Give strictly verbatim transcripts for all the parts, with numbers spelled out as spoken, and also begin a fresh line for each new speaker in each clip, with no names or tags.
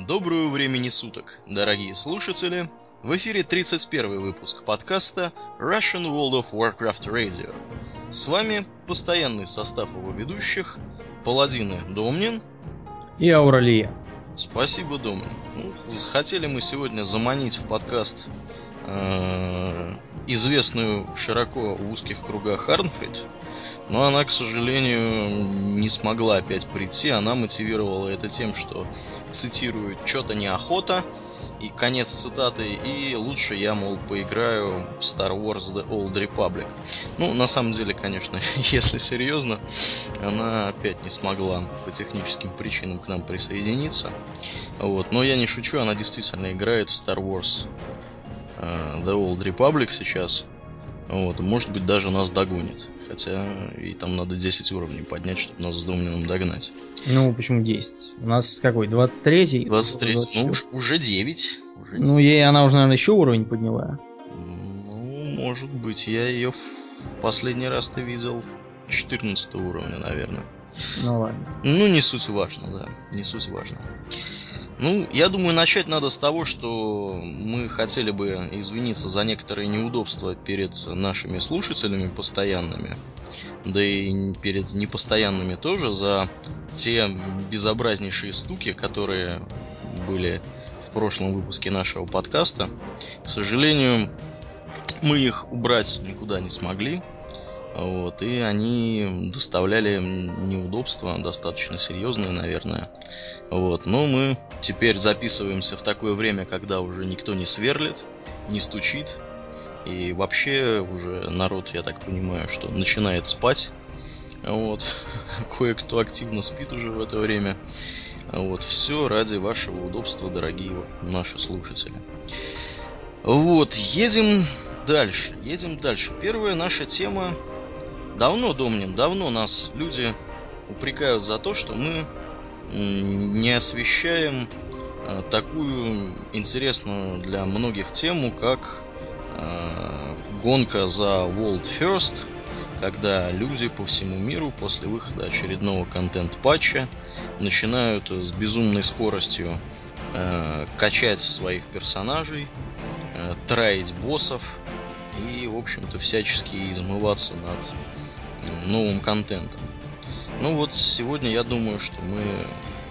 Доброго времени суток, дорогие слушатели! В эфире тридцать первый выпуск подкаста Russian World of Warcraft Radio. С вами постоянный состав его ведущих: Паладины Домнин
и Ауралия.
Спасибо, Домнин. Ну, захотели мы сегодня заманить в подкаст э, известную широко в узких кругах Харнфрид, но она, к сожалению, не смогла опять прийти. Она мотивировала это тем, что цитирует «чё-то неохота», и конец цитаты, и лучше я, мол, поиграю в Star Wars The Old Republic. Ну, на самом деле, конечно, если серьезно, она опять не смогла по техническим причинам к нам присоединиться. Вот. Но я не шучу, она действительно играет в Star Wars uh, The Old Republic сейчас. Вот. Может быть, даже нас догонит. Хотя и там надо десять уровней поднять, чтобы нас с Домнином догнать.
Ну, почему десять? У нас какой, двадцать третий?
двадцать третий, ну уж, уже девять. Уже девять.
Ну, ей она уже, наверное, еще уровень подняла.
Ну, может быть. Я ее в последний раз ты видел четырнадцатого уровня, наверное.
Ну, ладно.
Ну, не суть важно, да. Не суть важно. Ну, я думаю, начать надо с того, что мы хотели бы извиниться за некоторые неудобства перед нашими слушателями постоянными, да и перед непостоянными тоже, за те безобразнейшие стуки, которые были в прошлом выпуске нашего подкаста. К сожалению, мы их убрать никуда не смогли. Вот, и они доставляли неудобства достаточно серьезные, наверное. Вот, но мы теперь записываемся в такое время, когда уже никто не сверлит, не стучит. И вообще уже народ, я так понимаю, что начинает спать. Вот, кое-кто активно спит уже в это время. Вот, все ради вашего удобства, дорогие наши слушатели. Вот, едем дальше, едем дальше. Первая наша тема. Давно, Домнин, давно нас люди упрекают за то, что мы не освещаем э, такую интересную для многих тему, как э, гонка за World First, когда люди по всему миру после выхода очередного контент-патча начинают с безумной скоростью э, качать своих персонажей, э, траить боссов и, в общем-то, всячески измываться над новым контентом. Ну вот сегодня я думаю, что мы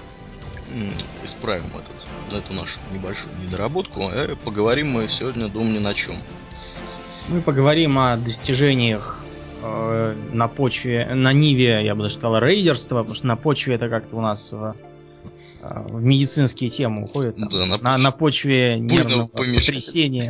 исправим этот, эту нашу небольшую недоработку. И поговорим мы сегодня, думаю, на чем.
Мы поговорим о достижениях э, на почве, на ниве, я бы даже сказал, рейдерства, потому что на почве это как-то у нас в, в медицинские темы уходит. Там,
да, на,
на, на почве нервного потрясения.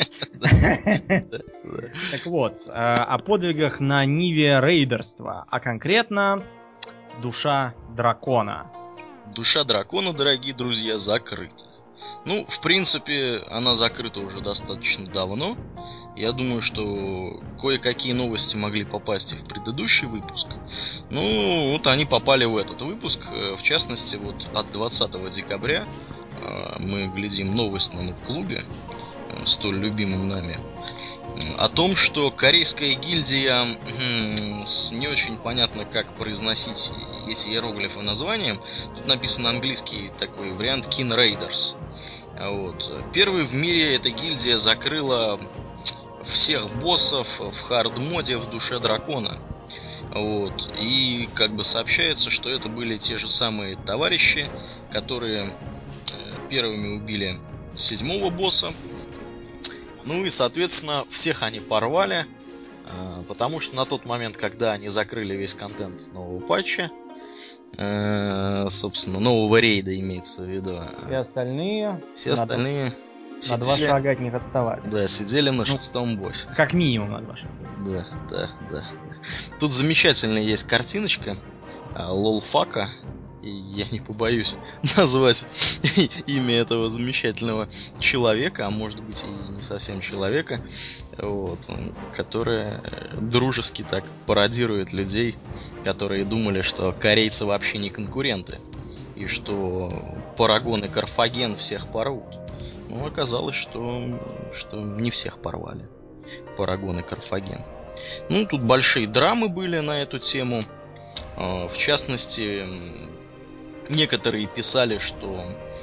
Так вот, о подвигах на ниве рейдерства, а конкретно душа дракона.
Душа дракона, дорогие друзья, закрыта. Ну, в принципе, она закрыта уже достаточно давно. Я думаю, что кое-какие новости могли попасть и в предыдущий выпуск. Ну, вот они попали в этот выпуск. В частности, вот от двадцатого декабря мы глядим новость на Нуб-клубе, столь любимым нами, о том, что корейская гильдия м- с не очень понятно, как произносить эти иероглифы названием. Тут написан английский такой вариант Kin Raiders. Вот. Первый в мире эта гильдия закрыла всех боссов в хард-моде в душе дракона. Вот. И как бы сообщается, что это были те же самые товарищи, которые первыми убили седьмого босса. Ну и, соответственно, всех они порвали, потому что на тот момент, когда они закрыли весь контент нового патча, собственно, нового рейда имеется в виду,
все остальные,
все остальные
на,
сидели,
на два шага от них отставали.
Да, сидели на
ну,
шестом боссе.
Как минимум на два шага.
Да, да, да. Тут замечательная есть картиночка лолфака. И я не побоюсь назвать имя этого замечательного человека, а может быть и не совсем человека, вот, которая дружески так пародирует людей, которые думали, что корейцы вообще не конкуренты, и что Парагон и Карфаген всех порвут. Но оказалось, что, что не всех порвали Парагон и Карфаген. Ну, тут большие драмы были на эту тему. В частности, некоторые писали, что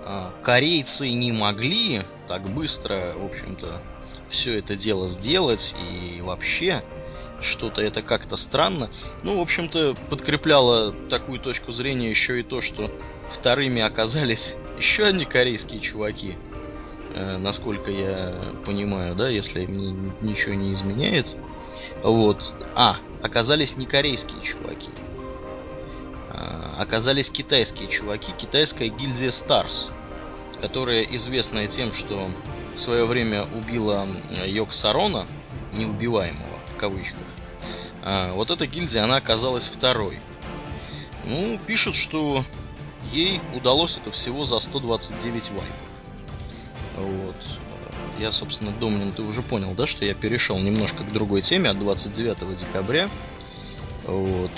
корейцы не могли так быстро, в общем-то, все это дело сделать, и вообще что-то это как-то странно. Ну, в общем-то, подкрепляло такую точку зрения еще и то, что вторыми оказались еще одни корейские чуваки, э, насколько я понимаю, да, если мне ничего не изменяет. Вот. А, оказались не корейские чуваки. А, оказались китайские чуваки, китайская гильдия Stars, которая известная тем, что в свое время убила Йок Сарона, неубиваемого в кавычках. А, вот эта гильдия, она оказалась второй. Ну, пишут, что ей удалось это всего за сто двадцать девять вайпов. Вот. Я, собственно, Домнин, ты уже понял, да, что я перешел немножко к другой теме от двадцать девятого декабря. Вот.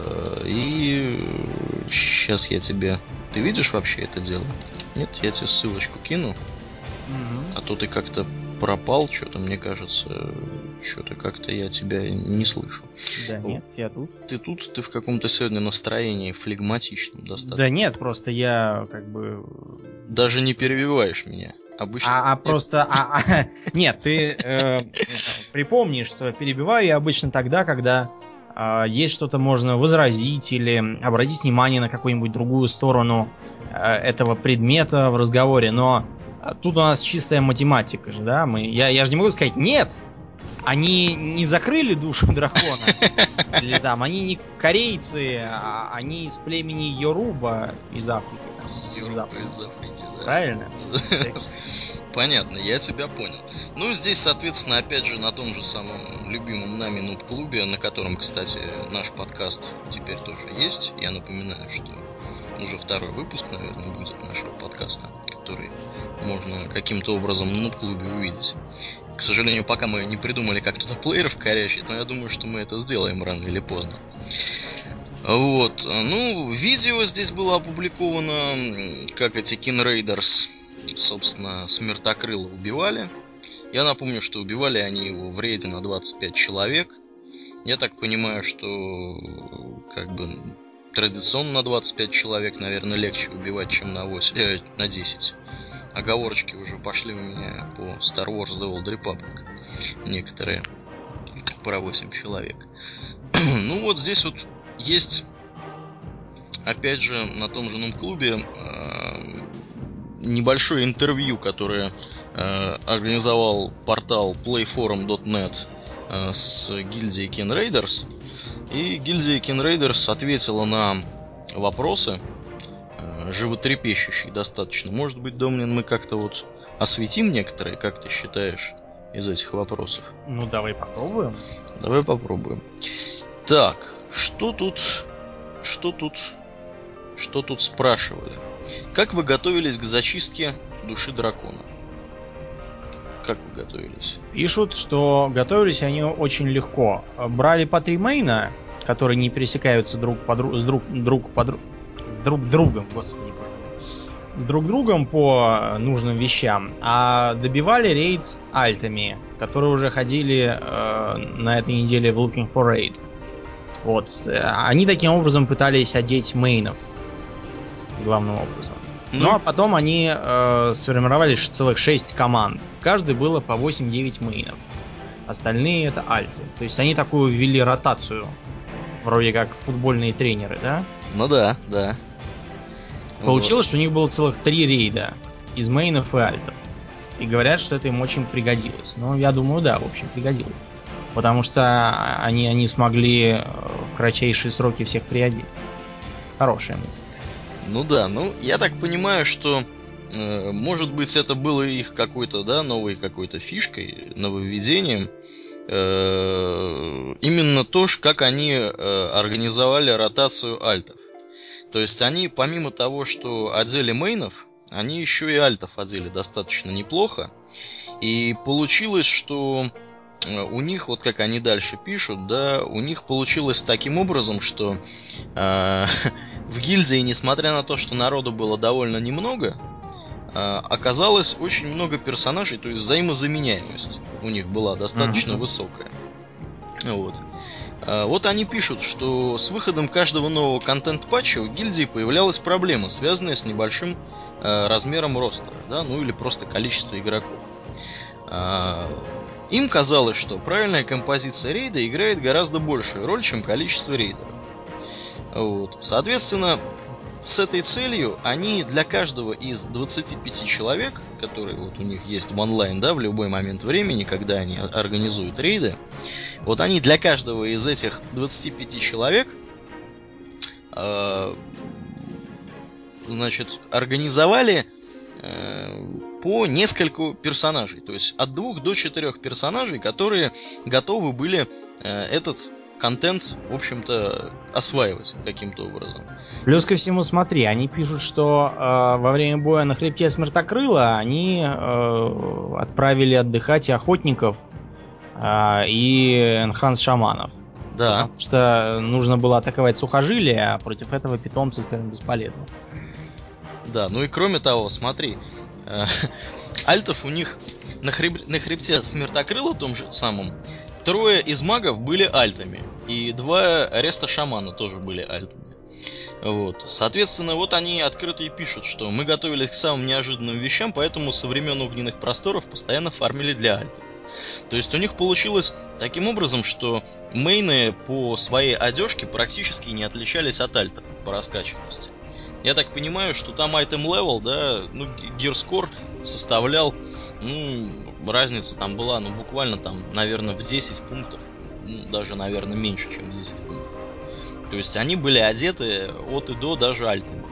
И сейчас я тебе... Ты видишь вообще это дело? Нет, я тебе ссылочку кину. Mm-hmm. А то ты как-то пропал, что-то, мне кажется, что-то как-то я тебя не слышу.
Да
вот.
Нет, я тут.
Ты тут? Ты в каком-то сегодня настроении флегматичном достаточно.
Да нет, просто я как бы...
Даже не перебиваешь меня. Обычно...
А, а просто... А, а, нет, ты э, припомни, что перебиваю я обычно тогда, когда э, есть что-то можно возразить или обратить внимание на какую-нибудь другую сторону э, этого предмета в разговоре, но тут у нас чистая математика же, да? Мы, я, я же не могу сказать, нет, они не закрыли душу дракона. Или там, они не корейцы, а они из племени Йоруба из Африки. Там,
Йоруба из Африки, да.
Правильно?
Понятно, я тебя понял. Ну, здесь, соответственно, опять же, на том же самом любимом нами нуб-клубе, на котором, кстати, наш подкаст теперь тоже есть. Я напоминаю, что уже второй выпуск, наверное, будет нашего подкаста, который можно каким-то образом в нуб-клубе увидеть. К сожалению, пока мы не придумали, как туда плееров корячить, но я думаю, что мы это сделаем рано или поздно. Вот. Ну, видео здесь было опубликовано, как эти Кинрейдерс, собственно, Смертокрыла убивали. Я напомню, что убивали они его в рейде на двадцать пять человек. Я так понимаю, что как бы традиционно на двадцать пять человек, наверное, легче убивать, чем на восемь, э, на десять. Оговорочки уже пошли у меня по Star Wars The Old Republic. Некоторые про восемь человек. Ну вот здесь вот есть, опять же, на том же нуб-клубе э, небольшое интервью, которое э, организовал портал плейфорум точка нет э, с гильдией Кинрейдерс. И гильдия Кинрейдерс ответила на вопросы, э, животрепещущие достаточно. Может быть, Домнин, мы как-то вот осветим некоторые, как ты считаешь, из этих вопросов?
Ну, давай попробуем.
Давай попробуем. Так, что тут... Что тут... Что тут спрашивали? Как вы готовились к зачистке души дракона? Как вы готовились?
Пишут, что готовились они очень легко. Брали по три мейна, которые не пересекаются друг по друг, с друг, друг по друг, с друг другом, господи боже мой, с друг другом по нужным вещам, а добивали рейд альтами, которые уже ходили э, на этой неделе в Looking for Raid. Вот. Они таким образом пытались одеть мейнов главным образом. Ну, ну а потом они э, сформировали целых шесть команд. В каждой было по восемь-девять мейнов. Остальные это альты. То есть они такую ввели ротацию. Вроде как футбольные тренеры, да?
Ну да, да.
Получилось, вот. Что у них было целых три рейда из мейнов и альтов. И говорят, что это им очень пригодилось. Ну, я думаю, да, в общем, пригодилось. Потому что они, они смогли в кратчайшие сроки всех приодеть. Хорошая мысль.
Ну да, ну я так понимаю, что э, может быть это было их какой-то, да, новой какой-то фишкой, нововведением. Э, именно то, как они э, организовали ротацию альтов. То есть они, помимо того, что одели мейнов, они еще и альтов одели достаточно неплохо. И получилось, что у них, вот как они дальше пишут, да, у них получилось таким образом, что э, в гильдии, несмотря на то, что народу было довольно немного, э, оказалось очень много персонажей, то есть взаимозаменяемость у них была достаточно mm-hmm. высокая. Вот. Вот они пишут, что с выходом каждого нового контент-патча у гильдии появлялась проблема, связанная с небольшим э, размером ростера, да, ну или просто количество игроков. Э, им казалось, что правильная композиция рейда играет гораздо большую роль, чем количество рейдеров. Вот. Соответственно, с этой целью они для каждого из двадцати пяти человек, которые вот у них есть в онлайн, да, в любой момент времени, когда они организуют рейды, вот они для каждого из этих двадцати пяти человек э, значит, организовали э, по нескольку персонажей. То есть от двух до четырех персонажей, которые готовы были э, этот контент, в общем-то, осваивать каким-то образом.
Плюс ко всему, смотри, они пишут, что э, во время боя на хребте Смертокрыла они э, отправили отдыхать и охотников, э, и энханс шаманов.
Да.
Потому что нужно было атаковать сухожилия, а против этого питомцы, скажем, бесполезны.
Да, ну и кроме того, смотри, э, альтов у них на, хреб... на хребте Смертокрыла том же самом трое из магов были альтами, и два ареста шамана тоже были альтами. Вот. Соответственно, вот они открыто и пишут, что мы готовились к самым неожиданным вещам, поэтому со времен огненных просторов постоянно фармили для альтов. То есть у них получилось таким образом, что мейны по своей одежке практически не отличались от альтов по раскачанности. Я так понимаю, что там item level, да, ну, гирскор составлял, ну, разница там была, ну, буквально там, наверное, в десять пунктов. Ну, даже, наверное, меньше, чем десять пунктов. То есть они были одеты от и до даже альтами.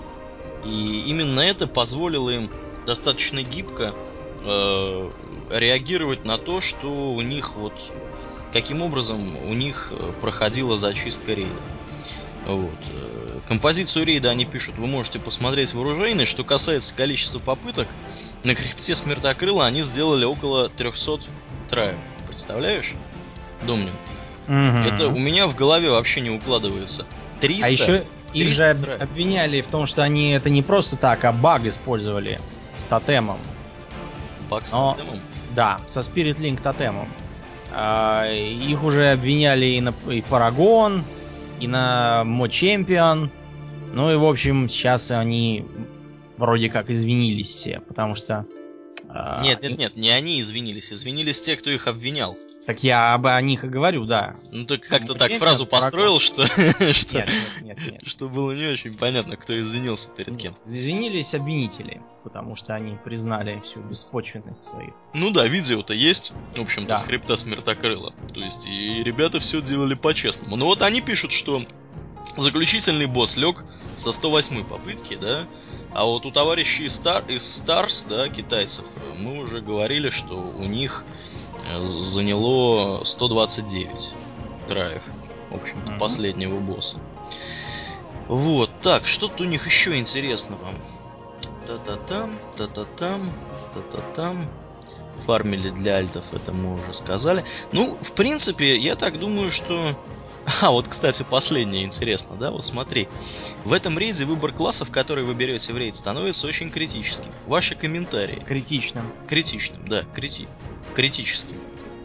И именно это позволило им достаточно гибко э, реагировать на то, что у них вот, каким образом у них проходила зачистка рейда. Вот. Композицию рейда они пишут, вы можете посмотреть в оружейной. Что касается количества попыток, на хребте Смертокрыла они сделали около трехсот траев. Представляешь, Домнин?
Угу.
Это у меня в голове вообще не укладывается. триста?
А еще их же
траев.
обвиняли в том, что они это не просто так, а баг использовали с тотемом.
Баг с
Но...
тотемом?
Да, со Spirit Link тотемом. А, их уже обвиняли и на и Paragon, и на Mo Champion. Ну и, в общем, сейчас они вроде как извинились все, потому что...
А... Нет, нет, нет, не они извинились. Извинились те, кто их обвинял.
Так я об них и говорю, да.
Ну ты как-то так фразу построил, что... что...
Нет, нет, нет, нет.
Что было не очень понятно, кто извинился перед кем.
Извинились обвинители, потому что они признали всю беспочвенность свою.
Ну да, видео-то есть, в общем-то,
да.
с хребта Смертокрыла. То есть и ребята все делали по-честному. Но вот они пишут, что заключительный босс лег со сто восьмой попытки, да. А вот у товарищей Star, из Stars, да, китайцев, мы уже говорили, что у них заняло сто двадцать девять траев, в общем-то, mm-hmm. последнего босса. Вот, так, что-то у них еще интересного. Та-та-там, та-та-там, та-та-там. Фармили для альтов, это мы уже сказали. Ну, в принципе, я так думаю, что... А, вот, кстати, последнее интересно, да? Вот смотри. В этом рейде выбор классов, которые вы берете в рейд, становится очень критическим. Ваши комментарии.
Критичным.
Критичным, да, крити... критическим.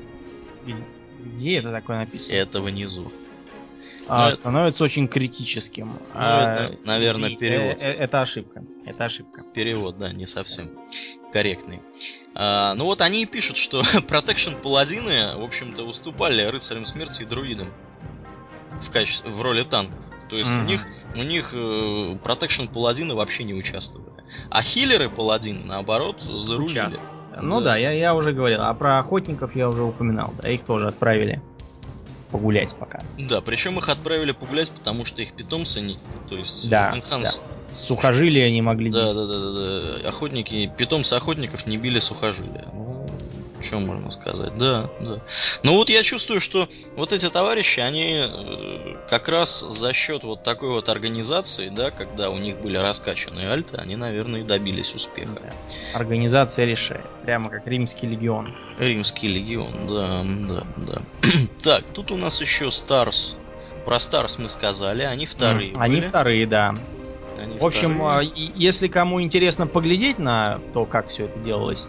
Где это такое написано?
Это внизу.
А, становится это... очень критическим.
Ну,
а,
это, наверное,
извините,
перевод.
Э- э- это ошибка. Это ошибка.
Перевод, да, не совсем корректный. А, ну вот они и пишут, что Protection паладины, в общем-то, уступали рыцарям смерти и друидам в качестве, в роли танков. То есть mm-hmm. у них, у них э, Protection паладины вообще не участвовали. А хиллеры паладины, наоборот, зарулили.
Ну да, да я, я уже говорил. А про охотников я уже упоминал. Да, их тоже отправили погулять пока.
Да, причем их отправили погулять, потому что их питомцы не... То есть
да,
Enhance...
да. Сухожилия не могли
да, да, да, да, да. Охотники, питомцы охотников не били сухожилия. Ну, что можно сказать? Да, да. Но вот я чувствую, что вот эти товарищи, они как раз за счет вот такой вот организации, да, когда у них были раскачанные альты, они, наверное, и добились успеха.
Да. Организация решает. Прямо как Римский легион.
Римский легион, да, да, да. Так, тут у нас еще Stars. Про Stars мы сказали, они вторые.
Mm, они вторые, да.
Они
В общем,
вторые.
если кому интересно поглядеть на то, как все это делалось,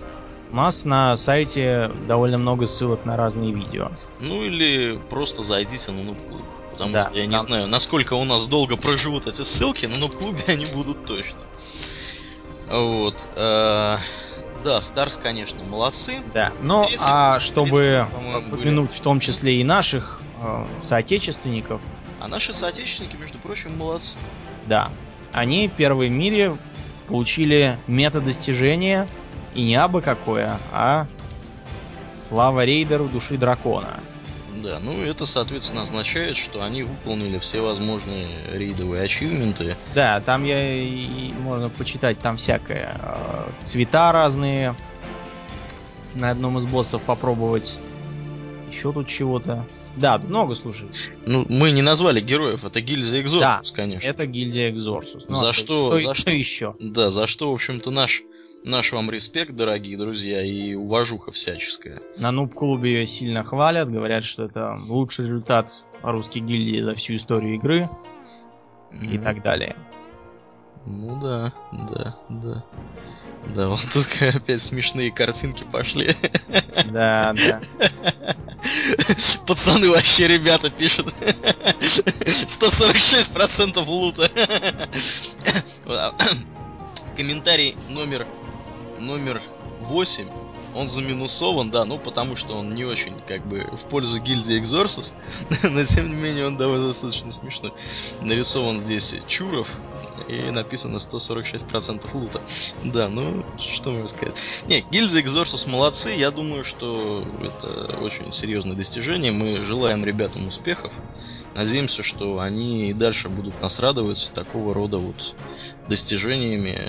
У нас на сайте довольно много ссылок на разные видео.
Ну или просто зайдите на Нуб-клуб. Потому
Да,
что я не
там...
знаю, насколько у нас долго проживут эти ссылки, но на Нуб-клубе они будут точно. Вот. Э, да, Старс, конечно, молодцы.
Да, ну
тридцать,
а чтобы
по-моему,
помянуть
были.
в том числе и наших э, соотечественников.
А наши соотечественники, между прочим, молодцы.
Да, они первые в мире получили мета-достижение, и не абы какое, а слава рейдеру души дракона.
Да, ну это, соответственно, означает, что они выполнили все возможные рейдовые ачивменты.
Да, там я и можно почитать там всякое. Э, Цвета разные. На одном из боссов попробовать. Еще тут чего-то. Да, тут много, слушай.
Ну, мы не назвали героев, это гильдия Экзорсус,
Да,
конечно.
это гильдия Экзорсус. Ну,
За
а кто,
что,
кто,
за
кто
что
еще?
Да, за что, в общем-то, наш, наш вам респект, дорогие друзья, и уважуха всяческая.
На Нуб-клубе ее сильно хвалят, говорят, что это лучший результат русской гильдии за всю историю игры и
Ну,
так далее.
Ну да, да, да. Да, вот тут опять смешные картинки пошли.
Да, да.
Пацаны вообще, ребята, пишут. сто сорок шесть процентов лута. Комментарий номер номер восемь. Он заминусован, да, ну потому что он не очень как бы в пользу гильдии Экзорсус, но тем не менее он довольно достаточно смешной. Нарисован здесь Чуров и написано сто сорок шесть процентов лута. Да, ну что можно сказать. Не, гильдия Экзорсус молодцы, я думаю, что это очень серьезное достижение. Мы желаем ребятам успехов. Надеемся, что они и дальше будут нас радовать такого рода вот достижениями,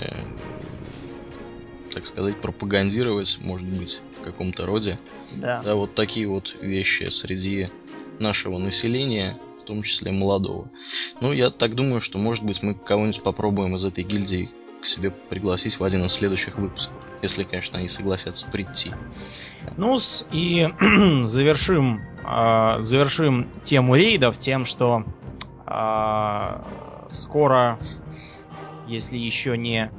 так сказать, пропагандировать, может быть, в каком-то роде.
Да.
Да, вот такие вот вещи среди нашего населения, в том числе молодого. Ну, я так думаю, что, может быть, мы кого-нибудь попробуем из этой гильдии к себе пригласить в один из следующих выпусков. Если, конечно, они согласятся прийти.
Ну и завершим, э, завершим тему рейдов тем, что э, скоро, если еще не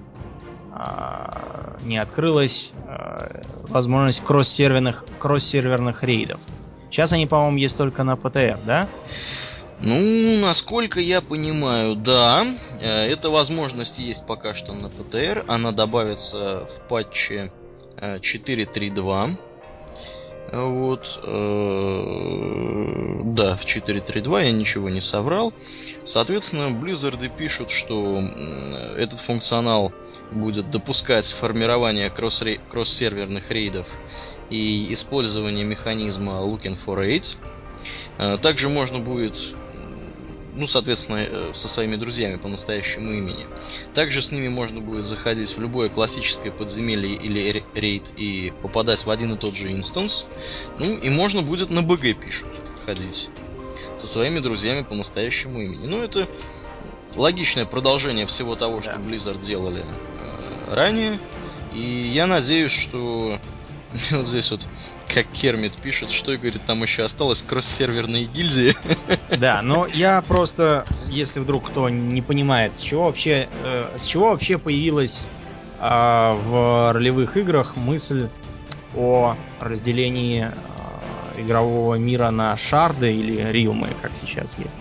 не открылась э, возможность кросс-серверных, кросс-серверных рейдов. Сейчас они, по-моему, есть только на пэ тэ эр, да?
Ну, насколько я понимаю, да. Эта возможность есть пока что на пэ тэ эр. Она добавится в патче четыре точка три точка два. Вот. Да, в четыре точка три точка два, я ничего не соврал. Соответственно, Blizzard пишут, что этот функционал будет допускать формирование кросс- кросс-серверных рейдов и использование механизма Looking for Raid. Также можно будет, ну, соответственно, со своими друзьями по настоящему имени. Также с ними можно будет заходить в любое классическое подземелье или рейд и попадать в один и тот же инстанс. Ну, и можно будет на бэ гэ, пишут, ходить со своими друзьями по настоящему имени. Ну, это логичное продолжение всего того, что
Да.
Blizzard делали э, ранее. И я надеюсь, что вот здесь вот, как Кермит пишет, что, и говорит, там еще осталось кросс-серверные гильдии.
Да, но я просто, если вдруг кто не понимает, с чего вообще, э, с чего вообще появилась э, в ролевых играх мысль о разделении э, игрового мира на шарды или рилмы, как сейчас есть.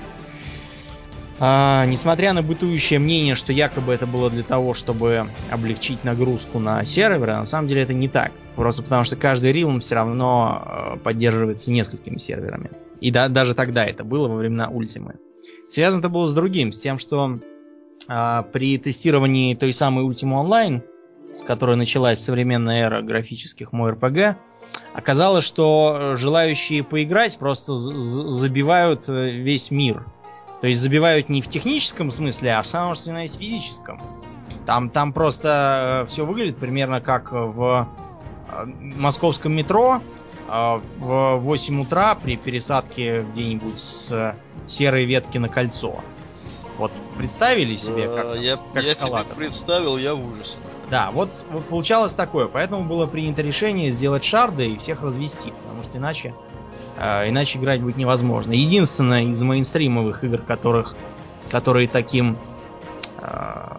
А, несмотря на бытующее мнение, что якобы это было для того, чтобы облегчить нагрузку на серверы, на самом деле это не так. Просто потому что каждый рилм все равно э, поддерживается несколькими серверами. И да, даже тогда это было во времена Ультимы. Связано это было с другим, с тем, что э, при тестировании той самой Ultima Online, с которой началась современная эра графических мо эр пэ гэ, оказалось, что желающие поиграть просто забивают весь мир. То есть забивают не в техническом смысле, а в самом что ни на есть физическом. Там, там просто все выглядит примерно как в московском метро в восемь утра при пересадке где-нибудь с серой ветки на кольцо. Вот представили себе,
Да,
как,
я,
как
я тебе представил, я в ужасе.
Да, вот, вот получалось такое. Поэтому было принято решение сделать шарды и всех развести. Потому что иначе, э, иначе играть будет невозможно. Единственное из мейнстримовых игр, которых, которые таким э,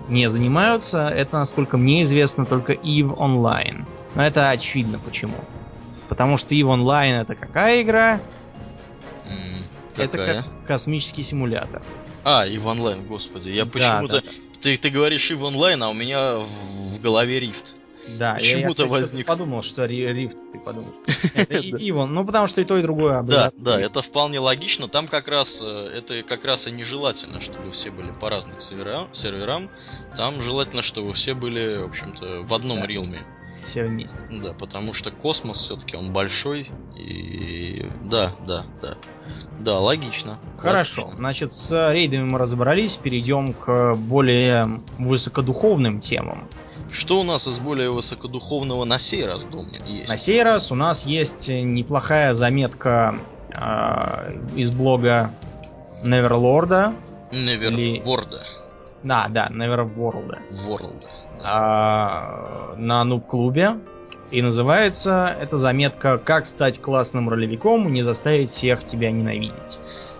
не занимаются. Это, насколько мне известно, только Eve Online. Но это очевидно почему. Потому что Eve Online это какая игра?
М,
Это
Какая?
как космический симулятор.
А, Eve Online, господи. Я
Да,
почему-то...
да, да.
Ты, ты говоришь Eve Online, а у меня в, в голове Рифт.
Да, я, я
Почему-то
кстати, что-то
возник.
подумал, что Ри- Рифт ты подумал. Это
Да.
и- Иван, ну потому что и то, и другое
Да, да,
аббревиатура.
это вполне логично. Там как раз э, это как раз и нежелательно, чтобы все были по разным сервера- серверам. Там желательно, чтобы все были, в общем-то, в одном
Да.
рилме.
Все вместе.
Да, потому что космос все-таки он большой. И да, да, да. Да, логично.
Хорошо,
Логично.
значит, с рейдами мы разобрались, перейдем к более высокодуховным темам.
Что у нас из более высокодуховного на сей раз, Домнин, есть?
На сей раз у нас есть неплохая заметка э, из блога Neverlord. Или-
Неверворда.
Да, да, Neverworld.
World.
А, на Нуб-клубе. И называется эта заметка «Как стать классным ролевиком и не заставить всех тебя ненавидеть».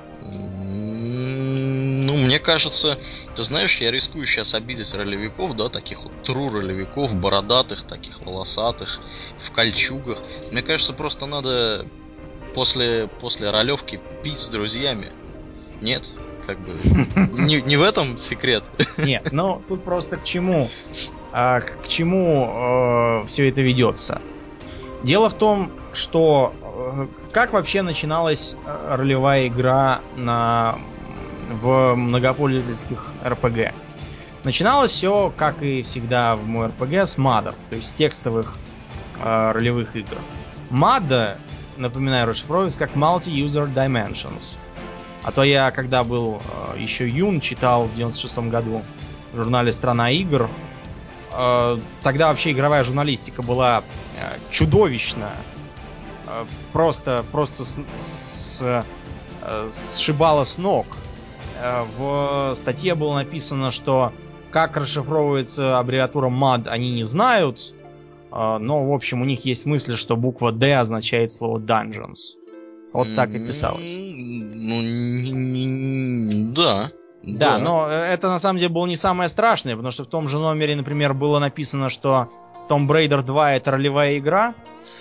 М, Ну, мне кажется, ты знаешь, я рискую сейчас обидеть ролевиков, да, таких вот тру ролевиков, бородатых, таких волосатых, в кольчугах. Мне кажется, просто надо после, после ролевки пить с друзьями. Нет? Как бы не, не в этом секрет.
Нет, ну тут просто к чему, а, к к чему все это ведется. Дело в том, что э, как вообще начиналась э, ролевая игра на, в многопользовательских эр пэ гэ. Начиналось все, как и всегда в мой эр пэ гэ, с мадов, то есть текстовых э, ролевых игр. мад, напоминаю, расшифровывается как Multi-User Dimensions. А то я, когда был э, еще юн, читал в девяносто шестом году в журнале «Страна игр». Э, тогда вообще игровая журналистика была э, чудовищна. Э, просто, просто с, с, э, сшибала с ног. Э, в статье было написано, что как расшифровывается аббревиатура мад, они не знают. Э, но, в общем, у них есть мысль, что буква D означает слово Dungeons. Вот так и писалось.
М, Ну, не- не- да.
Да, но это на самом деле было не самое страшное, потому что в том же номере, например, было написано, что Tomb Raider два это ролевая игра,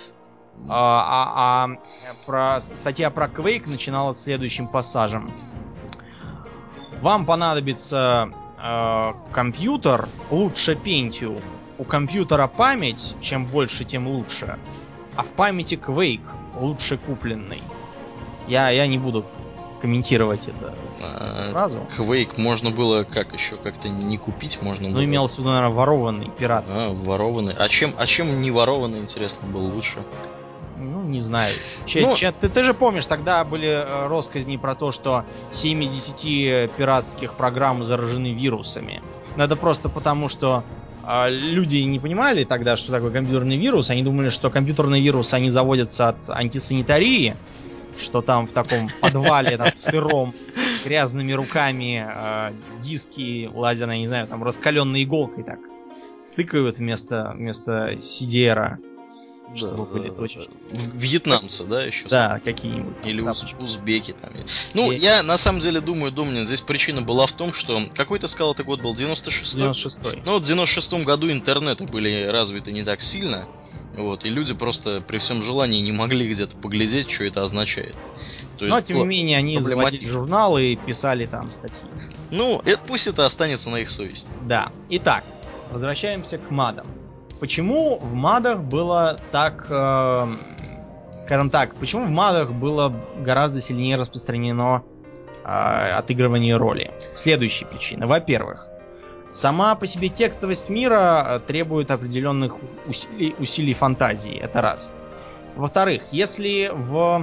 а, а- а про, статья про Quake начиналась следующим пассажем. Вам понадобится э, компьютер, лучше Pentium. У компьютера память, чем больше, тем лучше. А в памяти Quake, лучше купленный. Я, я не буду комментировать это
А,
фразу.
Quake можно было как еще как-то не купить, можно
Ну,
было.
имелось в виду, наверное, ворованный, пиратский.
А, ворованный. А чем, а чем не ворованный, интересно, был лучше?
Ну, не знаю. Че-
Ну-
че- ты, ты же помнишь, тогда были э, россказни про то, что семь из десяти пиратских программ заражены вирусами. Но это просто потому, что э, люди не понимали тогда, что такое компьютерный вирус. Они думали, что компьютерный вирус они заводятся от антисанитарии, что там в таком подвале, там, сыром, грязными руками э, диски лазерные, не знаю, там раскаленной иголкой так тыкают вместо, вместо си ди ар, чтобы
Да,
были
да, да,
точечки.
да. Вьетнамцы, да, еще?
Да, какие-нибудь. там
Или уз-
тапочки.
узбеки там. Ну,
И-
я на самом деле думаю, Домнин, здесь причина была в том, что... Какой ты сказал, это год был? девяносто шестой?
девяносто шестой.
Ну, вот в девяносто шестом году интернеты были развиты не так сильно. Вот, и люди просто при всем желании не могли где-то поглядеть, что это означает. То
Но,
есть
тем не
было
менее, они заводили
проблематично.
журналы и писали там статьи.
Ну, это, пусть это останется на их совести.
Да. Итак, возвращаемся к мадам. Почему в мадах было так... э, скажем так, почему в мадах было гораздо сильнее распространено э, отыгрывание роли? Следующие причины. Во-первых, сама по себе текстовость мира э, требует определенных усилий, усилий фантазии. Это раз. Во-вторых, если в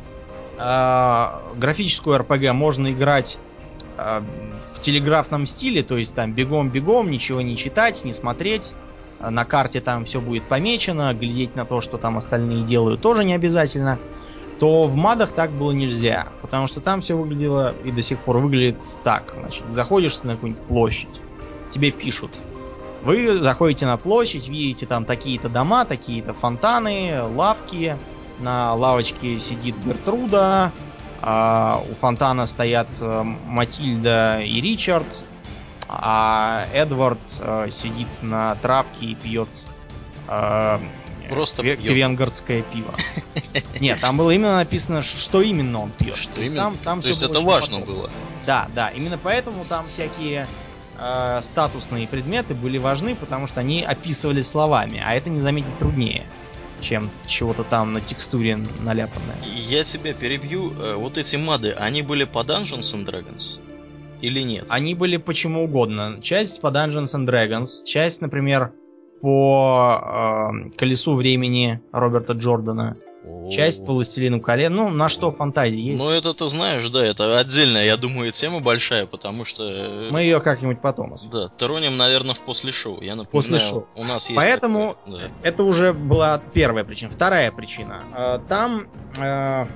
э, графическую эр пэ гэ можно играть э, в телеграфном стиле, то есть там бегом-бегом, ничего не читать, не смотреть, э, на карте там все будет помечено, глядеть на то, что там остальные делают, тоже не обязательно, то в мадах так было нельзя, потому что там все выглядело и до сих пор выглядит так. Значит, заходишь ты на какую-нибудь площадь, тебе пишут: вы заходите на площадь, видите там такие-то дома, такие-то фонтаны, лавки. На лавочке сидит Гертруда, а у фонтана стоят э, Матильда и Ричард. а Эдвард э, сидит на травке и пьет э,
Просто
ве-
пьет.
венгерское пиво. Нет, там было именно написано, ш- что именно он пьет.
Что
То есть
именно?
там, там
То
всё
есть
было
это
очень
важно
подробно.
было.
Да, да, именно поэтому там всякие э, статусные предметы были важны, потому что они описывали словами, а это не заметить труднее, чем чего-то там на текстуре наляпанное.
Я тебя перебью. Э, Вот эти мады, они были по Dungeons and Dragons? Или нет?
Они были почему угодно. Часть по Dungeons and Dragons, часть, например, по э, Колесу времени Роберта Джордана, часть по
О.
Властелину колен. Ну, на что фантазии есть.
Ну, это ты знаешь, да, это отдельная, я думаю, тема большая, потому что... э,
Мы ее как-нибудь потом осветим.
Да, тронем, наверное, в после шоу. Я напоминаю,
После шоу.
у нас есть
Поэтому
такое, да.
это уже была первая причина. Вторая причина. Э, Там, э,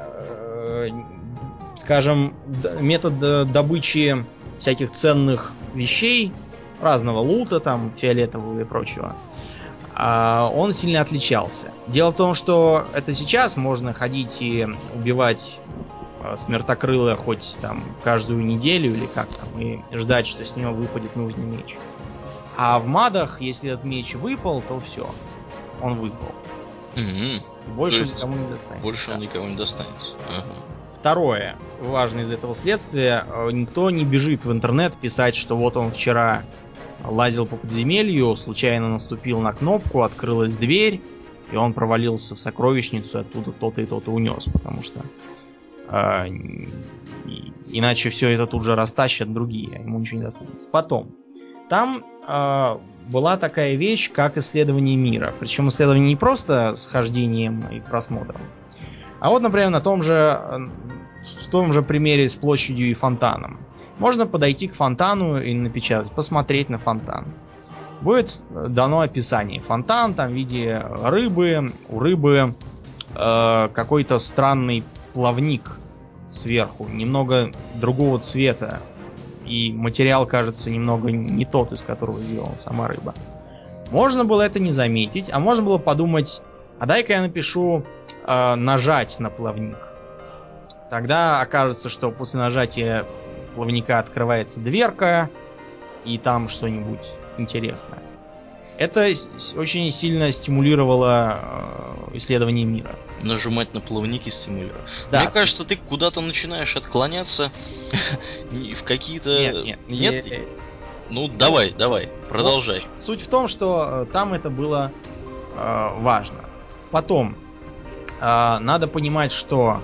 э, скажем, д- метод э, добычи всяких ценных вещей, разного лута, там, фиолетового и прочего, а, он сильно отличался. Дело в том, что это сейчас можно ходить и убивать э, смертокрыла хоть там каждую неделю или как там, и ждать, что с него выпадет нужный меч. А в мадах, если этот меч выпал, то все. Он выпал.
Мгм.
И больше
То есть
никому не достанется.
Больше
Да.
он никому не достанется. Ага.
Второе, важное из этого следствия, э, никто не бежит в интернет писать, что вот он вчера лазил по подземелью, случайно наступил на кнопку, открылась дверь, и он провалился в сокровищницу, оттуда то-то и то-то унес, потому что э, и- иначе все это тут же растащат другие, а ему ничего не достанется. Потом, там э, была такая вещь, как исследование мира. Причем исследование не просто с хождением и просмотром, а вот, например, на том же, э, в том же примере с площадью и фонтаном. Можно подойти к фонтану и напечатать, посмотреть на фонтан. Будет дано описание. Фонтан там в виде рыбы, у рыбы э, какой-то странный плавник сверху, немного другого цвета. И материал, кажется, немного не тот, из которого сделана сама рыба. Можно было это не заметить, а можно было подумать, а дай-ка я напишу э, нажать на плавник. Тогда окажется, что после нажатия плавника открывается дверка, и там что-нибудь интересное. Это с- очень сильно стимулировало э, исследование мира.
Нажимать на плавники стимулирует.
Да,
Мне кажется, ты куда-то начинаешь отклоняться в какие-то...
Нет, нет.
Нет?
е-
Ну, давай, давай, продолжай.
Вот суть в том, что э, там это было э, важно. Потом, э, надо понимать, что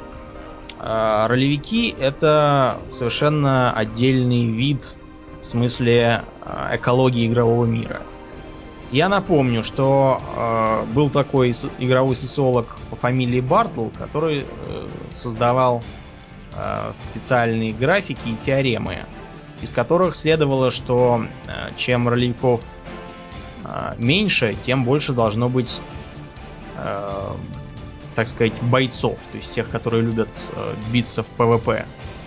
э, ролевики это совершенно отдельный вид в смысле э, экологии игрового мира. Я напомню, что э, был такой со- игровой социолог по фамилии Бартл, который э, создавал э, специальные графики и теоремы, из которых следовало, что э, чем ролевиков э, меньше, тем больше должно быть, э, так сказать, бойцов, то есть тех, которые любят э, биться в PvP.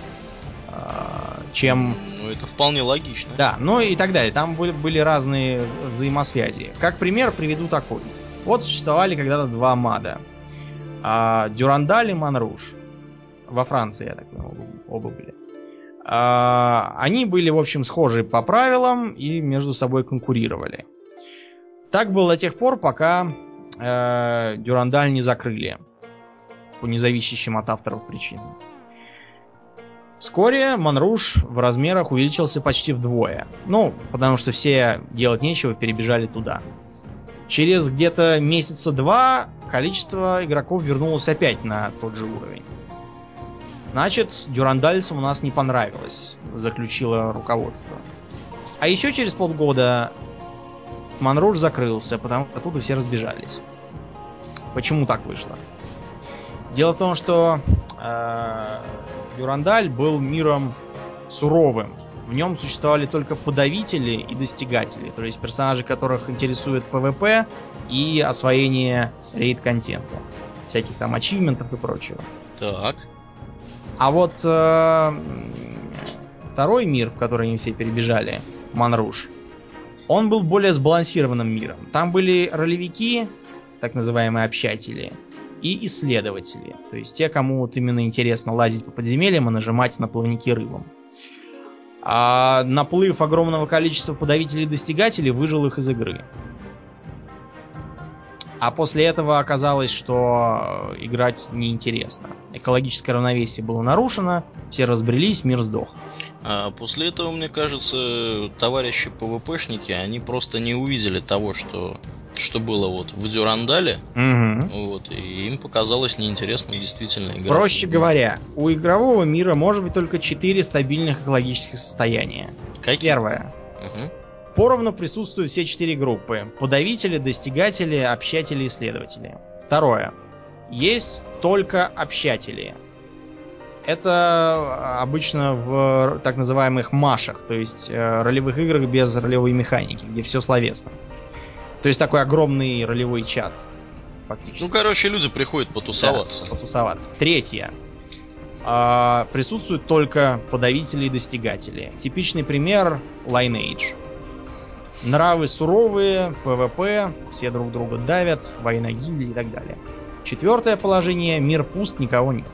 Э, чем...
Ну, это вполне логично.
Да, ну и так далее. Там были, были разные взаимосвязи. Как пример приведу такой. Вот существовали когда-то два мада. А, Дюрандаль и Монруш. Во Франции, я так понимаю, оба были. А, они были, в общем, схожи по правилам и между собой конкурировали. Так было до тех пор, пока э, Дюрандаль не закрыли. По независящим от авторов причинам. Вскоре Монруш в размерах увеличился почти вдвое. Ну, потому что все делать нечего, перебежали туда. Через где-то месяца два количество игроков вернулось опять на тот же уровень. Значит, дюрандальцам у нас не понравилось, заключило руководство. А еще через полгода Монруш закрылся, потому что оттуда все разбежались. Почему так вышло? Дело в том, что э, Дюрандаль был миром суровым. В нем существовали только подавители и достигатели, то есть персонажи, которых интересует PvP и освоение рейд-контента. Всяких там ачивментов и прочего.
Так.
А вот э, второй мир, в который они все перебежали, Монруш, он был более сбалансированным миром. Там были ролевики, так называемые общатели, и исследователи. То есть те, кому вот именно интересно лазить по подземельям и нажимать на плавники рыбам. А наплыв огромного количества подавителей-достигателей выжил их из игры. А после этого оказалось, что играть неинтересно. Экологическое равновесие было нарушено, все разбрелись, мир сдох.
А после этого, мне кажется, товарищи ПВПшники, они просто не увидели того, что, что было вот в Дюрандале.
Угу.
Вот, и им показалось неинтересным действительно играть.
Проще говоря, у игрового мира может быть только четыре стабильных экологических состояния.
Какие?
Первое.
Угу.
Поровну присутствуют все четыре группы. Подавители, достигатели, общатели, исследователи. Второе. Есть только общатели. Это обычно в так называемых машах, то есть э, ролевых играх без ролевой механики, где все словесно. То есть такой огромный ролевой чат. Фактически.
Ну, короче, люди приходят потусоваться.
Да, потусоваться. Третье. А, присутствуют только подавители и достигатели. Типичный пример — Lineage. Нравы суровые, ПВП, все друг друга давят, война гильдии и так далее. Четвертое положение — мир пуст, никого нет.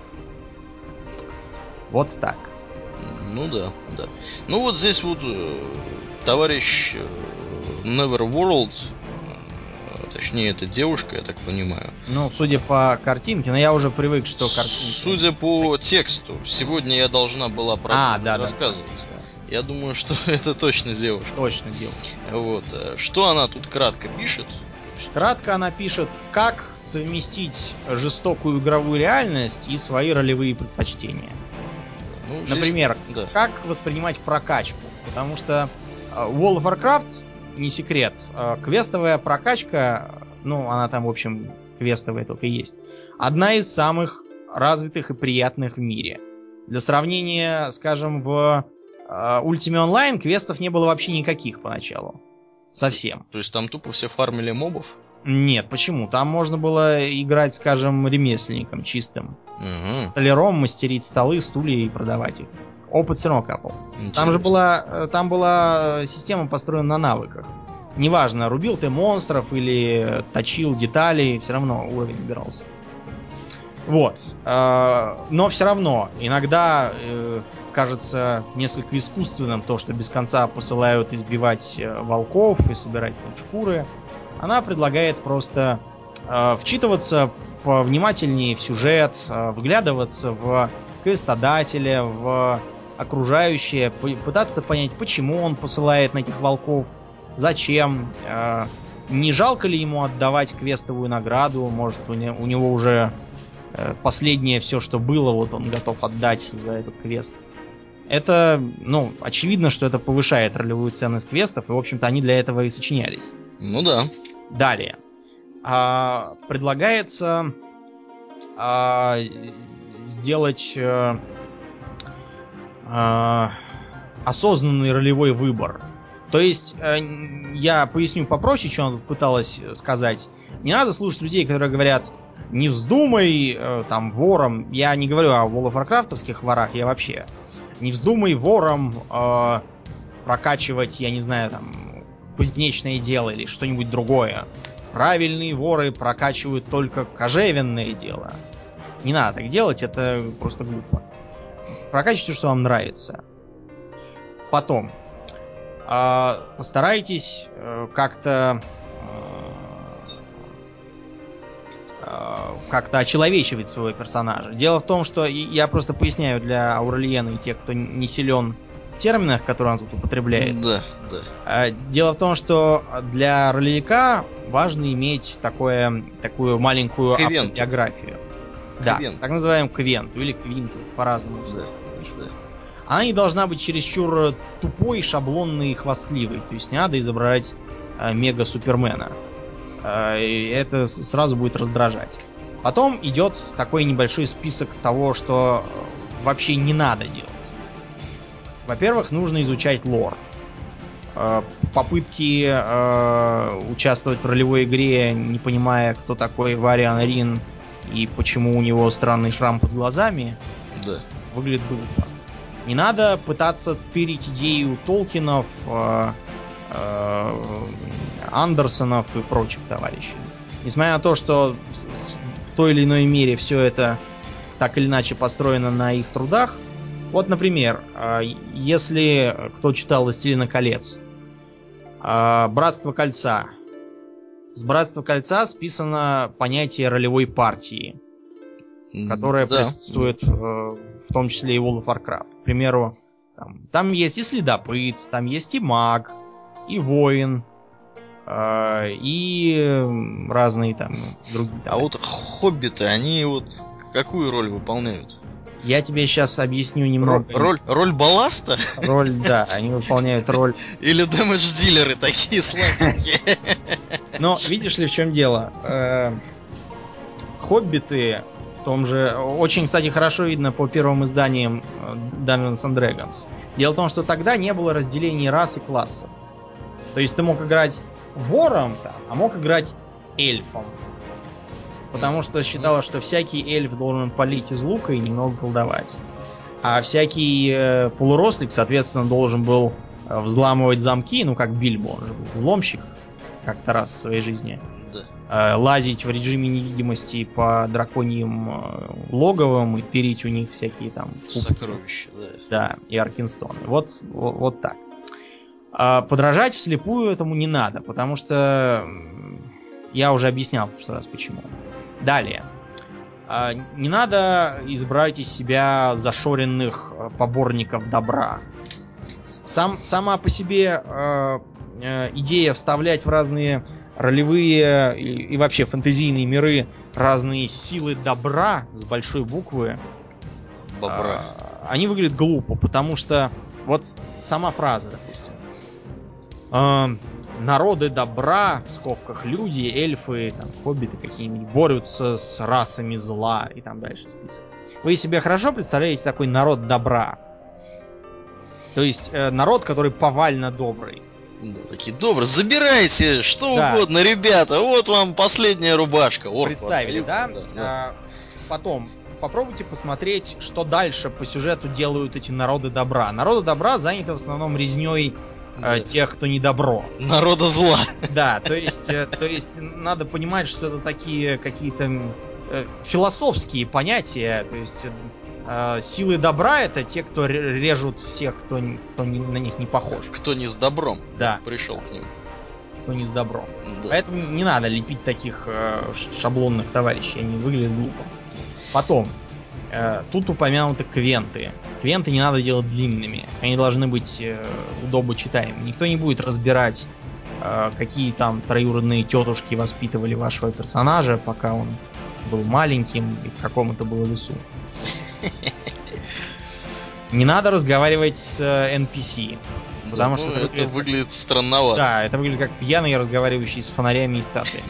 Вот так.
Ну да, да. Ну вот здесь вот э, товарищ э, Neverworld, э, точнее это девушка, я так понимаю.
Ну, судя по картинке, но я уже привык, что картинки...
Судя по тексту, сегодня я должна была про
а,
это
да,
рассказывать.
Да, да.
Я думаю, что это точно девушка.
Точно девушка.
Вот. Что она тут кратко пишет?
Кратко она пишет, как совместить жестокую игровую реальность и свои ролевые предпочтения.
Ну, здесь...
Например,
да.
как воспринимать прокачку. Потому что World of Warcraft, не секрет, квестовая прокачка, ну, она там, в общем, квестовая только есть, одна из самых развитых и приятных в мире. Для сравнения, скажем, в Ultima Online квестов не было вообще никаких поначалу. Совсем.
То есть там тупо все фармили мобов?
Нет, почему? Там можно было играть, скажем, ремесленником чистым.
Угу.
Столяром, мастерить столы, стулья и продавать их. Опыт все равно капал.
Интересно.
Там же была, там была система построена на навыках. Неважно, рубил ты монстров или точил детали, все равно уровень набирался. Вот. Но все равно иногда кажется несколько искусственным то, что без конца посылают избивать волков и собирать с них шкуры. Она предлагает просто вчитываться повнимательнее в сюжет, вглядываться в квестодателя, в окружающее, пытаться понять, почему он посылает на этих волков, зачем, не жалко ли ему отдавать квестовую награду, может у него уже последнее все, что было, вот он готов отдать за этот квест. Это, ну, очевидно, что это повышает ролевую ценность квестов, и, в общем-то, они для этого и сочинялись.
Ну да.
Далее. А, предлагается а, сделать а, а, осознанный ролевой выбор. То есть, а, я поясню попроще, что она тут пыталась сказать. Не надо слушать людей, которые говорят: не вздумай, э, там, вором, я не говорю о World of Warcraft'овских ворах, я вообще, не вздумай вором э, прокачивать, я не знаю, там, кузнечное дело или что-нибудь другое. Правильные воры прокачивают только кожевенное дело. Не надо так делать, это просто глупо. Прокачивайте, что вам нравится. Потом, э, постарайтесь э, как-то... как-то очеловечивать своего персонажа. Дело в том, что я просто поясняю для Аурельены и тех, кто не силен в терминах, которые он тут употребляет.
Да, да.
Дело в том, что для ролевика важно иметь такое, такую маленькую
Квенту.
автобиографию. Да,
Квенту.
так называемую квенту или квинту, по-разному.
Да, да.
Она не должна быть чересчур тупой, шаблонной и хвастливой. То есть не надо изображать мега-супермена. Это сразу будет раздражать. Потом идет такой небольшой список того, что вообще не надо делать. Во-первых, нужно изучать лор. Попытки э, участвовать в ролевой игре, не понимая, кто такой Вариан Рин и почему у него странный шрам под глазами,
да.
выглядит глупо. Не надо пытаться тырить идею Толкинов, э, э, Андерсонов и прочих товарищей. Несмотря на то, что в той или иной мере все это так или иначе построено на их трудах, Вот, например, э, если кто читал «Властелина колец», э, «Братство кольца». С «Братства кольца» списано понятие ролевой партии, которое
Да.
присутствует э, в том числе и в World of Warcraft. К примеру, там, там есть и следопыт, там есть и маг, и воин, э, и разные там другие.
А вот хоббиты, они вот какую роль выполняют?
Я тебе сейчас объясню немного.
Роль, роль балласта?
Роль, да, они выполняют роль...
Или дэмэдж-дилеры такие слабенькие?
Но видишь ли, в чем дело? Хоббиты в том же... Очень, кстати, хорошо видно по первым изданиям Dungeons and Dragons. Дело в том, что тогда не было разделений рас и классов. То есть ты мог играть вором, там, а мог играть эльфом. Потому что считалось, что всякий эльф должен палить из лука и немного колдовать. А всякий э, полурослик, соответственно, должен был э, взламывать замки, ну, как Бильбо, он же был взломщик как-то раз в своей жизни.
Да.
Э, лазить в режиме невидимости по драконьим э, логовым и тырить у них всякие там...
Сокровища, да.
Да, и Аркинстоны. Вот, вот, вот так. А подражать вслепую этому не надо, потому что я уже объяснял в прошлый раз почему. Далее. Не надо избрать из себя зашоренных поборников добра. Сам, сама по себе э, э, идея вставлять в разные ролевые и, и вообще фэнтезийные миры разные силы добра с большой буквы,
Бобра.
Э, они выглядят глупо, потому что вот сама фраза, допустим. Э, Народы добра, в скобках люди, эльфы, там, хоббиты какие-нибудь, борются с расами зла, и там дальше список. Вы себе хорошо представляете такой народ добра? То есть э, народ, который повально добрый.
Да, такие добрые. Забирайте что
Да.
угодно, ребята. Вот вам последняя рубашка. Орк
Представили, да?
да? да.
А, потом попробуйте посмотреть, что дальше по сюжету делают эти народы добра. Народы добра заняты в основном резней
Да.
тех, кто не добро.
Народа зла.
Да, то есть, то есть надо понимать, что это такие какие-то э, философские понятия. То есть э, силы добра — это те, кто режут всех, кто, кто не, на них не похож.
Кто не с добром.
Да.
Пришел к ним.
Кто не с добром.
Да.
Поэтому не надо лепить таких э, шаблонных товарищей, они выглядят глупо. Потом. Э, тут упомянуты квенты. Квенты не надо делать длинными. Они должны быть э, удобочитаемыми. Никто не будет разбирать, э, какие там троюродные тетушки воспитывали вашего персонажа, пока он был маленьким и в каком это было лесу. Не надо разговаривать с эн пи си. Потому
да,
что
ну,
это,
это
выглядит,
выглядит странновато.
Да, это выглядит как пьяный, разговаривающий с фонарями и статуями.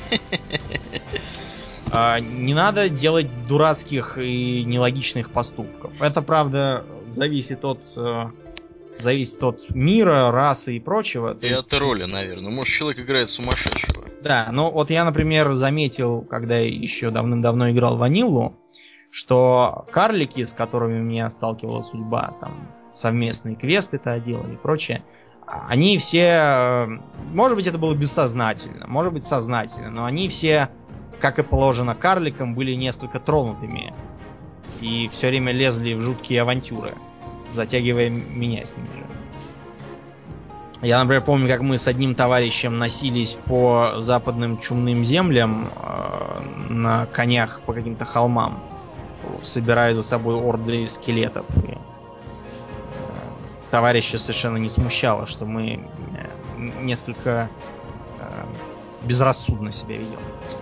А, не надо делать дурацких и нелогичных поступков. Это, правда, зависит от, э, зависит от мира, расы и прочего.
И
есть...
от роли, наверное. Может, человек играет сумасшедшего.
Да, но вот я, например, заметил, когда еще давным-давно играл в ваниллу, что карлики, с которыми меня сталкивала судьба, там, совместные квесты это делали и прочее, они все... Может быть, это было бессознательно, может быть, сознательно, но они все, как и положено карликам, были несколько тронутыми и все время лезли в жуткие авантюры, затягивая меня с ними же. Я, например, помню, как мы с одним товарищем носились по западным чумным землям э, на конях по каким-то холмам, собирая за собой орды скелетов. И, э, товарища совершенно не смущало, что мы э, несколько э, безрассудно себя ведем.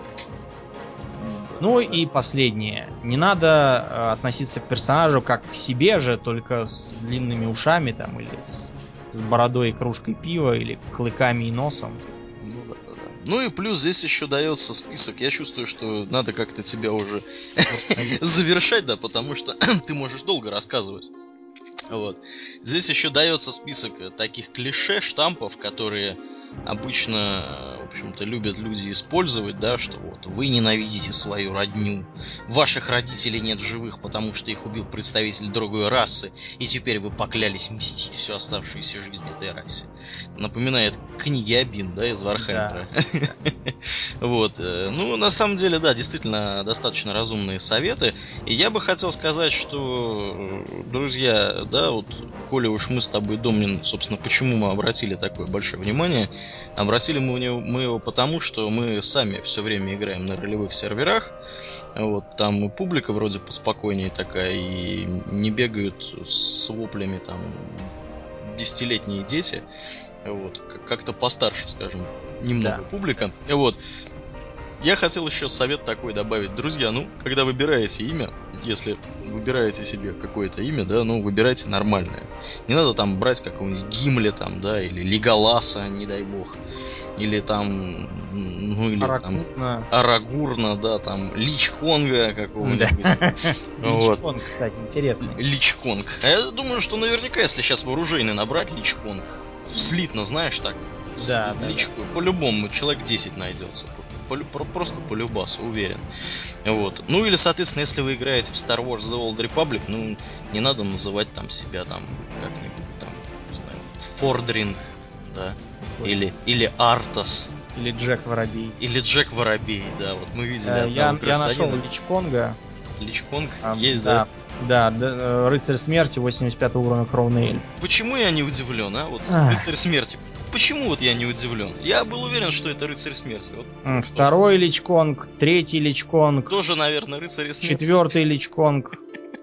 Ну и последнее. Не надо э, относиться к персонажу как к себе же, только с длинными ушами там или с, с бородой и кружкой пива, или клыками и носом.
Ну, да, да, да. Ну и плюс здесь еще дается список. Я чувствую, что надо как-то тебя уже завершать, да, потому что ты можешь долго рассказывать. Вот. Здесь еще дается список таких клише, штампов, которые обычно, в общем-то, любят люди использовать, да, что вот вы ненавидите свою родню, ваших родителей нет живых, потому что их убил представитель другой расы, и теперь вы поклялись мстить всю оставшуюся жизнь этой расе. Напоминает книги Абин, да, из Вархаммера.
Да.
Вот. Ну, на самом деле, да, действительно, достаточно разумные советы. И я бы хотел сказать, что, друзья, да, вот, коли уж мы с тобой, Домнин, собственно, почему мы обратили такое большое внимание? Обратили мы, него, мы его потому, что мы сами все время играем на ролевых серверах. Вот, там и публика вроде поспокойнее такая, и не бегают с воплями там десятилетние дети. Вот, как-то постарше, скажем, немного
Да.
публика. Вот. Я хотел еще совет такой добавить. Друзья, ну, когда выбираете имя, если выбираете себе какое-то имя, да, ну, выбирайте нормальное. Не надо там брать какого-нибудь Гимли, там, да, или Леголаса, не дай бог. Или там, ну, или
Арагурна.
там Арагурна, да, там, Лич Конга какого-нибудь.
Лич Конг, кстати, интересный.
Лич Конг. А я думаю, что наверняка, если сейчас вооружение набрать Лич Конг, слитно, знаешь, так,
да, да,
личку, да. По-любому человек десять найдется. По, по, просто по любасу, уверен. Вот. Ну или, соответственно, если вы играете в Star Wars The Old Republic, ну, не надо называть там себя там как-нибудь там, не знаю, Фордринг, да, или, или Артас.
Или Джек Воробей.
Или Джек Воробей, да, вот мы видели
э, я, я нашел Лич Конга.
Лич Конг
а,
есть,
да?
Да,
да, да, Рыцарь Смерти, восемьдесят пятого уровня, Кровный Эльф.
Почему я не удивлен, а? Вот
Ах.
Рыцарь Смерти. Почему вот я не удивлен? Я был уверен, что это Рыцарь Смерти. Вот,
Второй Лич Конг, третий Лич Конг.
Тоже, наверное, Рыцарь Смерти.
Четвертый Лич Конг.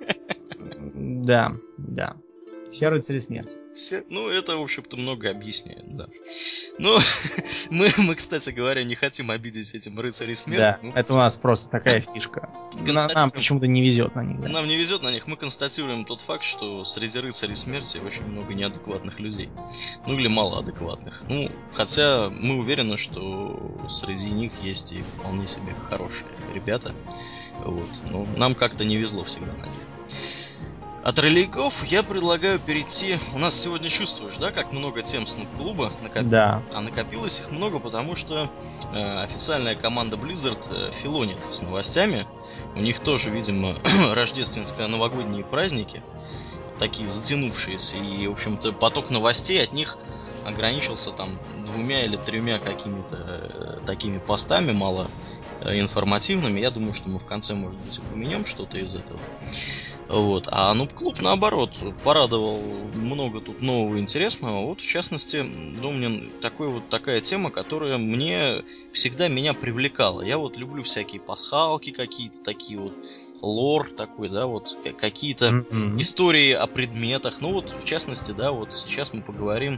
Да, да. Все Рыцари Смерти.
Все, ну, это, в общем-то, много объясняет, да. Но мы, мы, кстати говоря, не хотим обидеть этим Рыцарей Смерти.
Да, ну, это у нас просто такая фишка. Нам почему-то не везет на них. Да.
Нам не везет на них. Мы констатируем тот факт, что среди Рыцарей Смерти очень много неадекватных людей. Ну, или малоадекватных. Ну, хотя мы уверены, что среди них есть и вполне себе хорошие ребята. Вот. Но нам как-то не везло всегда на них. От ролевиков я предлагаю перейти... У нас сегодня чувствуешь, да, как много тем Снуп-клуба накопилось?
Да.
А накопилось их много, потому что э, официальная команда Blizzard э, филонит с новостями. У них тоже, видимо, рождественско-новогодние праздники, такие затянувшиеся. И, в общем-то, поток новостей от них ограничился там двумя или тремя какими-то э, такими постами мало э, информативными. Я думаю, что мы в конце, может быть, упомянем что-то из этого. Вот. А Нуб-клуб, наоборот, порадовал много тут нового и интересного. Вот, в частности, Домнин, такой вот такая тема, которая мне всегда меня привлекала. Я вот люблю всякие пасхалки какие-то, такие вот лор такой, да, вот какие-то mm-hmm. истории о предметах. Ну вот, в частности, да, вот сейчас мы поговорим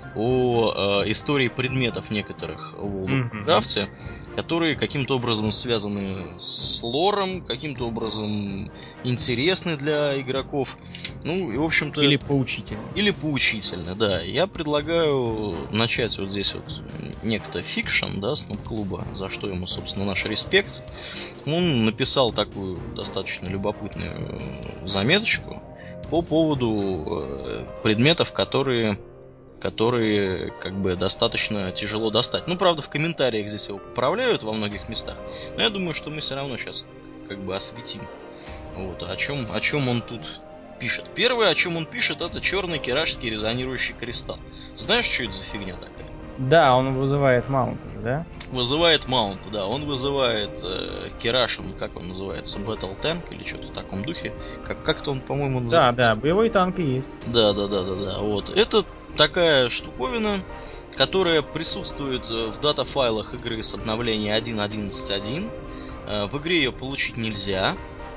о э, истории предметов некоторых в World of Warcraft, mm-hmm. которые каким-то образом связаны с лором, каким-то образом интересны для игроков. Ну, и, в общем-то...
Или поучительно.
Или поучительно, да. Я предлагаю начать вот здесь вот некто Фикшн, да, с Нуб-клуба, за что ему, собственно, наш респект. Он написал такую достаточно любопытную заметочку по поводу предметов, которые... которые как бы достаточно тяжело достать. Ну, правда, в комментариях здесь его поправляют во многих местах, но я думаю, что мы все равно сейчас как бы осветим. Вот, о чем, о чем он тут пишет. Первое, о чем он пишет, это черный керашский резонирующий кристалл. Знаешь, что это за фигня такая?
Да, он вызывает маунты, да?
Вызывает маунт, да. Он вызывает э, керашем, как он называется, Battle Tank или что-то в таком духе. Как- как-то он, по-моему, называется.
Да, да, боевой танк и есть.
Да, да, да, да, да. Вот. Это такая штуковина, которая присутствует в дата-файлах игры с обновления один точка одиннадцать точка один. В игре ее получить нельзя.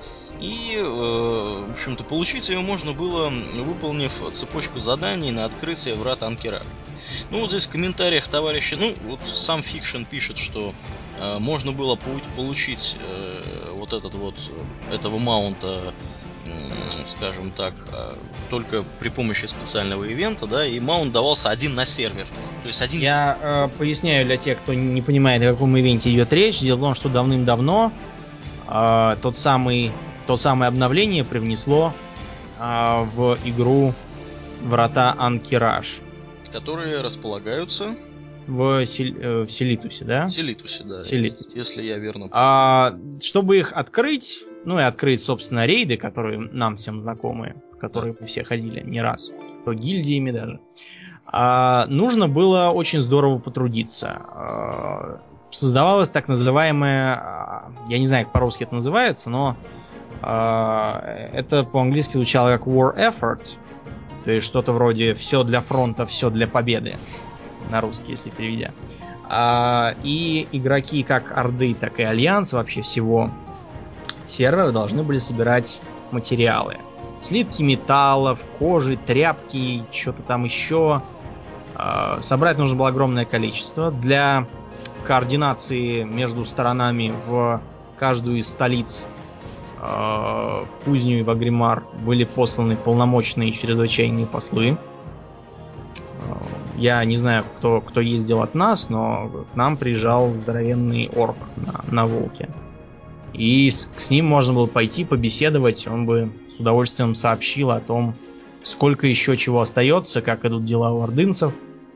И, э, в общем-то, получить ее можно было, выполнив цепочку заданий на открытие врат Анкера. Ну, вот здесь в комментариях товарищи, ну, вот сам Фикшн пишет, что э, можно было по- получить э, вот этот вот, этого маунта, э, скажем так, э, только при помощи специального ивента, да, и маунт давался один на сервер. То есть один...
Я э, поясняю для тех, кто не понимает, о каком ивенте идет речь. Дело в том, что давным-давно э, тот самый То самое обновление привнесло а, в игру врата Анкераж.
Которые располагаются
в, Сел... в Селитусе, да?
В Селитусе, да,
Селитусе.
Если, если я верно помню.
А, чтобы их открыть, ну и открыть, собственно, рейды, которые нам всем знакомы, в которые да. мы все ходили не раз, по гильдиями даже, а, нужно было очень здорово потрудиться. А, создавалась так называемая, я не знаю, как по-русски это называется, но э, это по-английски звучало как war effort, то есть что-то вроде «все для фронта, все для победы», на русский, если переведя. А, и игроки как Орды, так и Альянс, вообще всего сервера, должны были собирать материалы. Слитки металлов, кожи, тряпки, что-то там еще. А, собрать нужно было огромное количество. Для координации между сторонами в каждую из столиц, а, в Кузню и в Агримар, были посланы полномочные чрезвычайные послы. Я не знаю, кто, кто ездил от нас, но к нам приезжал здоровенный орк на, на волке. И с, с ним можно было пойти побеседовать, он бы с удовольствием сообщил о том, сколько еще чего остается, как идут дела у ордынцев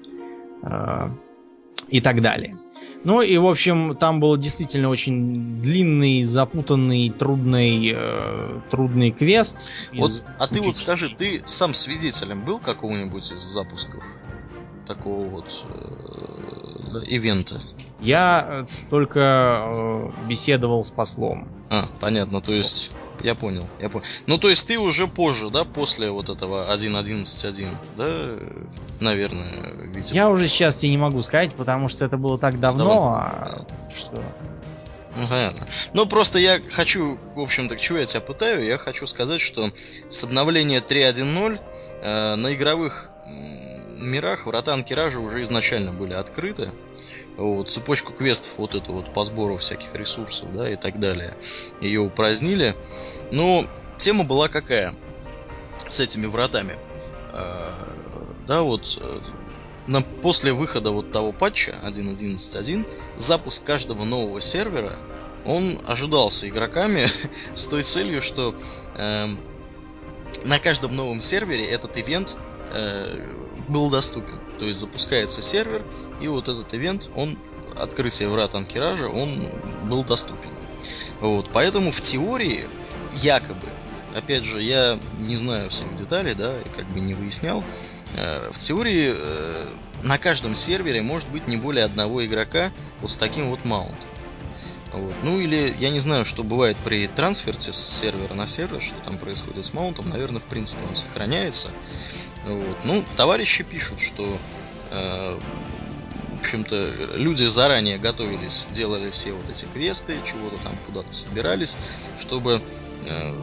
э, и так далее. Ну и, в общем, там был действительно очень длинный, запутанный, трудный, э, трудный квест.
Вот, а ты вот скажи, ты сам свидетелем был какого-нибудь из запусков такого вот э, ивента?
Я только э, беседовал с послом.
А, понятно, то есть я понял, я понял. Ну, то есть ты уже позже, да, после вот этого один точка одиннадцать точка один, да, наверное, видел?
Я уже сейчас тебе не могу сказать, потому что это было так давно,
Давно.
а, что...
Ну, понятно. Ну, просто я хочу, в общем-то, к чему я тебя пытаю, я хочу сказать, что с обновления три точка один ноль э, на игровых мирах врата Анкеража уже изначально были открыты. Вот, цепочку квестов вот эту вот по сбору всяких ресурсов, да, и так далее, ее упразднили. Но тема была какая с этими вратами? А, да, вот на, после выхода вот того патча один точка одиннадцать точка один запуск каждого нового сервера, он ожидался игроками с той целью, что э, на каждом новом сервере этот ивент э, был доступен. То есть запускается сервер, и вот этот ивент, он, открытие врат Анкеража, он был доступен. Вот, поэтому в теории, якобы, опять же, я не знаю всех деталей, да, и как бы не выяснял, э, в теории э, на каждом сервере может быть не более одного игрока вот с таким вот маунтом. Вот. Ну или я не знаю, что бывает при трансферте с сервера на сервер, что там происходит с маунтом. Наверное, в принципе, он сохраняется. Вот. Ну, товарищи пишут, что э, в общем-то, люди заранее готовились, делали все вот эти квесты, чего-то там куда-то собирались, чтобы э,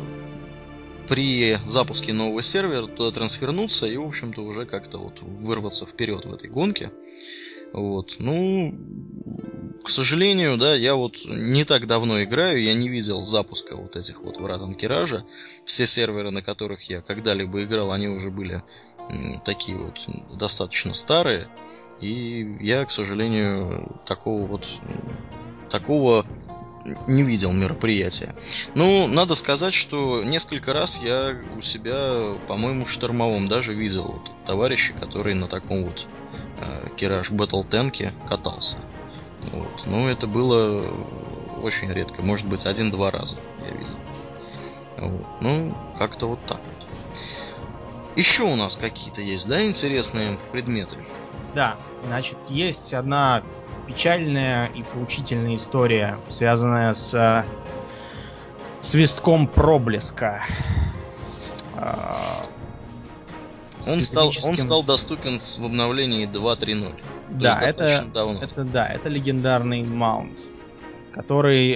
при запуске нового сервера туда трансфернуться и, в общем-то, уже как-то вот вырваться вперед в этой гонке. Вот. Ну, к сожалению, да, я вот не так давно играю, я не видел запуска вот этих вот врат Анкеража. Все серверы, на которых я когда-либо играл, они уже были м, такие вот достаточно старые. И я, к сожалению, такого вот такого не видел мероприятия. Ну, надо сказать, что несколько раз я у себя, по-моему, в штормовом даже видел вот товарища, который на таком вот э, Кираж Battle Tank катался. Вот. Но это было очень редко. Может быть, один-два раза я видел. Вот. Ну, как-то вот так вот. Еще у нас какие-то есть, да, интересные предметы?
Да, значит, есть одна печальная и поучительная история, связанная с э, свистком проблеска. Э,
Он стал, он
специфическим...
стал доступен в обновлении два точка три ноль.
Да,
То есть достаточно
это,
давно.
это да, это легендарный маунт, который,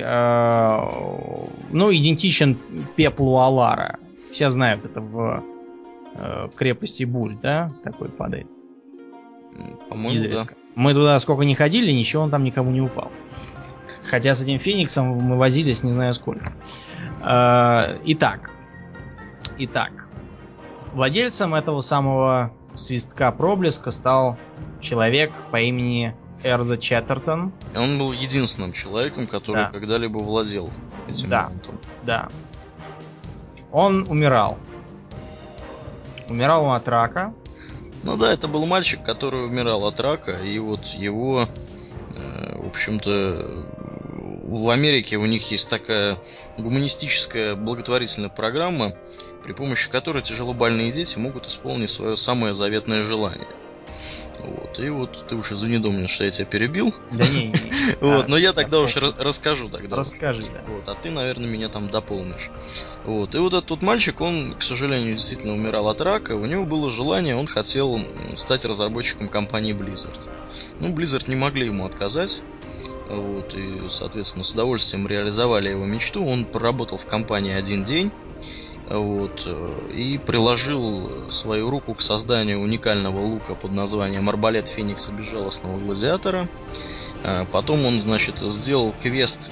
э, ну, идентичен пеплу Алара. Все знают это в, э, в крепости Буль, да, такой падает.
По-моему,
Изредка.
да.
Мы туда сколько не ходили, ничего он там никому не упал. Хотя с этим Фениксом мы возились не знаю сколько. Э, итак. Итак. Владельцем этого самого свистка проблеска стал человек по имени Эрза Чаттертон.
Он был единственным человеком, который
Да.
когда-либо владел этим
Да.
маунтом.
Да. Он умирал. Умирал он от рака.
Ну да, это был мальчик, который умирал от рака, и вот его, э, в общем-то, в Америке у них есть такая гуманистическая благотворительная программа, при помощи которой тяжелобольные дети могут исполнить свое самое заветное желание. Вот, и вот ты уж извини, Домнин, что я тебя перебил.
Да не, не.
Вот, но я тогда уж расскажу тогда.
Расскажи, да.
Вот, а ты, наверное, меня там дополнишь. Вот, и вот этот вот мальчик, он, к сожалению, действительно умирал от рака. У него было желание, он хотел стать разработчиком компании Blizzard. Ну, Blizzard не могли ему отказать. Вот, и, соответственно, с удовольствием реализовали его мечту. Он проработал в компании один день. Вот, и приложил свою руку к созданию уникального лука под названием «Арбалет Феникса Безжалостного Гладиатора». Потом он, значит, сделал квест,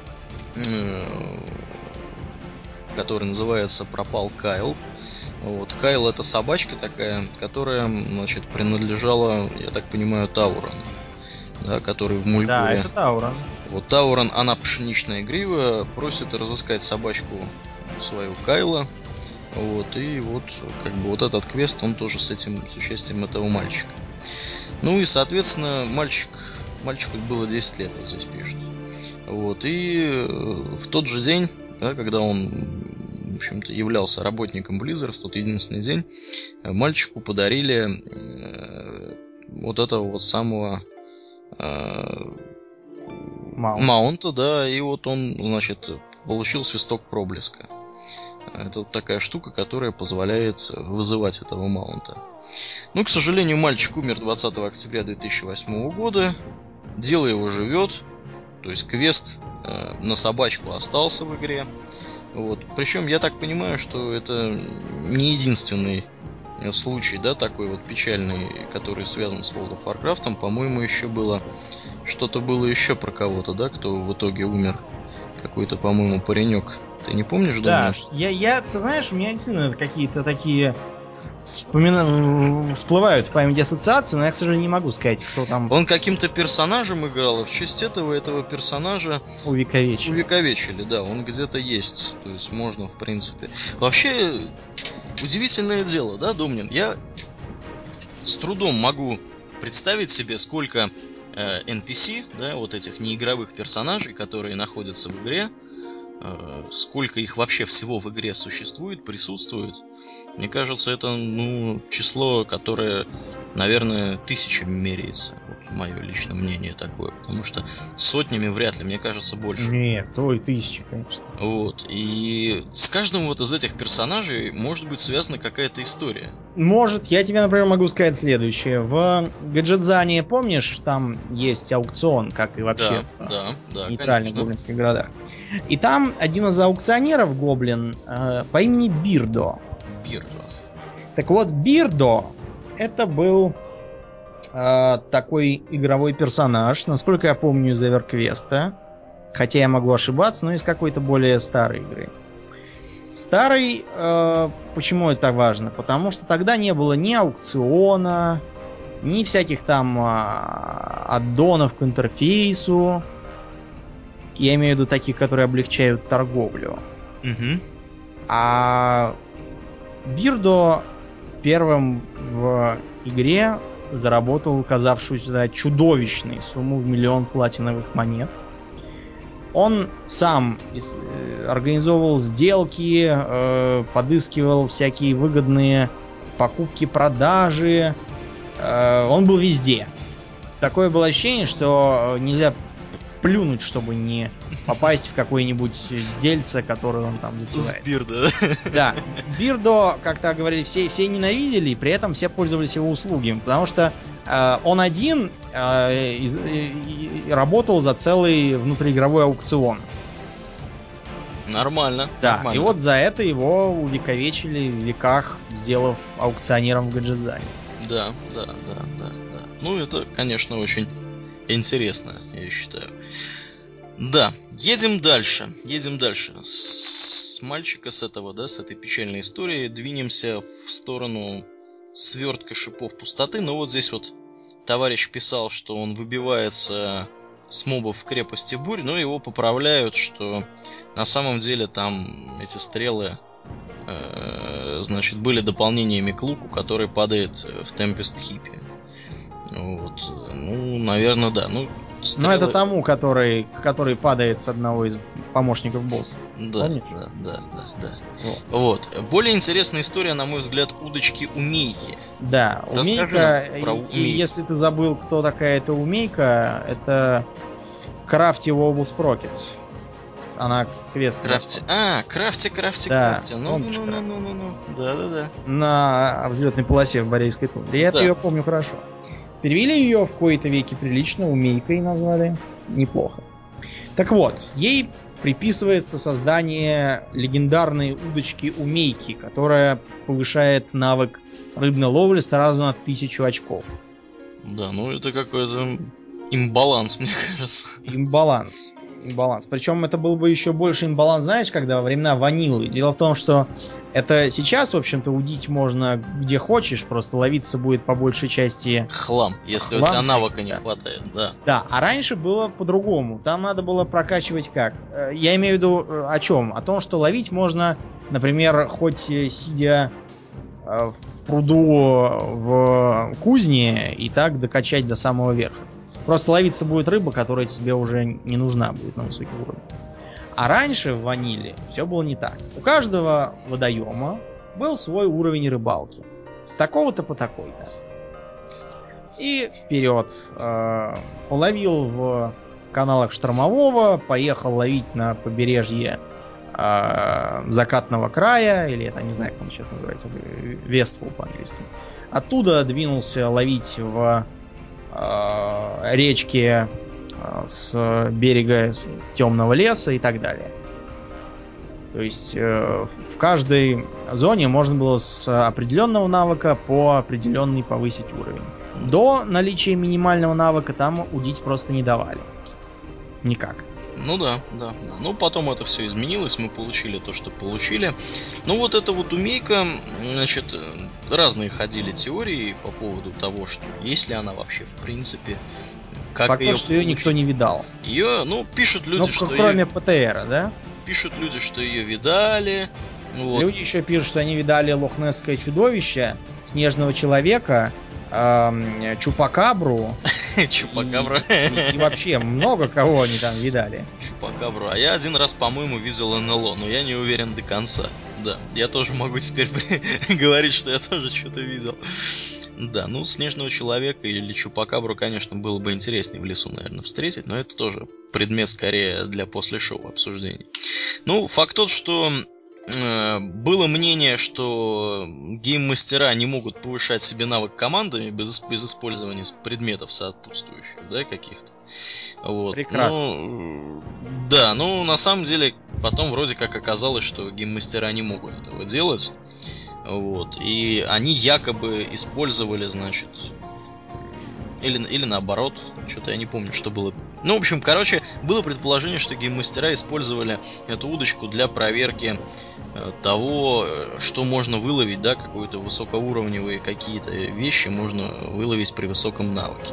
который называется «Пропал Кайл». Вот, Кайл — это собачка такая, которая, значит, принадлежала, я так понимаю, Таурону, да, который в Мульгоре.
Да, это Таурон.
Вот Таурон, она пшеничная грива, просит разыскать собачку свою Кайла. Вот, и вот, как бы, вот этот квест, он тоже с этим, с участием этого мальчика. Ну и, соответственно, мальчик, мальчику было десять лет, вот здесь пишут. Вот, и в тот же день, да, когда он, в общем-то, являлся работником Blizzard, в тот единственный день, мальчику подарили э, вот этого вот самого э,
Маунт.
маунта, да, и вот он, значит, получил свисток проблеска. Это вот такая штука, которая позволяет вызывать этого маунта. Ну, к сожалению, мальчик умер двадцатого октября две тысячи восьмого года. Дело его живет. То есть квест э, на собачку остался в игре. Вот. Причем я так понимаю, что это не единственный случай, да, такой вот печальный, который связан с World of Warcraft. По-моему, еще было что-то было еще про кого-то, да, кто в итоге умер. Какой-то, по-моему, паренек. Ты не помнишь,
да?
Да,
я, я, ты знаешь, у меня действительно какие-то такие вспомина... всплывают в памяти ассоциации, но я, к сожалению, не могу сказать, кто там.
Он каким-то персонажем играл, и в честь этого этого персонажа
увековечили.
Увековечили, да, он где-то есть. То есть можно, в принципе. Вообще, удивительное дело, да, Домнин? Я с трудом могу представить себе, сколько э, эн пи си, да, вот этих неигровых персонажей, которые находятся в игре, э, сколько их вообще всего в игре существует, присутствует. Мне кажется, это, ну, число, которое, наверное, тысячами меряется. Вот мое личное мнение такое. Потому что сотнями вряд ли, мне кажется, больше.
Нет, ой, тысячи, конечно.
Вот. И с каждым вот из этих персонажей может быть связана какая-то история.
Может, я тебе, например, могу сказать следующее. В Гаджетзане, помнишь, там есть аукцион, как и вообще
Да,
в
да, да,
нейтральных
конечно.
гоблинских городах. И там один из аукционеров гоблин э, по имени Бирдо.
Бирдо.
Так вот, Бирдо это был э, такой игровой персонаж, насколько я помню, из Эверквеста. Хотя я могу ошибаться, но из какой-то более старой игры. Старый, э, почему это важно? Потому что тогда не было ни аукциона, ни всяких там э, аддонов к интерфейсу. Я имею в виду таких, которые облегчают торговлю.
Угу.
А Бирдо первым в игре заработал казавшуюся чудовищной сумму в миллион платиновых монет. Он сам организовывал сделки, э, подыскивал всякие выгодные покупки-продажи. Э, он был везде. Такое было ощущение, что нельзя плюнуть, чтобы не попасть в какое-нибудь дельце, которое он там затевает.
С Бирдо.
Да, Бирдо, как то говорили, все, все ненавидели, и при этом все пользовались его услугами, потому что э, он один э, из, э, работал за целый внутриигровой аукцион.
Нормально.
Да,
нормально.
и вот за это его увековечили в веках, сделав аукционером в Гаджетзане.
Да, да, да, да, да. Ну, это, конечно, очень интересно, я считаю. Да, едем дальше, едем дальше. С мальчика с этого, да, с этой печальной истории двинемся в сторону свертка шипов пустоты. Но вот здесь вот товарищ писал, что он выбивается с мобов в крепости бурь, но его поправляют, что на самом деле там эти стрелы, э, значит, были дополнениями к луку, который падает в Tempest Хиппи. Вот, ну, наверное, да. Ну, Стрелы...
Ну, это тому, который, который падает с одного из помощников босса.
Да,
помнишь?
да, да, да, да.
Вот.
Вот. Более интересная история, на мой взгляд, удочки-умейки.
Да,
Расскажи
умейка,
нам про
и, и
умейку.
если ты забыл, кто такая эта умейка, это Крафти Wobble Sprocket. Она квест.
Крафти. А, крафти, крафти,
Да,
крафти. Ну,
помнишь,
ну, ну, ну, ну, ну. Да, да, да.
на взлетной полосе в Борейской тундре. Я
Да.
ее помню хорошо. Перевели ее в кои-то веки прилично, умейкой назвали. Неплохо. Так вот, ей приписывается создание легендарной удочки умейки, которая повышает навык рыбной ловли сразу на тысячу очков.
Да, ну это какой-то имбаланс, мне кажется.
Имбаланс. Имбаланс. Причем это был бы еще больше имбаланс, знаешь, когда во времена ванилы. Дело в том, что это сейчас, в общем-то, удить можно где хочешь, просто ловиться будет по большей части
Хлам, если
хлам,
у тебя навыка не
да.
хватает, да.
Да, а раньше было по-другому. Там надо было прокачивать как? Э, Я имею в виду э, о чем? О том, что ловить можно, например, хоть э, сидя э, в пруду в кузне и так докачать до самого верха. Просто ловиться будет рыба, которая тебе уже не нужна будет на высокий уровень. А раньше в ваниле все было не так. У каждого водоема был свой уровень рыбалки. С такого-то по такой-то. И вперед. Э, половил в каналах Штормового, поехал ловить на побережье э, Закатного края, или это не знаю, как он сейчас называется, Вестфул по-английски. Оттуда двинулся ловить в э, речке э, с берега Темного леса и так далее. То есть э, в каждой зоне можно было с определенного навыка по определенный повысить уровень. До наличия минимального навыка там удить просто не давали. Никак.
Ну да, да, да. Ну потом это все изменилось, мы получили то, что получили. Ну вот эта вот умейка, значит, разные ходили теории по поводу того, что есть ли она вообще в принципе, как
Факт
ее
тот, что ее никто не видал.
Ее, ну, пишут люди,
ну,
что
кроме
ее...
ПТРа, да?
Пишут люди, что ее видали. Вот.
Люди еще пишут, что они видали лохнесское чудовище, снежного человека, эм, чупакабру.
Чупакабра.
И, и, и вообще много кого они там видали.
Чупакабру. А я один раз, по-моему, видел эн эл о, но я не уверен до конца. Да, я тоже могу теперь говорить, что я тоже что-то видел. Да, ну, снежного человека или чупакабру, конечно, было бы интереснее в лесу, наверное, встретить, но это тоже предмет скорее для после шоу обсуждений. Ну, факт тот, что э, было мнение, что гейм-мастера не могут повышать себе навык командами без, без использования предметов сопутствующих, да, каких-то. Вот.
Прекрасно.
Ну, да, ну, на самом деле, потом вроде как оказалось, что гейм-мастера не могут этого делать. Вот. И они якобы использовали, значит, или, или наоборот, что-то я не помню, что было. Ну, в общем, короче, было предположение, что гейммастера использовали эту удочку для проверки э, того, что можно выловить, да, какие-то высокоуровневые какие-то вещи можно выловить при высоком навыке.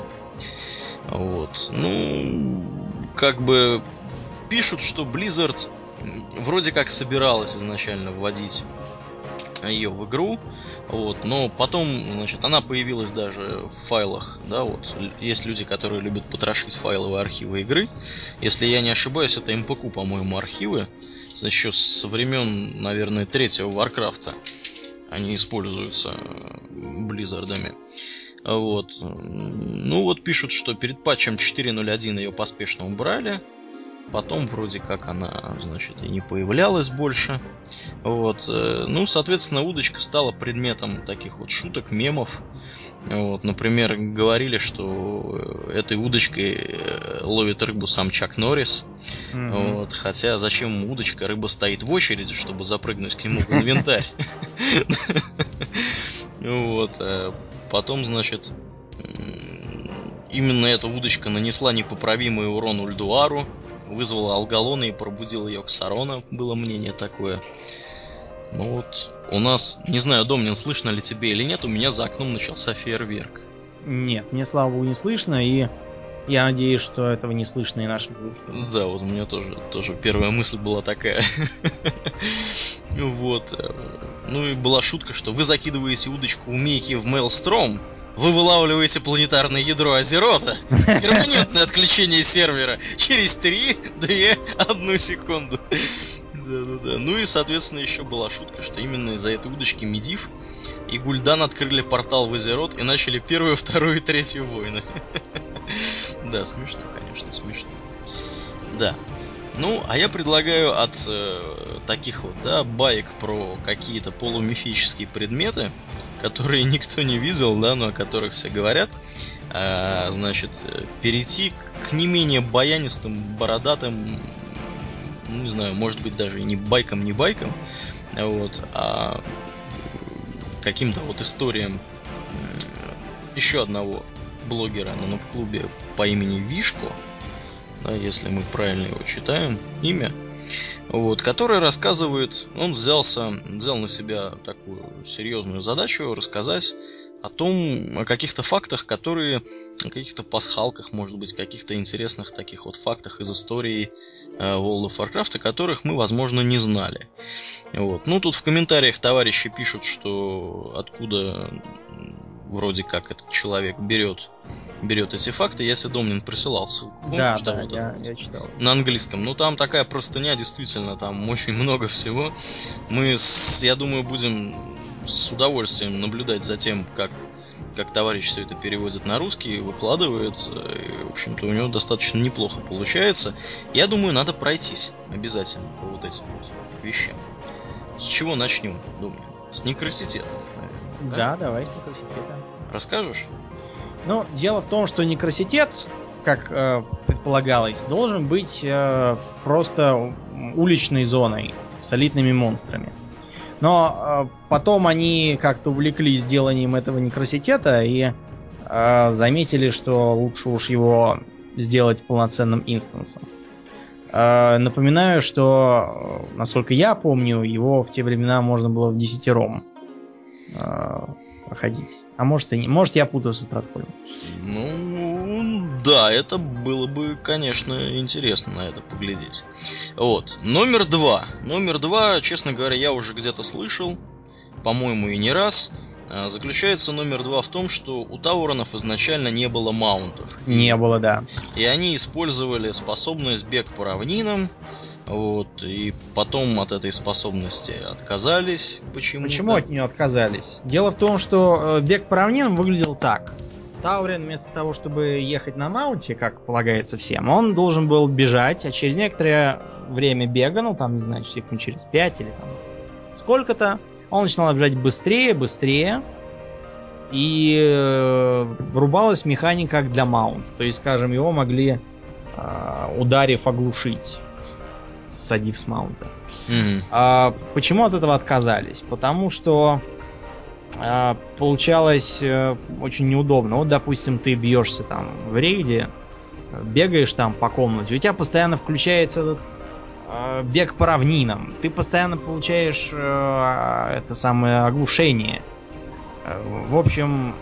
Вот. Ну, как бы пишут, что Blizzard вроде как собиралась изначально вводить ее в игру, вот, но потом, значит, она появилась даже в файлах, да, вот, есть люди, которые любят потрошить файловые архивы игры, если я не ошибаюсь, это эм пэ ку, по-моему, архивы, значит, еще со времен, наверное, третьего Варкрафта они используются Близзардами. Вот. Ну вот пишут, что перед патчем четыре ноль один ее поспешно убрали. Потом вроде как она, значит, и не появлялась больше. Вот. Ну, соответственно, удочка стала предметом таких вот шуток, мемов. Вот. Например, говорили, что этой удочкой ловит рыбу сам Чак Норрис. Mm-hmm. Вот. Хотя зачем ему удочка? Рыба стоит в очереди, чтобы запрыгнуть к нему в инвентарь. Вот. Потом, значит, именно эта удочка нанесла непоправимый урон Ульдуару, вызвала Алгалона и пробудила Йоксарона, было мнение такое. Ну вот, у нас, не знаю, Домнин, слышно ли тебе или нет, у меня за окном начался фейерверк.
Нет, мне, слава богу, не слышно, и я надеюсь, что этого не слышно и нашим слушателям.
Да, вот у меня тоже, тоже первая мысль была такая. Вот. Ну и была шутка, что вы закидываете удочку умейки в Maelstrom, Вы вылавливаете планетарное ядро Азерота. Перманентное отключение сервера через три, две, одну секунду. Да-да-да. Ну и, соответственно, еще была шутка, что именно из-за этой удочки Медив и Гуль'дан открыли портал в Азерот и начали первую, вторую и третью войны. Да, смешно, конечно, смешно. Да. Ну, а я предлагаю от э, таких вот, да, баек про какие-то полумифические предметы, которые никто не видел, да, но о которых все говорят, э, значит, перейти к, к не менее баянистым, бородатым, ну, не знаю, может быть, даже и не байкам, не байкам, вот, а каким-то вот историям еще одного блогера на нуб-клубе по имени Вишко, да, если мы правильно его читаем, имя, вот, который рассказывает, он взялся, взял на себя такую серьезную задачу рассказать о том, о каких-то фактах, которые, о каких-то пасхалках, может быть, каких-то интересных таких вот фактах из истории э, World of Warcraft, о которых мы, возможно, не знали. Вот. Ну, тут в комментариях товарищи пишут, что откуда вроде как этот человек берет, берет эти факты. Я себе, Домнин, присылал ссылку. Помнишь,
да,
что
да,
вот
я,
это вот
я читал.
на английском. Ну, там такая простыня, действительно, там очень много всего. Мы, с, я думаю, будем с удовольствием наблюдать за тем, как, как товарищ все это переводит на русский, выкладывает. И, в общем-то, у него достаточно неплохо получается. Я думаю, надо пройтись обязательно по вот этим вот вещам. С чего начнем, Домнин? С некроситета, наверное.
Да, да, давай с некроситета.
Расскажешь?
Ну, дело в том, что некроситет, как э, предполагалось, должен быть э, просто уличной зоной с элитными монстрами. Но э, потом они как-то увлеклись деланием этого некроситета и э, заметили, что лучше уж его сделать полноценным инстансом. Э, напоминаю, что, насколько я помню, его в те времена можно было в десятером э, проходить. А может и не. Может, я путаю со Стратхольмом.
Ну, да, это было бы, конечно, интересно на это поглядеть. Вот. Номер два. Номер два, честно говоря, я уже где-то слышал, по-моему, и не раз. Заключается номер два в том, что у Тауронов изначально не было маунтов.
Не
и,
было, да.
И они использовали способность бег по равнинам. Вот, и потом от этой способности отказались почему-то.
Почему от нее отказались? Дело в том, что э, бег по равнинам выглядел так. Таурин вместо того, чтобы ехать на маунте, как полагается всем, он должен был бежать, а через некоторое время бега, ну там, не знаю, секунд через пять или там сколько-то, он начинал бежать быстрее, быстрее, и э, врубалась механика как для маунта. То есть, скажем, его могли, э, ударив, оглушить, садив с маунта.
Mm-hmm.
А почему от этого отказались? Потому что а, получалось а, очень неудобно. Вот, допустим, ты бьешься там в рейде, бегаешь там по комнате, у тебя постоянно включается этот а, бег по равнинам, ты постоянно получаешь а, это самое оглушение. А, в общем,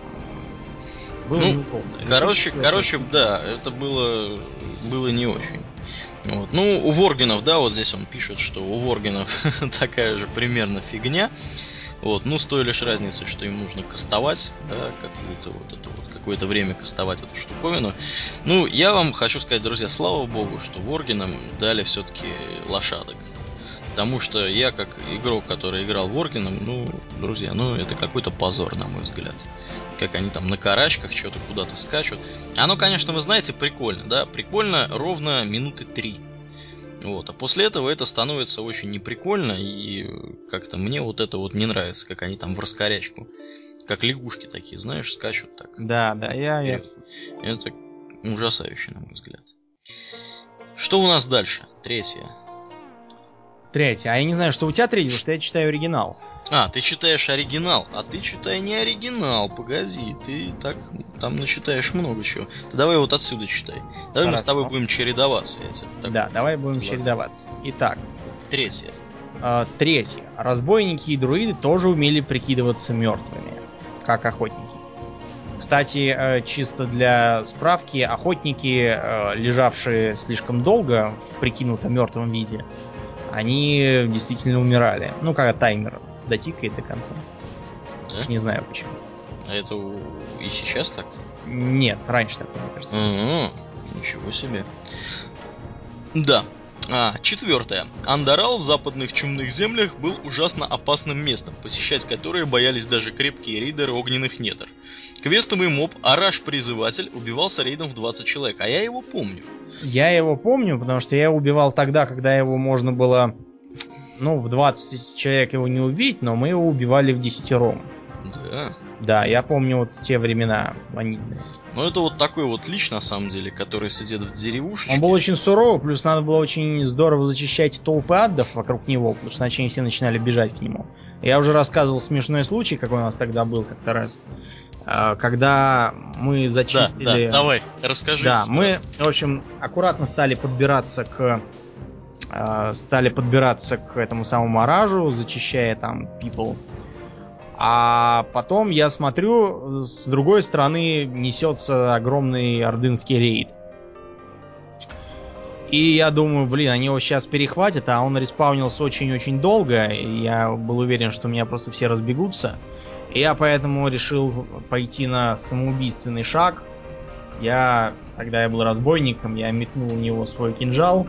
было
Ну,
неудобно.
короче, короче, да, это было, было не очень. Вот. Ну, у воргенов, да, вот здесь он пишет, что у воргенов такая же примерно фигня. Вот, ну, с той лишь разницей, что им нужно кастовать, да, какую-то вот эту вот, какое-то время кастовать эту штуковину. Ну, я вам хочу сказать, друзья, слава богу, что воргенам дали все-таки лошадок. Потому что я, как игрок, который играл воргеном, ну, друзья, ну, это какой-то позор, на мой взгляд. Как они там на карачках что-то куда-то скачут. Оно, конечно, вы знаете, прикольно, да? Прикольно ровно минуты три. Вот. А после этого это становится очень неприкольно. И как-то мне вот это вот не нравится, как они там в раскорячку. Как лягушки такие, знаешь, скачут так.
Да, да, я... я...
Это ужасающе, на мой взгляд. Что у нас дальше? Третье.
Третье. А я не знаю, что у тебя третье, потому что я читаю оригинал.
А, ты читаешь оригинал, а ты читай не оригинал, погоди, ты так там начитаешь много чего. Ты давай вот отсюда читай. Давай Хорошо. Мы с тобой будем чередоваться. Я тебе так
да, давай будем
предлагаю.
чередоваться. Итак.
Третье.
Э, третье. Разбойники и друиды тоже умели прикидываться мертвыми, как охотники. Кстати, э, чисто для справки, охотники, э, лежавшие слишком долго в прикинуто мертвом виде, они действительно умирали. Ну, когда таймер дотикает до конца. Да? Уж не знаю почему.
А это и сейчас так?
Нет, раньше так, мне кажется.
А-а-а, ничего себе. Да. А, четвертое. Андорал в западных чумных землях был ужасно опасным местом, посещать которые боялись даже крепкие рейдеры огненных недр. Квестовый моб Араш-призыватель убивался рейдом в двадцать человек, а я его помню.
Я его помню, потому что я убивал тогда, когда его можно было... Ну, в двадцать человек его не убить, но мы его убивали в десятером.
Да.
Да, я помню вот те времена ванильные.
Ну, это вот такой вот лич, на самом деле, который сидит в деревушечке.
Он был очень суровый, плюс надо было очень здорово зачищать толпы аддов вокруг него, потому что иначе они все начинали бежать к нему. Я уже рассказывал смешной случай, какой у нас тогда был как-то раз. Когда мы зачистили...
Да, да, давай, расскажи.
Да, мы, в общем, аккуратно стали подбираться к... Стали подбираться к этому самому оражу, зачищая там people. А потом я смотрю, с другой стороны несется огромный ордынский рейд. И я думаю, блин, они его сейчас перехватят, а он респаунился очень-очень долго. И я был уверен, что у меня просто все разбегутся. И я поэтому решил пойти на самоубийственный шаг. Я, тогда я был разбойником, я метнул в него свой кинжал.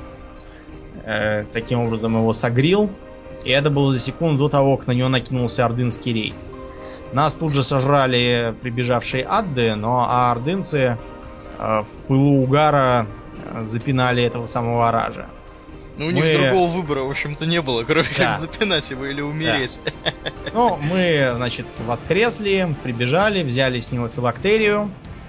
Э, таким образом его согрел. И это было за секунду до того, как на него накинулся ордынский рейд. Нас тут же сожрали прибежавшие адды, но а ордынцы э, в пылу угара э, запинали этого самого оража.
Ну, у
мы...
них другого выбора, в общем-то, не было, кроме
да.
как запинать его или умереть.
Да. Ну, мы, значит, воскресли, прибежали, взяли с него филактерию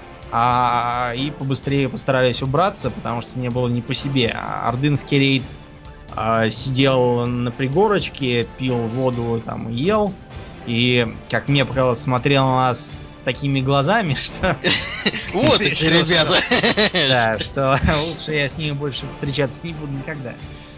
а, и побыстрее постарались убраться, потому что мне было не по себе. Ордынский рейд а, сидел на пригорочке, пил воду там и ел. И, как мне показалось, смотрел на нас такими глазами, что...
Вот эти ребята!
Да, что лучше я с ними больше встречаться не буду никогда.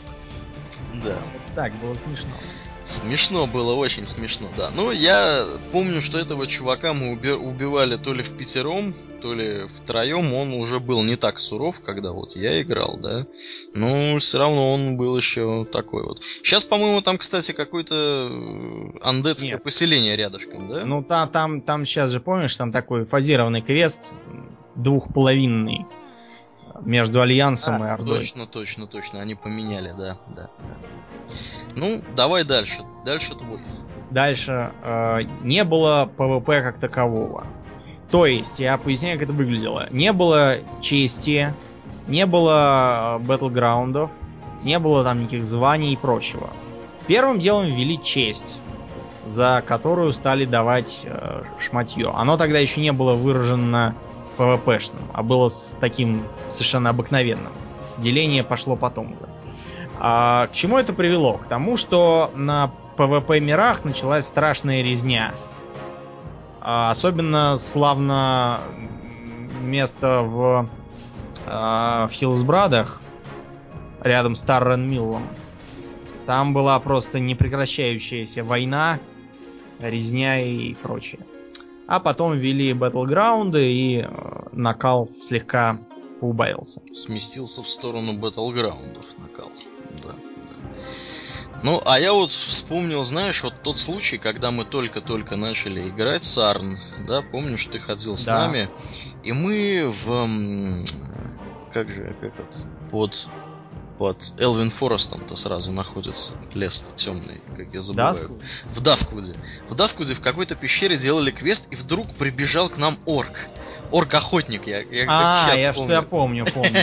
Да.
Так, было смешно.
Смешно было, очень смешно, да. Ну, я помню, что этого чувака мы уби- убивали то ли в пятером, то ли втроем. Он уже был не так суров, когда вот я играл, да. Но все равно он был еще такой вот. Сейчас, по-моему, там, кстати, какое-то андетское
Нет.
поселение рядышком, да?
Ну, там, там, там сейчас же, помнишь, там такой фазированный квест двухполовинный между Альянсом
а,
и Ордой.
Точно, точно, точно. Они поменяли, да, да, да. Ну, давай дальше. Дальше твой.
Дальше э, не было ПВП как такового. То есть, я поясняю, как это выглядело. Не было чести, не было батлграундов, не было там никаких званий и прочего. Первым делом ввели честь, за которую стали давать э, шматье. Оно тогда еще не было выражено ПВПшным, а было с таким совершенно обыкновенным. Деление пошло потом уже. А к чему это привело? К тому, что на ПВП мирах началась страшная резня. А особенно славно место в, а, в Хиллсбрадах, рядом с Таррен-Миллом. Там была просто непрекращающаяся война, резня и прочее. А потом ввели батлграунды, и э, накал слегка поубавился.
Сместился в сторону батлграундов накал. Да, да. Ну, а я вот вспомнил, знаешь, вот тот случай, когда мы только-только начали играть с Арн, да, помнишь, ты ходил с
Да.
нами, и мы в... Как же, как вот, под... Под Элвин Форестом-то сразу находится лес темный, как я забываю.
Дасквуд?
В Дасквуде. В Дасквуде в какой-то пещере делали квест, и вдруг прибежал к нам орк. Орк-охотник, я, я
А,
как сейчас
я
помню.
что я помню, помню.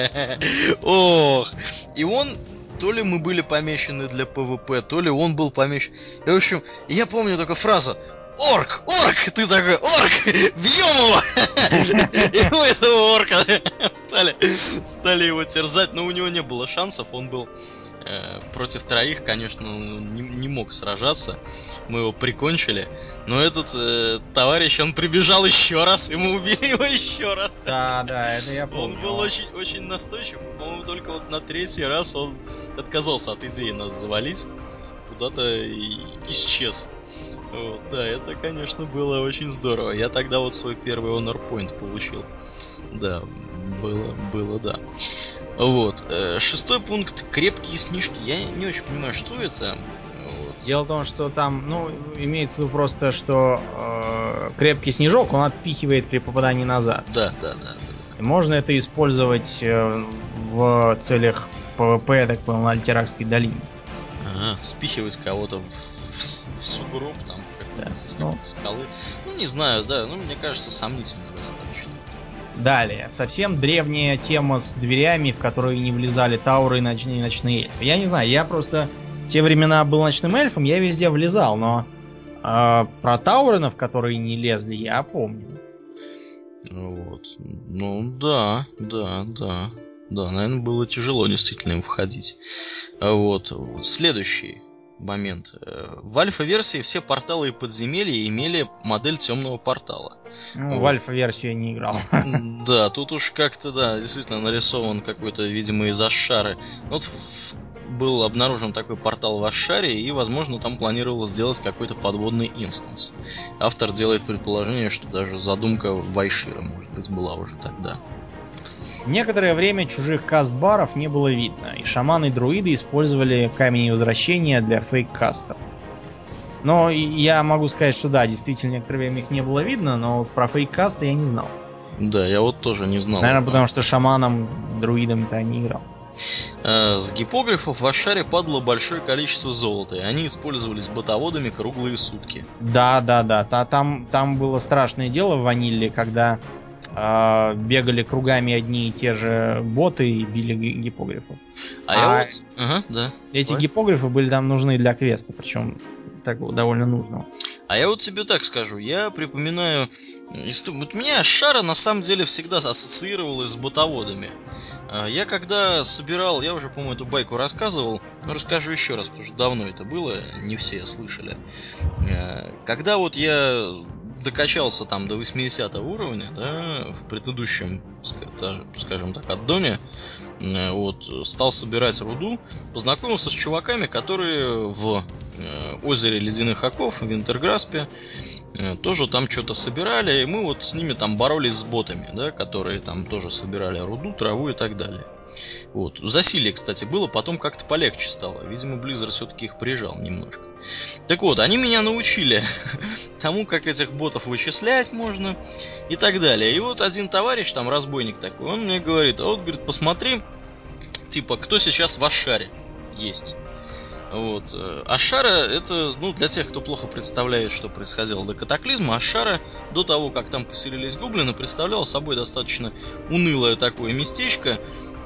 Ох. И он... То ли мы были помечены для ПВП, то ли он был помечен. И, в общем, я помню только фразу: орк! Орк! Ты такой: орк! Бьем его! И мы этого орка стали, стали его терзать, но у него не было шансов, он был э, против троих, конечно, он не, не мог сражаться. Мы его прикончили. Но этот э, товарищ, он прибежал еще раз, и мы убили его еще раз.
Да, да, это я помню.
Он был очень, очень настойчив, и, по-моему, только вот на третий раз он отказался от идеи нас завалить. Куда-то и исчез. Вот, да, это, конечно, было очень здорово. Я тогда вот свой первый Honor Point получил. Да, было, было, да. Вот. Шестой пункт. Крепкие снежки. Я не очень понимаю, что это. Вот.
Дело в том, что там, ну, имеется в виду просто, что э, крепкий снежок, он отпихивает при попадании назад.
Да, да, да, да.
И можно это использовать э, в целях ПВП, так понял, на Альтеракской долине.
Ага, спихивать кого-то в, в, в сугроб, там, в какой-то
Да.
со
Ну.
скалы. Ну, не знаю, да, ну, мне кажется, сомнительно достаточно.
Далее, совсем древняя тема с дверями, в которые не влезали тауры и ночные, ночные эльфы. Я не знаю, я просто в те времена был ночным эльфом, я везде влезал, но э, про тауринов, которые не лезли, я помню.
Вот. Ну, да, да, да. Да, наверное, было тяжело действительно им входить. Вот. Следующий момент. В альфа-версии все порталы и подземелья имели модель темного портала.
Ну,
Вот.
в альфа-версию я не играл.
Да, тут уж как-то, да, действительно нарисован какой-то, видимо, из Ашшары. Вот в... был обнаружен такой портал в Ашшаре, и, возможно, там планировалось сделать какой-то подводный инстанс. Автор делает предположение, что даже задумка Вайшира, может быть, была уже тогда.
Некоторое время чужих каст-баров не было видно, и шаманы и друиды использовали камень возвращения для фейк-кастов. Но я могу сказать, что да, действительно, некоторое время их не было видно, но про фейк-касты я не знал.
Да, я вот тоже не знал.
Наверное, потому что шаманом, друидом-то не играл.
С гипогрифов в Ашшаре падало большое количество золота, и они использовались ботоводами круглые сутки.
Да, да, да. Та, там, там было страшное дело в ваниле, когда э, бегали кругами одни и те же боты и били ги- гипогрифов.
А,
А
я вот... Ага, да.
эти
Давай.
гипогрифы были там нужны для квеста, причем такого довольно нужного.
А я вот тебе так скажу, я припоминаю... Вот меня Ашшара на самом деле всегда ассоциировалась с ботоводами. Я когда собирал, я уже, по-моему, эту байку рассказывал, но расскажу еще раз, потому что давно это было, не все слышали. Когда вот я докачался там до восьмидесятого уровня, да, в предыдущем, скажем так, аддоне, вот, стал собирать руду, познакомился с чуваками, которые в озере Ледяных Оков, в Винтерграспе, тоже там что-то собирали, и мы вот с ними там боролись с ботами, да, которые там тоже собирали руду, траву и так далее. Вот. Засилье, кстати, было, потом как-то полегче стало. Видимо, Blizzard все-таки их прижал немножко. Так вот, они меня научили тому, как этих ботов вычислять можно и так далее. И вот один товарищ, там разбойник такой, он мне говорит, а вот, говорит, посмотри, типа, кто сейчас в Ашшаре есть. Вот. Ашшара это, ну, для тех, кто плохо представляет, что происходило до катаклизма, Ашшара до того, как там поселились гоблины, представляла собой достаточно унылое такое местечко.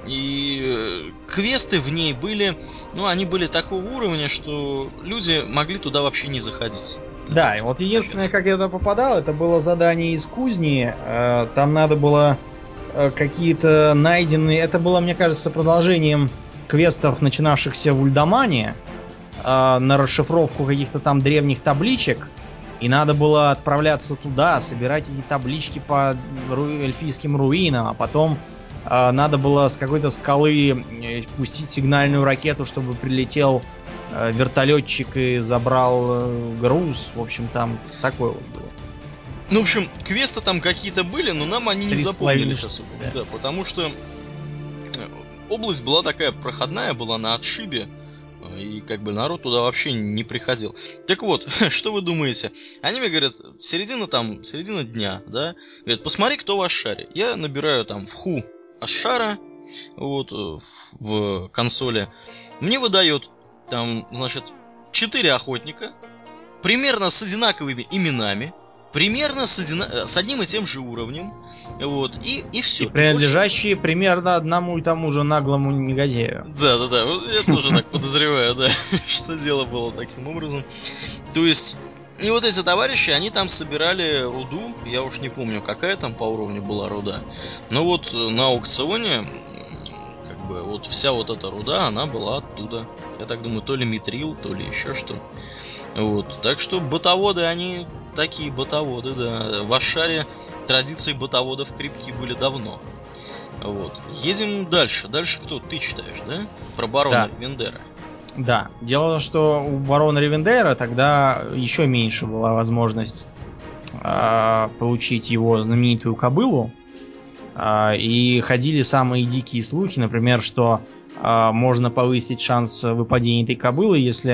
И квесты в ней были, ну, они были такого уровня, что люди могли туда вообще не заходить.
Да, и вот единственное, как я туда попадал, это было задание из кузни. Там надо было какие-то найденные... Это было, мне кажется, продолжением квестов, начинавшихся в Ульдамане, на расшифровку каких-то там древних табличек. И надо было отправляться туда, собирать эти таблички по эльфийским руинам, а потом э, надо было с какой-то скалы пустить сигнальную ракету, чтобы прилетел э, вертолетчик и забрал э, груз. В общем, там такое вот было.
Ну, в общем, квесты там какие-то были, но нам они не запомнились особо. Да. да, потому что область была такая проходная, была на отшибе. И как бы народ туда вообще не приходил. Так вот, что вы думаете? Они мне говорят, середина там, середина дня, да? Говорят, посмотри, кто в Ашшаре. Я набираю там в ху Ашшара, вот, в консоли. Мне выдает там, значит, четыре охотника, примерно с одинаковыми именами, примерно с, одина... с одним и тем же уровнем, вот, и, и все.
И принадлежащие
и больше...
примерно одному и тому же наглому негодяю.
Да-да-да, я тоже так подозреваю, да, что дело было таким образом. То есть, и вот эти товарищи, они там собирали руду, я уж не помню, какая там по уровню была руда, но вот на аукционе, как бы, вот вся вот эта руда, она была оттуда. Я так думаю, то ли митрил, то ли еще что. Вот, так что ботоводы, они такие ботоводы, да. В Ашшаре традиции ботоводов крепкие были давно. Вот. Едем дальше. Дальше кто? Ты читаешь, да? Про барона
Да.
Ревендера.
Да. Дело в том, что у барона Ревендера тогда еще меньше была возможность э, получить его знаменитую кобылу. Э, и ходили самые дикие слухи, например, что э, можно повысить шанс выпадения этой кобылы, если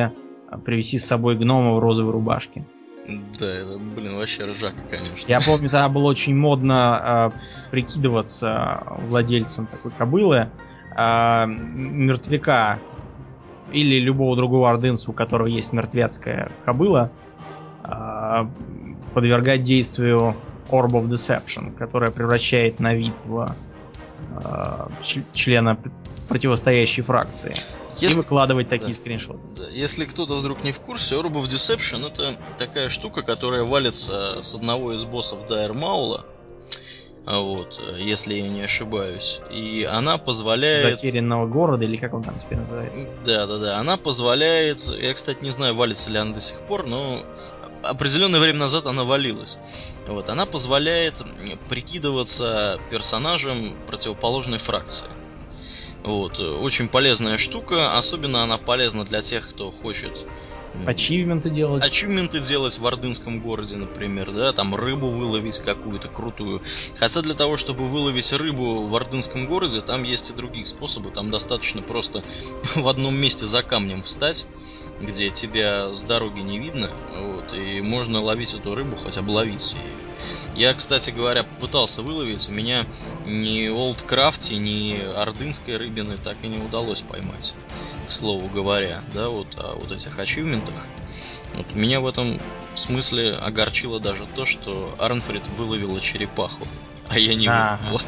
привезти с собой гнома в розовой рубашке.
Да, это, блин, вообще ржака, конечно.
Я помню, тогда было очень модно э, прикидываться владельцем такой кобылы, э, мертвяка или любого другого ордынца, у которого есть мертвецкая кобыла, э, подвергать действию Orb of Deception, которая превращает на вид в э, члена противостоящей фракции. Если... И выкладывать такие да. скриншоты.
Да. Если кто-то вдруг не в курсе, Orb of Deception — это такая штука, которая валится с одного из боссов Dire Maul, вот, если я не ошибаюсь. И она позволяет...
Затерянного города, или как он там теперь называется?
Да-да-да, она позволяет... Я, кстати, не знаю, валится ли она до сих пор, но определенное время назад она валилась. Вот, она позволяет прикидываться персонажем противоположной фракции. Вот, очень полезная штука, особенно она полезна для тех, кто хочет
ачивменты делать.
Ачивменты делать в ордынском городе, например, да, там рыбу выловить какую-то крутую. Хотя для того, чтобы выловить рыбу в ордынском городе, там есть и другие способы. Там достаточно просто в одном месте за камнем встать, где тебя с дороги не видно, вот, и можно ловить эту рыбу, хотя бы ловить ее. Я, кстати говоря, попытался выловить, у меня ни олдкрафти, ни ордынской рыбины так и не удалось поймать, к слову говоря, да, вот о вот этих ачивментах. Вот меня в этом смысле огорчило даже то, что Арнфрид выловила черепаху, а я не выловил.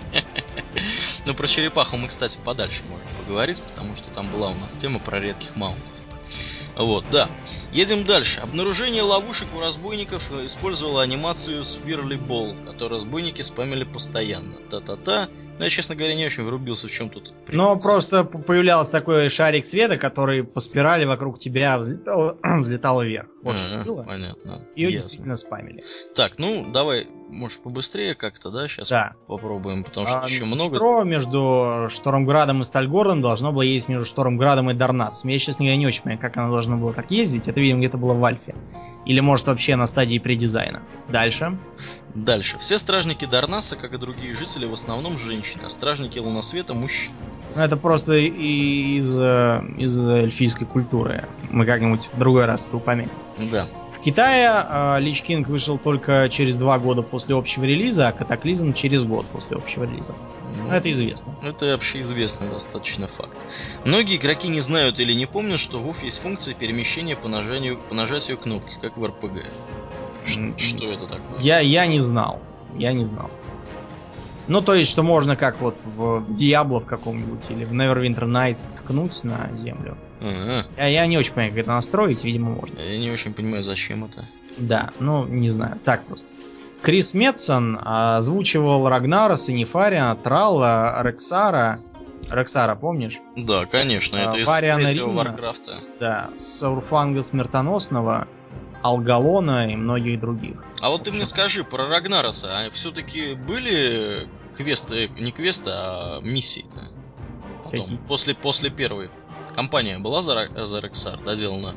Но про черепаху мы, кстати, подальше можем поговорить, потому что там была у нас тема про редких маунтов. Вот, да. Едем дальше. Обнаружение ловушек у разбойников использовало анимацию Swirly Ball, которую разбойники спамили постоянно. Та-та-та. Но я, честно говоря, не очень врубился, в чем тут
прикол. Но просто появлялся такой шарик света, который по спирали вокруг тебя взлетал, взлетал вверх. Вот
а,
что было.
Понятно.
Ее
Ясно.
действительно спамили.
Так, ну, давай, может, побыстрее как-то, да, сейчас
да.
попробуем, потому что
а,
еще много.
Метро между Штормградом и Стальгородом должно было ездить между Штормградом и Дарнасом. Я, честно говоря, не очень понимаю, как оно должно было так ездить. Это, видимо, где-то было в Альфе. Или, может, вообще на стадии предизайна. Дальше.
Дальше. Все стражники Дарнаса, как и другие жители, в основном женщины, а стражники Лунасвета — мужчины.
Ну, это просто из, из эльфийской культуры. Мы как-нибудь в другой раз это упомянем.
Да.
В Китае Лич Кинг вышел только через два года после общего релиза, а Катаклизм через год после общего релиза. Ну, это известно.
Это вообще известный достаточно факт. Многие игроки не знают или не помнят, что в WoW есть функция перемещения по нажатию, по нажатию кнопки, как в эр пи джи. Ш- что это такое?
Я, я не знал. Я не знал. Ну, то есть, что можно как вот в, в Diablo в каком-нибудь или в Neverwinter Nights ткнуть на землю.
А-а.
Я, я не очень понимаю, как это настроить, видимо, можно.
Я не очень понимаю, зачем это.
Да, ну, не знаю, так просто. Крис Метсон озвучивал Рагнара, Синефариана, Тралла, Рексара. Рексара, помнишь?
Да, конечно, это из третьего Варкрафта.
Да, Саурфанга Смертоносного, Алгалона и многих других.
А вот ты мне скажи, про Рагнараса, а все-таки были квесты, не квесты, а миссии-то? Потом,
Какие?
после, после первой. Компания была за, за Рексар доделана?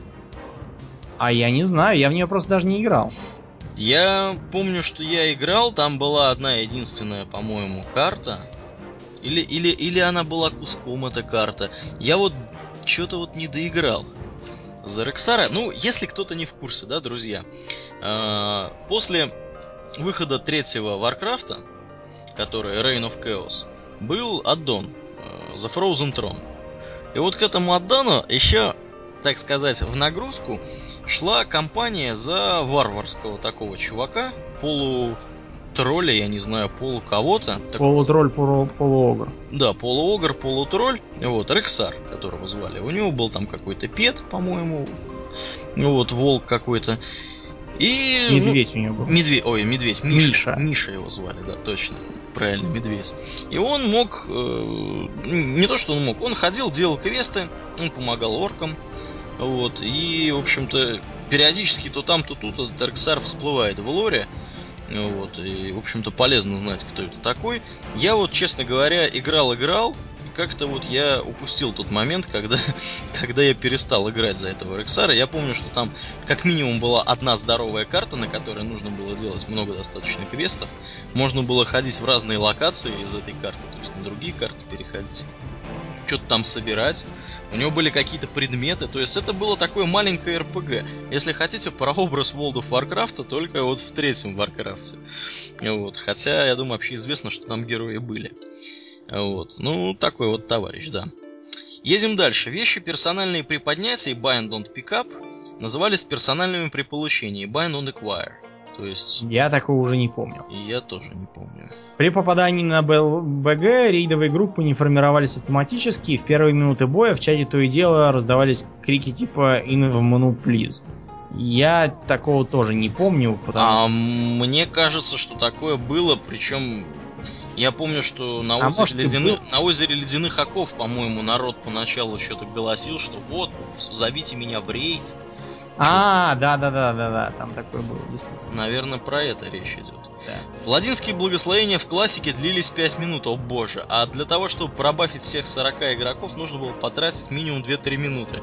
А я не знаю, я в нее просто даже не играл.
Я помню, что я играл, там была одна единственная, по-моему, карта. Или, или, или она была куском, эта карта. Я вот что-то вот не доиграл. За Рексара, ну, если кто-то не в курсе, да, друзья, э, после выхода третьего Варкрафта, который Reign of Chaos, был аддон э, The Frozen Throne. И вот к этому аддону еще, так сказать, в нагрузку шла кампания за варварского такого чувака, полу тролля, я не знаю, полу кого-то.
Полутролль, полу, полуогр.
Да, полуогр, полутролль. Вот, Рексар, которого звали. У него был там какой-то пет, по-моему. Ну вот, волк какой-то. И...
Медведь
ну,
у него был.
Медведь, ой, медведь, Миша.
Миша.
Миша его звали, да, точно. Правильно, медведь. И он мог... Э, не то, что он мог. Он ходил, делал квесты, он помогал оркам. Вот, и, в общем-то, периодически то там, то тут этот Рексар всплывает в лоре. Вот, и, в общем-то, полезно знать, кто это такой. Я вот, честно говоря, играл-играл, и как-то вот я упустил тот момент, когда, когда я перестал играть за этого Рексара. Я помню, что там как минимум была одна здоровая карта, на которой нужно было делать много достаточно квестов. Можно было ходить в разные локации из этой карты, то есть на другие карты переходить. что-то там собирать. У него были какие-то предметы. То есть это было такое маленькое эр пэ гэ. Если хотите, прообраз World of Warcraft, только вот в третьем Warcraft. Вот. Хотя, я думаю, вообще известно, что там герои были. Вот. Ну, такой вот товарищ, да. Едем дальше. Вещи персональные при поднятии, bind on pick up, назывались персональными при получении, bind on acquire. То есть...
Я такого уже не помню.
Я тоже не помню.
При попадании на бэ гэ рейдовые группы не формировались автоматически, и в первые минуты боя в чате то и дело раздавались крики типа «In в menu, please». Я такого тоже не помню, потому
А
что...
мне кажется, что такое было, причем... Я помню, что на,
А
озере,
может,
ледяны...
был...
на озере Ледяных Оков, по-моему, народ поначалу что-то голосил, что вот, зовите меня в рейд.
А, да-да-да-да-да, там такое было, действительно.
Наверное, про это речь идет.
Да.
Паладинские благословения в классике длились пять минут, о боже. А для того, чтобы пробафить всех сорока игроков, нужно было потратить минимум две-три минуты.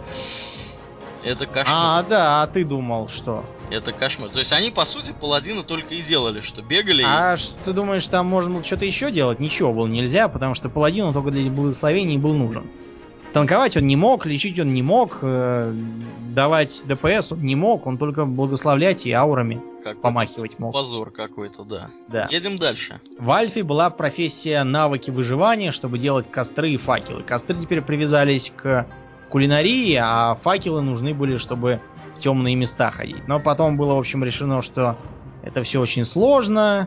Это кошмар.
А, да, а ты думал, что?
Это кошмар. То есть они, по сути, паладины только и делали, что бегали
А
и...
что ты думаешь, там можно было что-то еще делать? Ничего было нельзя, потому что паладину только для благословений был нужен. Танковать он не мог, лечить он не мог, э, давать дэ пэ эс он не мог, он только благословлять и аурами
Какой
помахивать мог.
позор какой-то, да.
Да.
Едем дальше.
В Альфе была профессия навыки выживания, чтобы делать костры и факелы. Костры теперь привязались к кулинарии, а факелы нужны были, чтобы в темные места ходить. Но потом было, в общем, решено, что это все очень сложно,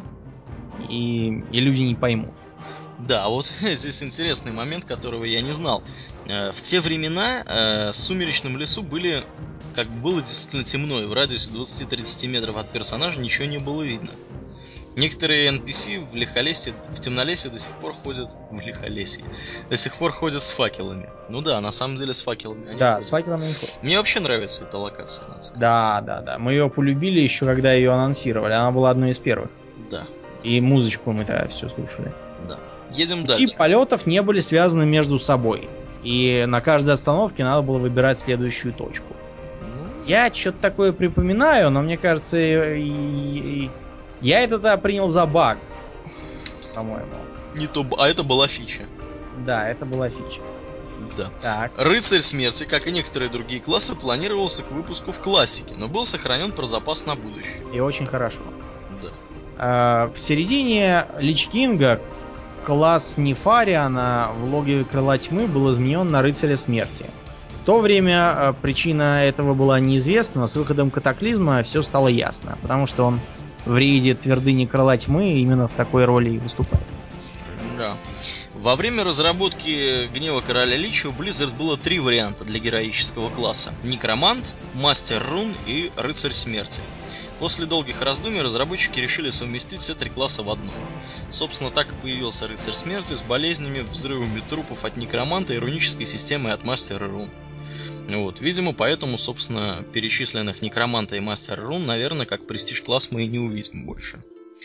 и, и люди не поймут.
Да, вот здесь интересный момент, которого я не знал. В те времена э, в Сумеречном лесу были, как было действительно темно, и в радиусе двадцать-тридцать метров от персонажа ничего не было видно. Некоторые эн пи си в лихолесье, в темнолесье до сих пор ходят... В лихолесье. До сих пор ходят с факелами. Ну да, на самом деле с факелами они
Да,
ходят.
с факелами не ходят.
Мне вообще нравится эта локация, надо сказать.
Да, да, да. Мы ее полюбили еще, когда ее анонсировали. Она была одной из первых.
Да.
И музычку мы тогда все слушали.
Да. Едем
Пути
дальше.
полетов не были связаны между собой. И на каждой остановке надо было выбирать следующую точку.
Ну,
Я что-то такое припоминаю, но мне кажется, и- и- и- я это тогда принял за баг, по-моему.
не то... б- А это была фича.
Да, это была фича.
Да.
Так.
Рыцарь смерти, как и некоторые другие классы, планировался к выпуску в классике, но был сохранен про запас на будущее.
И очень хорошо.
Да.
А, в середине Лич Кинга класс Нефариана в логове Крыла Тьмы был изменен на Рыцаря Смерти. В то время а, причина этого была неизвестна, но с выходом Катаклизма все стало ясно, потому что он в рейде Твердыни Крыла Тьмы именно в такой роли и выступает.
Да. Во время разработки Гнева Короля Лича у Blizzard было три варианта для героического класса. Некромант, Мастер Рун и Рыцарь Смерти. После долгих раздумий разработчики решили совместить все три класса в одном. Собственно, так и появился Рыцарь Смерти с болезнями, взрывами трупов от Некроманта и рунической системой от Мастера Рун. Вот, видимо, поэтому, собственно, перечисленных Некроманта и Мастера Рун, наверное, как престиж-класс мы и не увидим больше.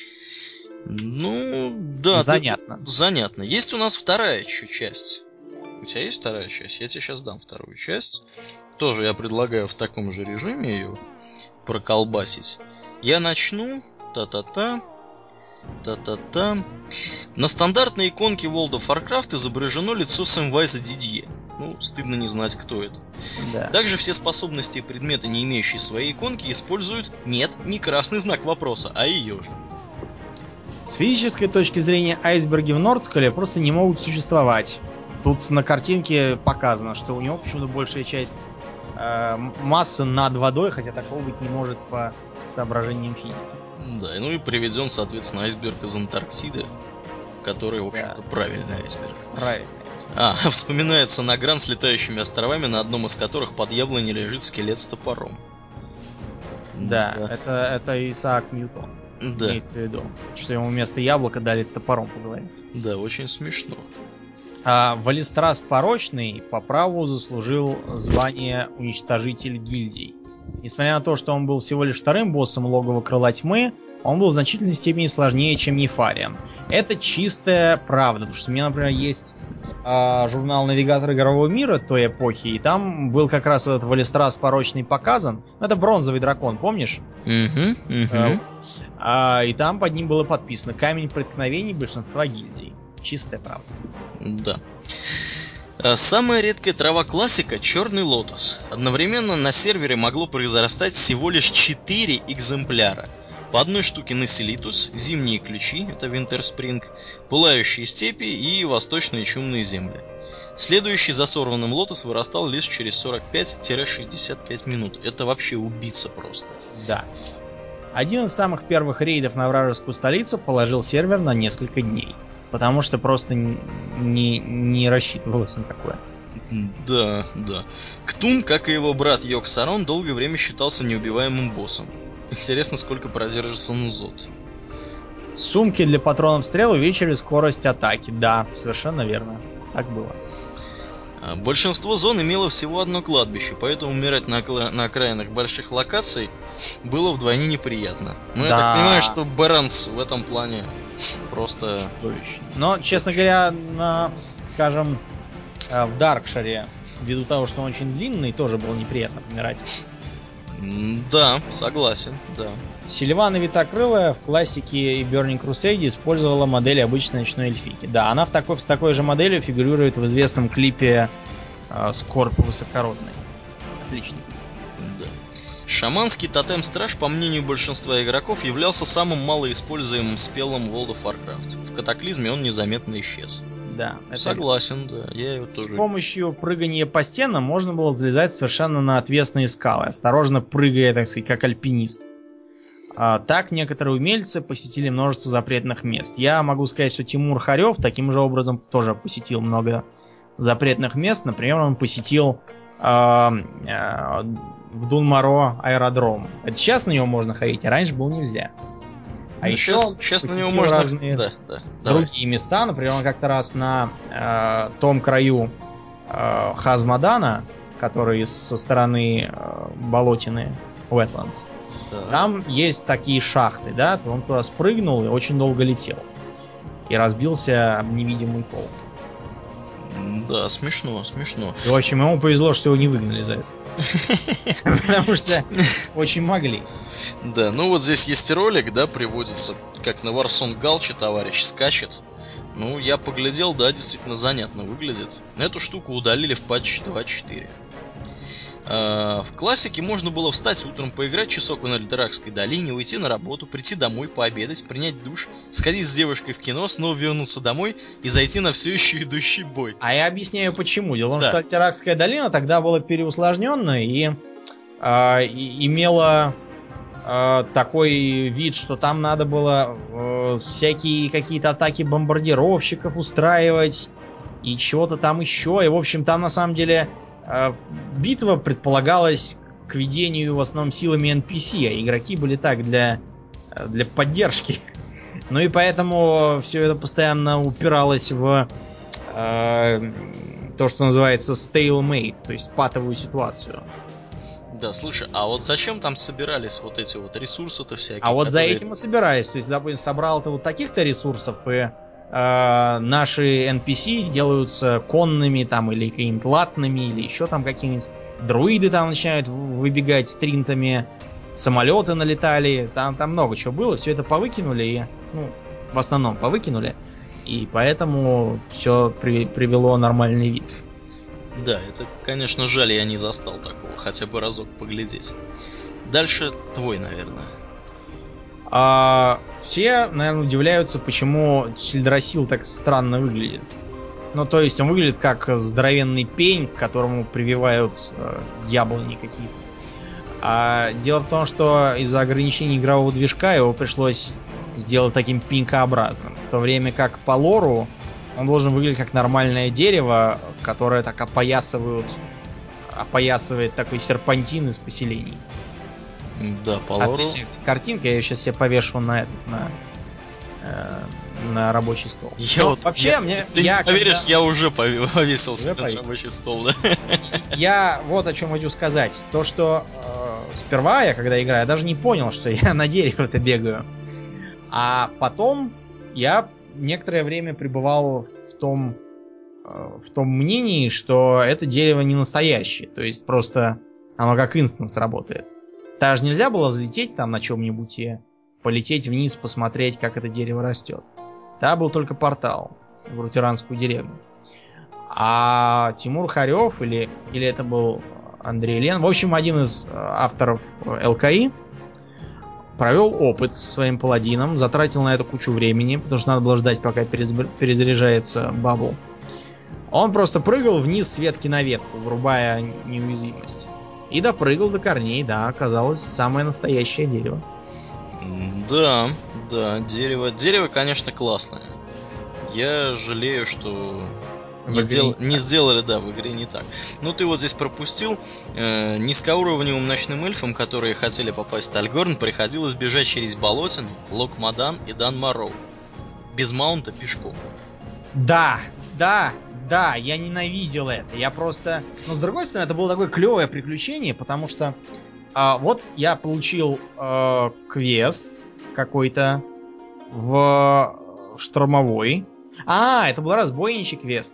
Ну, да.
Занятно.
Ты... Занятно. Есть у нас вторая еще часть. У тебя есть вторая часть? Я тебе сейчас дам вторую часть. Тоже я предлагаю в таком же режиме ее проколбасить. Я начну. Та-та-та. Та-та-та. На стандартной иконке World of Warcraft изображено лицо Сэмвайза Дидье. Ну, стыдно не знать, кто это.
Да.
Также все способности и предметы, не имеющие своей иконки, используют, нет, не красный знак вопроса, а ее же.
С физической точки зрения айсберги в Нордскале просто не могут существовать. Тут на картинке показано, что у него почему-то большая часть э, массы над водой, хотя такого быть не может по соображениям физики.
Да, ну и приведен, соответственно, айсберг из Антарктиды, который, в общем-то, да. правильный айсберг.
Правильный.
А, вспоминается Награн с летающими островами, на одном из которых под яблоней лежит скелет с топором.
Да,
да.
Это, это Исаак Ньютон.
Да.
Имеется в виду, что ему вместо яблока дали топором по голове.
Да, очень смешно.
А Валистрас Порочный по праву заслужил звание Уничтожитель Гильдий. Несмотря на то, что он был всего лишь вторым боссом Логова Крыла Тьмы, он был в значительной степени сложнее, чем Нефариан. Это чистая правда, потому что у меня, например, есть э, журнал «Навигатор игрового мира» той эпохи, и там был как раз этот Валистрас Порочный показан. Это бронзовый дракон, помнишь?
Угу, угу.
Э, а, и там под ним было подписано «Камень преткновений большинства гильдий». Чистая правда.
Да. Э, Самая редкая трава классика — черный лотос. Одновременно на сервере могло произрастать всего лишь четыре экземпляра. По одной штуке на Селитус, зимние ключи, это Winter Spring, пылающие степи и восточные чумные земли. Следующий за сорванным лотос вырастал лишь через сорок пять - шестьдесят пять минут. Это вообще убийца просто.
Да. Один из самых первых рейдов на вражескую столицу положил сервер на несколько дней. Потому что просто не, не рассчитывалось на такое.
Да, да. Ктун, как и его брат Йог-Сарон, долгое время считался неубиваемым боссом. Интересно, сколько продержится Нзот.
Сумки для патронов стрел увеличили скорость атаки. Да, совершенно верно. Так было.
Большинство зон имело всего одно кладбище, поэтому умирать на, окла- на окраинах больших локаций было вдвойне неприятно. Но я
Да.
так понимаю, что Баранс в этом плане просто...
чудовищно. Но, честно говоря, на, скажем, э, в Даркшаре, ввиду того, что он очень длинный, тоже было неприятно помирать.
М, Да, согласен, да.
Сильвана Витокрылая в классике и Burning Crusade использовала модель обычной ночной эльфийки. Да, она в такой, с такой же моделью фигурирует в известном клипе э, Скорб высокородный. Отлично.
Да. Шаманский тотем-страж, по мнению большинства игроков, являлся самым малоиспользуемым спелом World of Warcraft. В катаклизме он незаметно исчез.
Да, это
Согласен, да, я его
С
тоже...
помощью прыгания по стенам можно было залезать совершенно на отвесные скалы, осторожно прыгая, так сказать, как альпинист. А, так некоторые умельцы посетили множество запретных мест. Я могу сказать, что Тимур Харев таким же образом тоже посетил много запретных мест. Например, он посетил а, а, в Дунмаро аэродром. Это сейчас на него можно ходить, а раньше было нельзя. А
Ну,
еще
щас-
он
щас на него
посетил
можно-
разные
Да, да, давай.
другие места. Например, он как-то раз на э, том краю э, Хазмадана, который со стороны э, болотины Wetlands,
Да.
там есть такие шахты, да, то он туда спрыгнул и очень долго летел. И разбился об невидимый пол.
Да, смешно, смешно.
И, в общем, ему повезло, что его не выгнали за это. Потому что очень могли.
Да, ну вот здесь есть ролик, да, приводится, как на Варсон Галче товарищ скачет. Ну, я поглядел, да, действительно занятно выглядит. Эту штуку удалили в патче два точка четыре. А, в классике можно было встать утром, поиграть часок в Нальтеракской долине, уйти на работу, прийти домой, пообедать, принять душ, сходить с девушкой в кино, снова вернуться домой и зайти на все еще идущий бой.
А я объясняю почему. Дело в том,
Да.
что Альтеракская долина тогда была переусложненная и, а, и имела а, такой вид, что там надо было э, всякие какие-то атаки бомбардировщиков устраивать и чего-то там еще. И, в общем, там на самом деле э, битва предполагалась к ведению в основном силами эн пи си, а игроки были так для, для поддержки. Ну и поэтому все это постоянно упиралось в э, то, что называется stalemate, то есть патовую ситуацию.
Да, слушай, а вот зачем там собирались вот эти вот ресурсы-то всякие?
А вот за
которые-
этим и собираюсь. То есть, допустим, собрал ты вот таких-то ресурсов, и э, наши эн пи си делаются конными там, или какими-нибудь латными, или еще там какими-нибудь. Друиды там начинают в- выбегать с тринтами, самолеты налетали, там, там много чего было. Все это повыкинули, и, ну, в основном повыкинули. И поэтому все привело нормальный вид.
Да, это, конечно, жаль, я не застал такого, хотя бы разок поглядеть. Дальше твой, наверное.
А, все, наверное, удивляются, почему Сильдрасил так странно выглядит. Ну, то есть он выглядит как здоровенный пень, к которому прививают э, яблони какие-то. А дело в том, что из-за ограничений игрового движка его пришлось сделать таким пенькообразным. В то время как по лору он должен выглядеть как нормальное дерево, которое так опоясывают, опоясывает такой серпантин из поселений.
Да, по лору.
Отличная картинка, я ее сейчас себе повешу на этот, на, э, на рабочий стол.
Я
Но
вот,
вообще,
я-
мне,
Ты
я
не поверишь,
когда-
я уже пове- повесил
Уже
себе на
повесил?
рабочий стол, да.
Я вот о чем хочу сказать. То, что э, сперва я, когда играю, я даже не понял, что я на дерево-то бегаю. А потом я некоторое время пребывал в том, э, в том мнении, что это дерево не настоящее. То есть просто оно как инстанс работает. Даже нельзя было взлететь там на чем-нибудь и полететь вниз, посмотреть, как это дерево растет. Да, был только портал в Рутеранскую деревню. А Тимур Харев или, или это был Андрей Лен, в общем, один из авторов ЛКИ, провел опыт своим паладином, затратил на это кучу времени, потому что надо было ждать, пока перезаряжается бабл. Он просто прыгал вниз с ветки на ветку, врубая неуязвимость. И допрыгал до корней, да, оказалось самое настоящее дерево.
Да, да, дерево. Дерево, конечно, классное. Я жалею, что не, сдел... не сделали, да, в игре не так. Ну, ты вот здесь пропустил. Э, низкоуровневым ночным эльфам, которые хотели попасть в Тальгорн, приходилось бежать через Болотину, Лок-Мадан и Дан-Мароу. Без маунта, пешком.
Да, да, да, я ненавидел это. Я просто... Но, с другой стороны, это было такое клевое приключение, потому что а, вот я получил а, квест какой-то в штурмовой. А, это был разбойничий квест.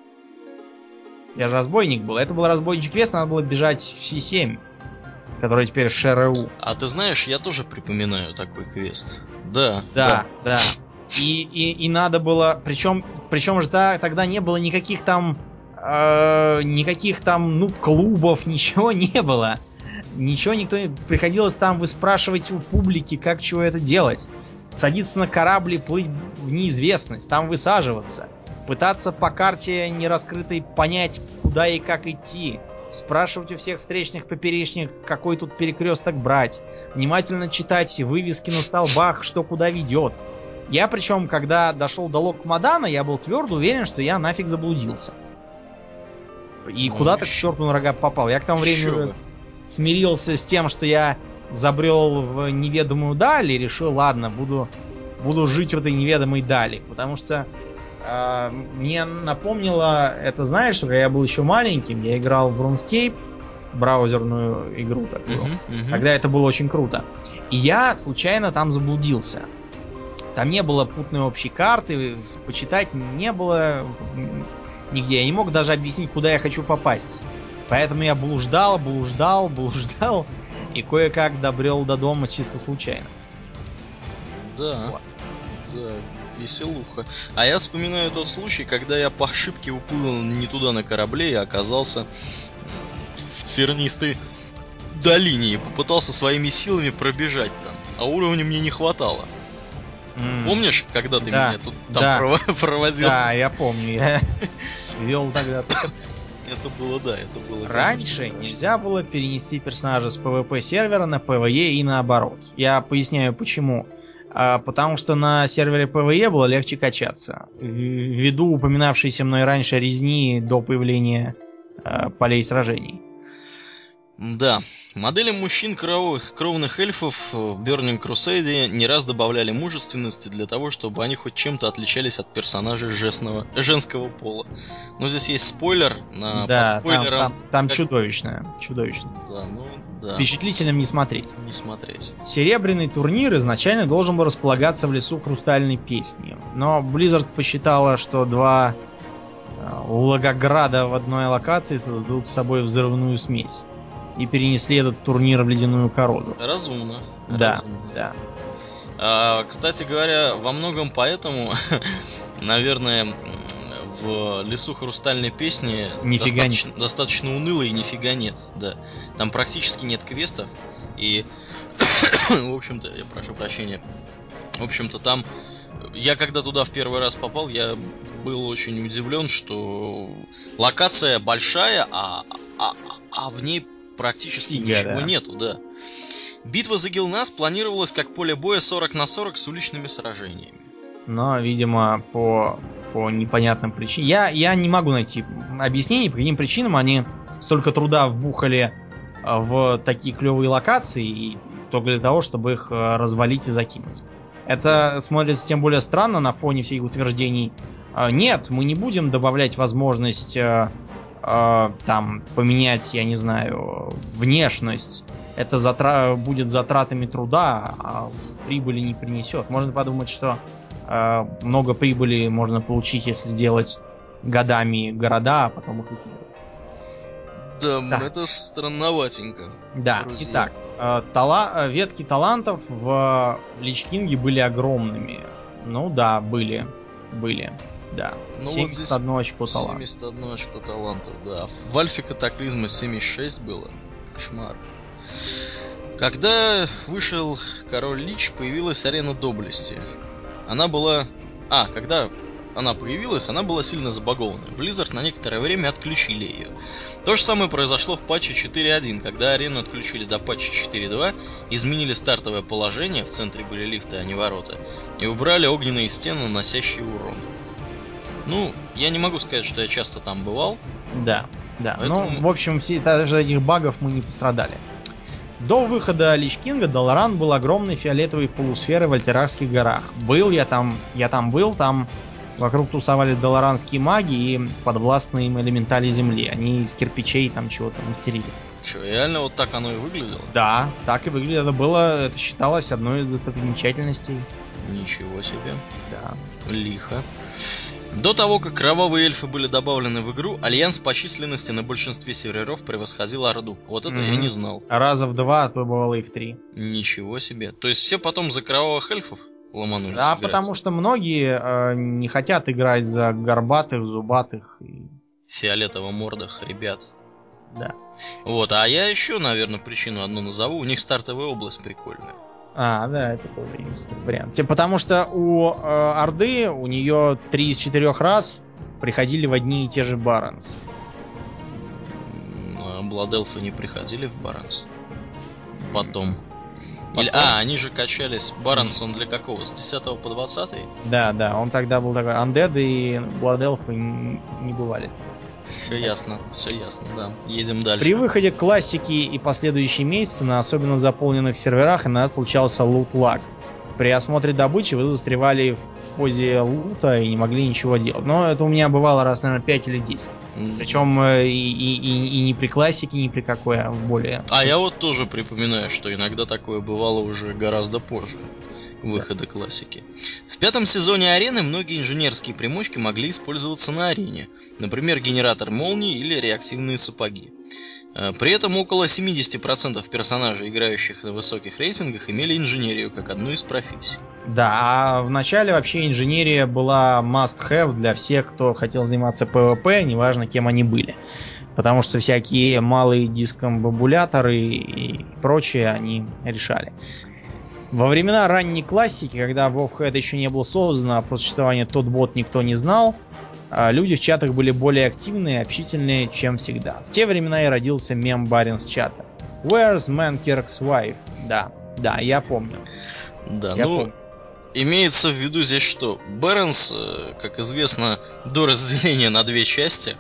Я же разбойник был. Это был разбойничий квест, надо было бежать в Си семь, который теперь ШРУ.
А ты знаешь, я тоже припоминаю такой квест. Да,
да. Да, да. И, и, и надо было... Причем, причем же да, тогда не было никаких там... Э, никаких там, ну, клубов, ничего не было. Ничего никто не... Приходилось там выспрашивать у публики, как чего это делать. Садиться на корабль и плыть в неизвестность, там высаживаться. Пытаться по карте нераскрытой понять, куда и как идти. Спрашивать у всех встречных поперечных, какой тут перекресток брать. Внимательно читать вывески на столбах, что куда ведет. Я причем, когда дошел до Лок-Мадана, я был твердо уверен, что я нафиг заблудился. И ну, куда-то к черту на рога попал. Я к тому времени уже смирился с тем, что я забрел в неведомую даль и решил, ладно, буду, буду жить в этой неведомой дали. Потому что э, мне напомнило, это знаешь, когда я был еще маленьким, я играл в RuneScape, браузерную игру такую. Uh-huh, uh-huh. Тогда это было очень круто. И я случайно там заблудился. Там не было путной общей карты, почитать не было нигде. Я не мог даже объяснить, куда я хочу попасть. Поэтому я блуждал, блуждал, блуждал и кое-как добрел до дома чисто случайно.
Да, вот. Да, веселуха. А я вспоминаю тот случай, когда я по ошибке уплыл не туда на корабле и оказался в тернистой долине и попытался своими силами пробежать там, а уровня мне не хватало. Mm. Помнишь, когда ты
да,
меня тут там
да,
прово- провозил?
Да, я помню, я вел тогда.
Это было, да, это было.
Раньше нельзя было перенести персонажа с PvP сервера на PvE и наоборот. Я поясняю почему. А, потому что на сервере PvE было легче качаться. Ввиду упоминавшейся мной раньше резни до появления а, полей сражений.
Да, моделям мужчин кровных, кровных эльфов в Burning Crusade не раз добавляли мужественности для того, чтобы они хоть чем-то отличались от персонажей женского, женского пола. Но здесь есть спойлер, на,
да,
под спойлером...
там, там, там как... чудовищное, чудовищное.
Да, ну, да.
Впечатлительным не смотреть.
Не смотреть.
Серебряный турнир изначально должен был располагаться в лесу Хрустальной Песни, но Blizzard посчитала, что два Лагограда в одной локации создадут с собой взрывную смесь. И перенесли этот турнир в Ледяную Короду.
Разумно.
Да,
разумно.
да.
А, кстати говоря, во многом поэтому, наверное, в лесу Хрустальной Песни достаточно, достаточно уныло и нифига нет. Да. Там практически нет квестов. И, в общем-то, я прошу прощения. В общем-то, там я когда туда в первый раз попал, я был очень удивлен, что локация большая, а, а, а в ней практически Фига, ничего да. нету, да. Битва за Гилнас планировалась как поле боя сорок на сорок с уличными сражениями.
Но, видимо, по, по непонятным причинам. Я, я не могу найти объяснений, по каким причинам они столько труда вбухали в такие клевые локации, и только для того, чтобы их развалить и закинуть. Это смотрится тем более странно на фоне всех утверждений. Нет, мы не будем добавлять возможность там поменять, я не знаю, внешность. Это затра... будет затратами труда, а прибыли не принесет. Можно подумать, что э, много прибыли можно получить, если делать годами города, а потом их выкидывать.
Да, так. Это странноватенько.
Да, друзья. Итак, э, тала... ветки талантов в Лич Кинге были огромными. Ну да, были. Были. Да.
Ну,
семьдесят одно
вот
очко таланта.
семьдесят одно очко талантов, да. В Альфе Катаклизма семьдесят шесть было. Кошмар. Когда вышел Король Лич, появилась Арена Доблести. Она была... А, когда она появилась, она была сильно забагована. Blizzard на некоторое время отключили ее. То же самое произошло в патче четыре точка один, когда арену отключили до патча четыре точка два, изменили стартовое положение, в центре были лифты, а не ворота, и убрали огненные стены, наносящие урон. Ну, я не могу сказать, что я часто там бывал.
Да, да.
Поэтому...
Ну, в общем, все, даже этих багов мы не пострадали. До выхода Лич Кинга Долоран был огромной фиолетовой полусферой в Альтерарских горах. Был я там, я там был, там вокруг тусовались долоранские маги и подвластные им элементали земли. Они из кирпичей там чего-то мастерили.
Че, реально вот так оно и выглядело?
Да, так и выглядело. Это было, это считалось одной из достопримечательностей.
Ничего себе.
Да.
Лихо. До того, как кровавые эльфы были добавлены в игру, Альянс по численности на большинстве серверов превосходил Орду. Вот это
Угу.
я не знал.
Раза в два, а то бывало и в три.
Ничего себе. То есть все потом за кровавых эльфов ломанулись
Да,
играть?
потому что многие э, не хотят играть за горбатых, зубатых. И...
фиолетово-мордых ребят.
Да.
Вот, а я еще, наверное, причину одну назову. У них стартовая область прикольная.
А, да, это тоже есть вариант. Потому что у э, Орды, у нее три из четырех раз приходили в одни и те же Баронс.
А Бладелфы не приходили в Баронс? Потом.
Потом.
Или, а, они же качались. Баронс, он для какого? С десятого по двадцатый?
Да, да, он тогда был такой. Undead и Бладелфы не бывали.
Все ясно, все ясно, да. Едем дальше.
При выходе классики и последующие месяцы на особенно заполненных серверах иногда случался лут-лаг. При осмотре добычи вы застревали в позе лута и не могли ничего делать. Но это у меня бывало раз, наверное, пять или десять. Причем и, и, и, и не при классике, ни при какой, а в более...
А я вот тоже припоминаю, что иногда такое бывало уже гораздо позже выхода да. классики. В пятом сезоне арены многие инженерские примочки могли использоваться на арене. Например, генератор молнии или реактивные сапоги. При этом около семьдесят процентов персонажей, играющих на высоких рейтингах, имели инженерию как одну из профессий.
Да, а в начале вообще инженерия была must-have для всех, кто хотел заниматься PvP, неважно кем они были. Потому что всякие малые дискомбабуляторы и прочее они решали. Во времена ранней классики, когда WoW-Head еще не был создан, а про существование тот-бот никто не знал, люди в чатах были более активные и общительные, чем всегда. В те времена и родился мем Барин с чата. Where's Mankirk's wife? Да, да, я помню.
Да,
я
ну,
помню.
Имеется в виду здесь что? Баронс, как известно, до разделения на две части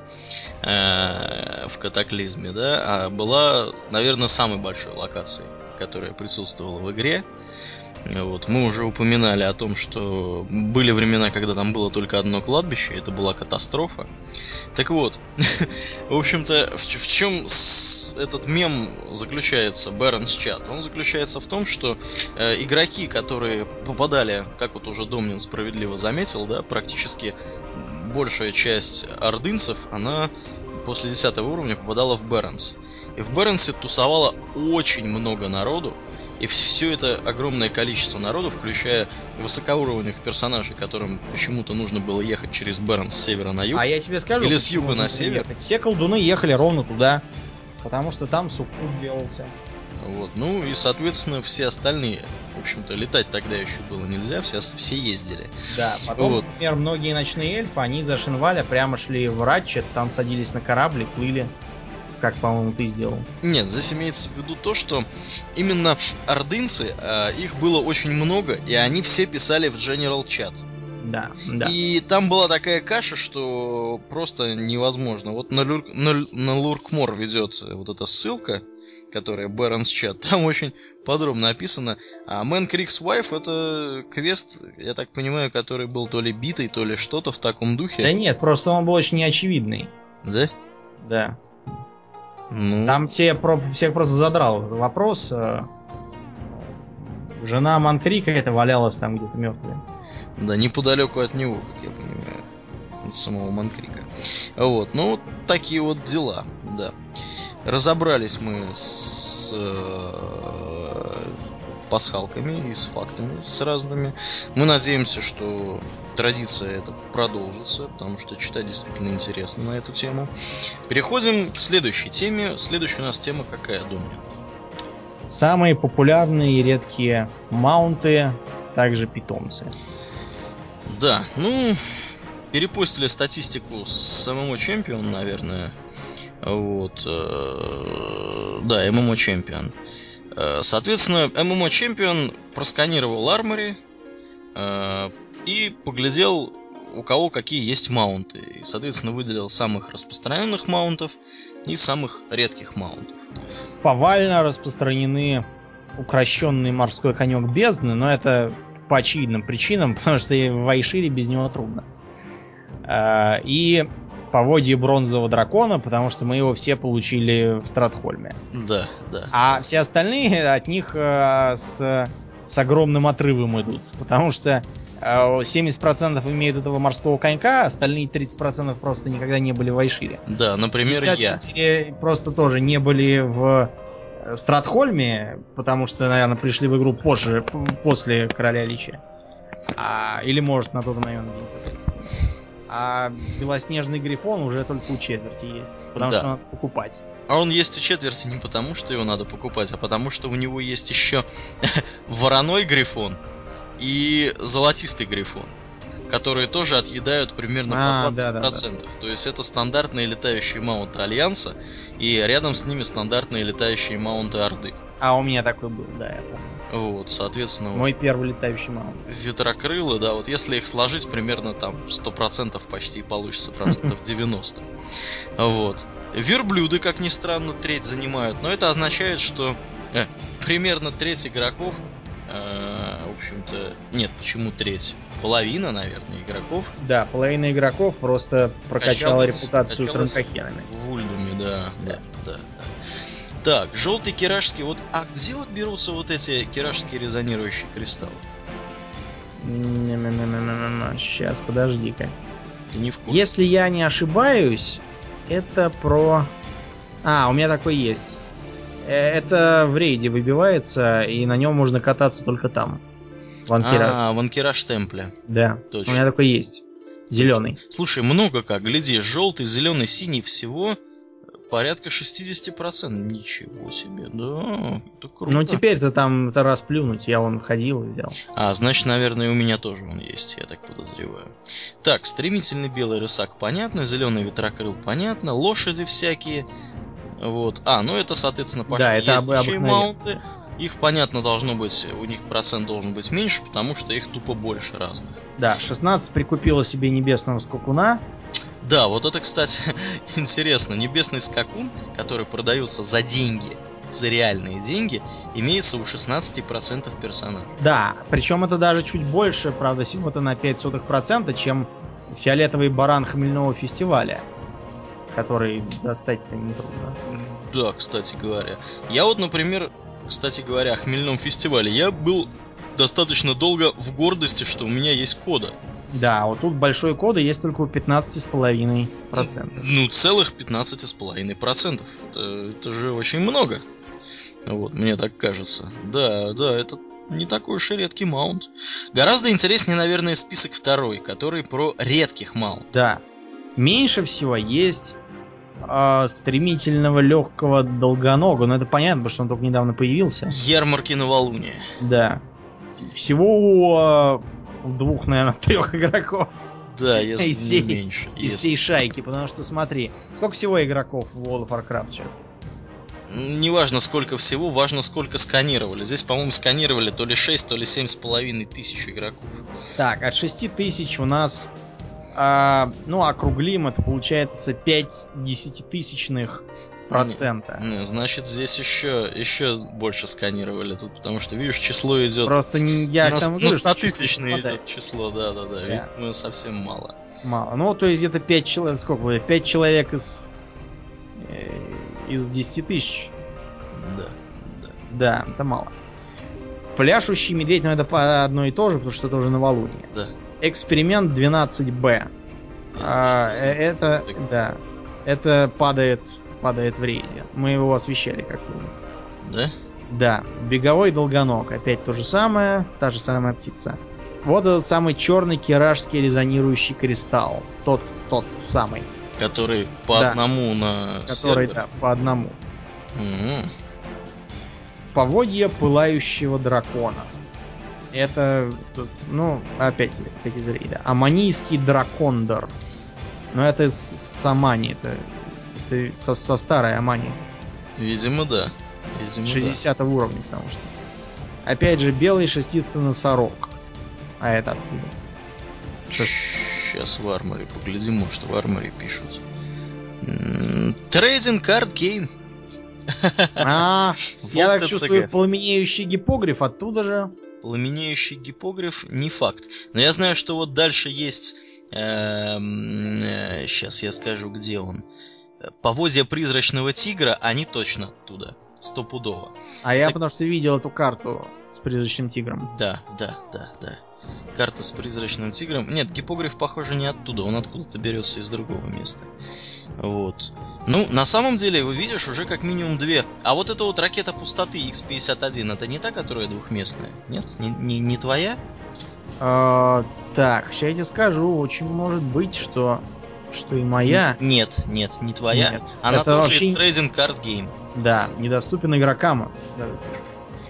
э, в Катаклизме, да, была, наверное, самой большой локацией, которая присутствовала в игре. Вот. Мы уже упоминали о том, что были времена, когда там было только одно кладбище, это была катастрофа. Так вот, в общем-то, в, в чем этот мем заключается, Баронс чат? Он заключается в том, что э, игроки, которые попадали, как вот уже Домнин справедливо заметил, да, практически большая часть ордынцев, она после десятого уровня попадала в Баронс. И в Баронсе тусовало очень много народу, и все это огромное количество народу, включая высокоуровневых персонажей, которым почему-то нужно было ехать через Баронс с севера на юг.
А я тебе скажу,
или с юга на север.
Ехать. Все колдуны ехали ровно туда, потому что там суккуб делался.
Вот, ну и, соответственно, все остальные. В общем-то, летать тогда еще было нельзя, все, все ездили.
Да, потом,
вот.
например, многие ночные эльфы, они из Ашенваля прямо шли в Ратчет, там садились на корабль и плыли. Как, по-моему, ты сделал.
Нет, здесь имеется в виду то, что именно ордынцы, э, их было очень много, и они все писали в General Chat.
Да, да.
И там была такая каша, что просто невозможно. Вот на, Люр... на... на Луркмор ведет вот эта ссылка, которая Баронс чат. Там очень подробно описано. А Mankirk's Wife — это квест, я так понимаю, который был то ли битый, то ли что-то в таком духе.
Да нет, просто он был очень неочевидный.
Да?
Да.
Ну...
Там все, про... всех просто задрал этот вопрос. Жена Манкрика это валялась там где-то мертвая.
Да, неподалеку от него, как я понимаю. От самого Манкрика. Вот, ну, такие вот дела, да. Разобрались мы с э, пасхалками и с фактами, с разными. Мы надеемся, что традиция эта продолжится, потому что читать действительно интересно на эту тему. Переходим к следующей теме. Следующая у нас тема какая, Домнин?
Самые популярные и редкие маунты, также питомцы.
Да, ну, перепостили статистику с эм эм о Champion, наверное. Вот. Э, да, эм эм о Champion. Э, соответственно, эм эм о Champion просканировал Armory э, и поглядел, у кого какие есть маунты. И, соответственно, выделил самых распространенных маунтов и самых редких маунтов.
Повально распространены укрощенный морской конек бездны, но это по очевидным причинам, потому что в Айшире без него трудно. А, и поводье бронзового дракона, потому что мы его все получили в Стратхольме.
Да, да.
А все остальные от них э, с, с огромным отрывом идут, потому что э, семьдесят процентов имеют этого морского конька, остальные тридцать процентов просто никогда не были в Айшире.
Да, например,
пятьдесят четыре
я.
просто тоже не были в Стратхольме, потому что, наверное, пришли в игру позже, после Короля Лича. А, или, может, на тот момент где-нибудь пришли. А Белоснежный Грифон уже только у четверти есть, потому
Да.
что надо покупать.
А он есть у четверти не потому, что его надо покупать, а потому что у него есть еще вороной Грифон и золотистый Грифон, которые тоже отъедают примерно
А,
по двадцать процентов.
да, да, да.
То есть это стандартные летающие маунты Альянса, и рядом с ними стандартные летающие маунты Орды.
А у меня такой был, да, я помню.
Вот, соответственно,
Мой
вот
первый летающий маунт.
ветрокрылы, да, вот если их сложить, примерно там сто процентов почти получится, процентов девяносто. Вот. Верблюды, как ни странно, треть занимают, но это означает, что э, примерно треть игроков, э, в общем-то, нет, почему треть? Половина, наверное, игроков.
Да, половина игроков просто прокачала
качалась,
репутацию
качалась
с ранкохенами.
в Ульдуме, да, да, да, да. Так, желтый киражский, вот, а где вот берутся вот эти киражские резонирующие кристаллы?
Сейчас, подожди-ка.
Ты не в курсе?
Если я не ошибаюсь, это про... А, у меня такой есть. Это в рейде выбивается, и на нем можно кататься только там. В Анкераж.
А, в Анкераж темпле.
Да,
точно.
у меня такой есть. Зеленый.
Слушай, много как, гляди, желтый, зеленый, синий, всего порядка шестьдесят процентов. Ничего себе, да, это круто.
Ну теперь-то там это раз плюнуть, я вон ходил и взял.
А, значит, наверное, у меня тоже он есть, я так подозреваю. Так, стремительный белый рысак, понятно, зеленый ветрокрыл, понятно, лошади всякие. Вот. А, ну это, соответственно, пошли
Да, это
ездящие
обыкновенно.
маунты. Их, понятно, должно быть, у них процент должен быть меньше, потому что их тупо больше разных.
Да, шестнадцать прикупила себе небесного скакуна.
Да, вот это, кстати, интересно. Небесный скакун, который продается за деньги, за реальные деньги, имеется у шестнадцать процентов персонажей.
Да, причем это даже чуть больше, правда, всего-то на пять сотых процента, чем фиолетовый баран хмельного фестиваля, который достать-то нетрудно.
Да, кстати говоря. Я вот, например, кстати говоря, о хмельном фестивале, я был достаточно долго в гордости, что у меня есть кода.
Да, вот тут большой кода есть только у пятнадцать с половиной процентов.
Ну, целых пятнадцать с половиной процентов. Это, это же очень много. Вот, мне так кажется. Да, да, это не такой уж и редкий маунт. Гораздо интереснее, наверное, список второй, который про редких маунт.
Да. Меньше всего есть э, стремительного легкого долгонога. Но это понятно, потому что он только недавно появился.
Ярмарки новолуния.
Да. Всего у, э, у двух, наверное, трех игроков.
Да, если
из
не
всей,
меньше.
Из
если...
всей шайки. Потому что смотри, сколько всего игроков в World of Warcraft сейчас?
Не важно сколько всего, важно сколько сканировали. Здесь, по-моему, сканировали то ли шесть, то ли семь с половиной тысяч игроков.
Так, от шести тысяч у нас, а, ну, округлим, это получается пять десятитысячных процента.
Ну, значит, здесь еще, еще больше сканировали тут, потому что, видишь, число идет.
Просто не, я
на,
там
на
говорю,
стотысячное идет число, да-да-да,
да.
видимо, совсем мало.
Мало. Ну, то есть где-то пять человек, сколько будет? пять человек из, э, из десяти тысяч.
Да, да.
Да, это мало. Пляшущий медведь, ну это по одно и то же, потому что это уже новолуние.
Да.
Эксперимент двенадцать бэ. А, это, да, это падает падает в рейде. Мы его освещали как-то.
Да?
Да, беговой долгоног. Опять то же самое, та же самая птица. Вот этот самый черный киражский резонирующий кристалл. Тот, тот самый.
Который по
Да.
одному на
Который,
сервер?
да, по одному.
М-м.
Поводья пылающего дракона. Это, тут, ну, опять, опять из рейда. Аманийский дракондор. Но это с, с Амани, это, это со, со старой Амани.
Видимо, да. Видимо,
шестидесятого уровня, потому что. Опять же, белый шестистый носорог. А это откуда?
да. Сейчас в арморе поглядим, может в арморе пишут. Трейдинг карт гейм.
А, я так
Вот
чувствую,
ТЦГ.
пламенеющий гипогриф оттуда же.
Пламенеющий гипогриф не факт. Но я знаю, что вот дальше есть... Сейчас я скажу, где он. Поводья призрачного тигра, они точно оттуда. Стопудово.
А я
Так-
потому что видел эту карту с призрачным тигром.
Да, да, да, да. Карта с призрачным тигром. Нет, гипогриф, похоже, не оттуда. Он откуда-то берется из другого места. Вот. Ну, на самом деле, вы видишь, уже как минимум две. А вот эта вот ракета пустоты икс пятьдесят один, это не та, которая двухместная? Нет? Не, не, не твоя?
А, так, сейчас я тебе скажу. Очень может быть, что, что и моя.
Н- Нет, нет, не твоя.
Нет.
Она
Это
тоже
вообще...
из Trading Card Game.
Да, недоступен игрокам. Даже пишут.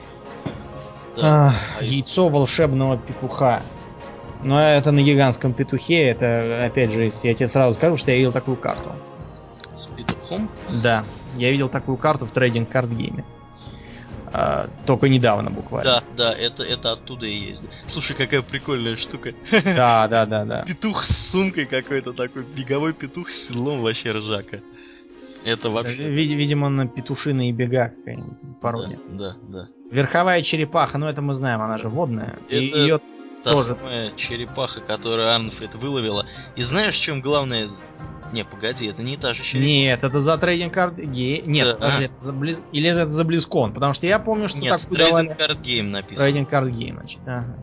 Да.
Ах,
А из-
яйцо волшебного петуха. Но это на гигантском петухе. Это, опять же, если я тебе сразу скажу, что я видел такую карту.
С петухом?
Да, я видел такую карту в трейдинг карт гейме. А, только недавно буквально.
Да, да, это, это оттуда и есть. Слушай, какая прикольная штука.
Да, да, да, да.
Петух с сумкой какой-то такой, беговой петух с седлом, вообще ржака. Это вообще...
Ви- Видимо, на петушиные бега какая-нибудь пародия.
Да, да, да.
Верховая черепаха, ну это мы знаем, она же водная. И
Это
ее
та
тоже.
самая черепаха, которую Арнфрид выловила. И знаешь, в чем главное... Не, погоди, это не та же черепаха.
Нет, это за трейдинг карт ге- Нет,
Да,
подожди,
а?
это за Близ... Или это за Близкон, потому что я помню, что
Нет,
так
в
давали.
Trading Card Game написано.
Трейдинг карт гейм, значит. Ага.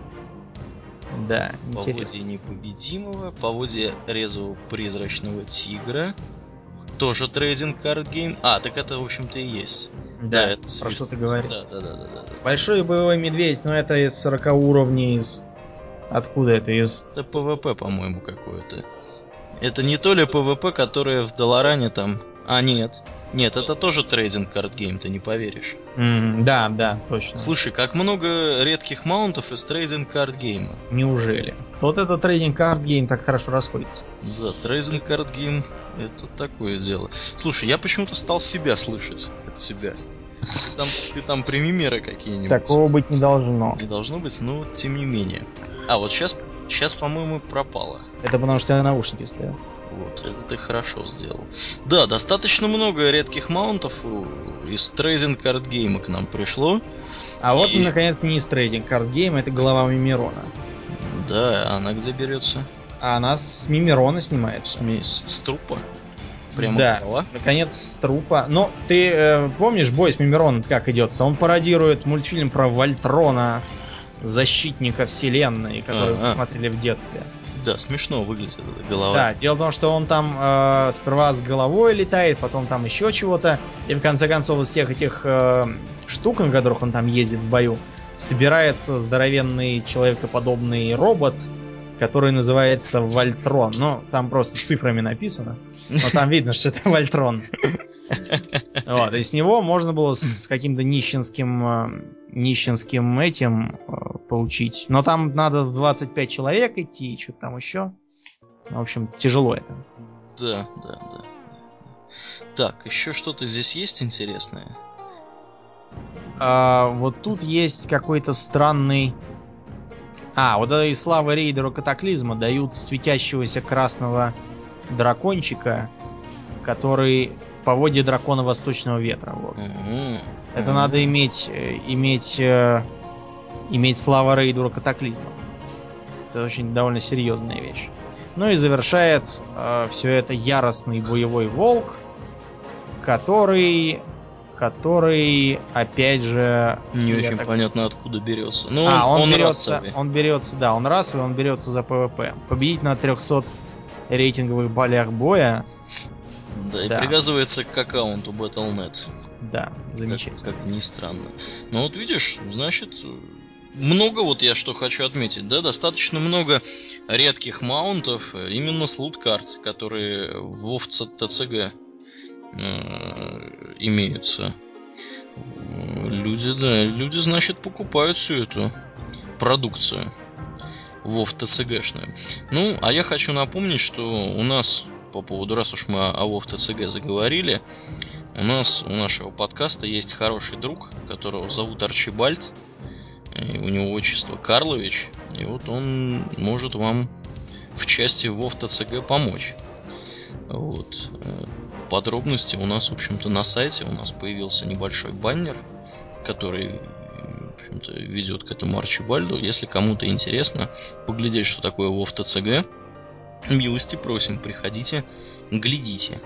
Да,
Поводья
интересно.
непобедимого, поводья резвого призрачного тигра. Тоже трейдинг карт гейм. А, так это, в общем-то, и есть.
Да,
это
про
свит-
что ты говоришь.
Да, да, да, да, да, да.
Большой боевой медведь, но это из сорока уровней, из... Откуда это? Из...
Это ПВП, по-моему, какое-то. Это не то ли ПВП, которое в Долоране там... А, нет. Нет, это тоже трейдинг карт гейм, ты не поверишь.
М, да, да, точно.
Слушай, как много редких маунтов из трейдинг карт гейма.
Неужели? Вот этот трейдинг карт гейм так хорошо расходится.
Да, трейдинг карт гейм это такое дело. Слушай, я почему-то стал себя слышать от тебя. Ты там, ты там прими меры какие-нибудь.
Такого быть не должно.
Не должно быть, но тем не менее. А, вот сейчас, сейчас, по-моему, пропало.
Это потому что я наушники ставил.
Вот, это ты хорошо сделал. Да, достаточно много редких маунтов у- из трейдинг карт гейма к нам пришло.
А вот,
И-
наконец, не из трейдинг карт гейм, это голова Мимирона.
Да, она где берется?
А она с Мимирона
С,
снимается.
ми- с- с трупа? Прямо
Да,
голова?
наконец, с трупа. Но ты э, помнишь, бой с Мимирон как идется? Он пародирует мультфильм про Вольтрона, защитника вселенной, который мы
А-а.
смотрели в детстве.
Да, смешно выглядит эта голова.
Да, дело в том, что он там э, сперва с головой летает, потом там еще чего-то, и в конце концов из всех этих э, штук, на которых он там ездит в бою, собирается здоровенный человекоподобный робот, который называется Вольтрон. Ну, там просто цифрами написано, но там видно, что это Вольтрон. Вот, и с него можно было с каким-то нищенским, э, нищенским этим э, получить. Но там надо в двадцать пять человек идти, и что-то там еще. В общем, тяжело это.
Да, да, да, да. Так, еще что-то здесь есть интересное?
А, вот тут есть какой-то странный... А, вот это из славы рейдеру Катаклизма дают светящегося красного дракончика, который поводья дракона Восточного Ветра. Вот.
М-м.
Это
М-м.
надо иметь, э, иметь, э, иметь слава рейдеру Катаклизма. Это очень довольно серьезная вещь. Ну и завершает э, все это яростный боевой волк, который, который, опять же,
Не
я
очень
так-
понятно, откуда берется. Ну,
а, он,
он
берется,
расовый.
он берется, да, он расовый, он берется за ПВП. Победить на трехсот рейтинговых полях боя
Да, и
Да.
привязывается к аккаунту Battle точка нет.
Да, замечательно.
Как, как ни странно. Но вот видишь, значит, много вот я что хочу отметить, да, достаточно много редких маунтов именно с лут-карт, которые в WoW ти си джи э, имеются. Люди, да, люди, значит, покупают всю эту продукцию WoW ти си джи-шную. Ну, а я хочу напомнить, что у нас, по поводу, раз уж мы о WoW ти си джи заговорили, у нас, у нашего подкаста есть хороший друг, которого зовут Арчибальд, и у него отчество Карлович, и вот он может вам в части WoW ти си джи помочь. Вот. Подробности у нас, в общем-то, на сайте. У нас появился небольшой баннер, который, в общем-то, ведет к этому Арчибальду. Если кому-то интересно поглядеть, что такое WoW ти си джи, милости просим, приходите, глядите.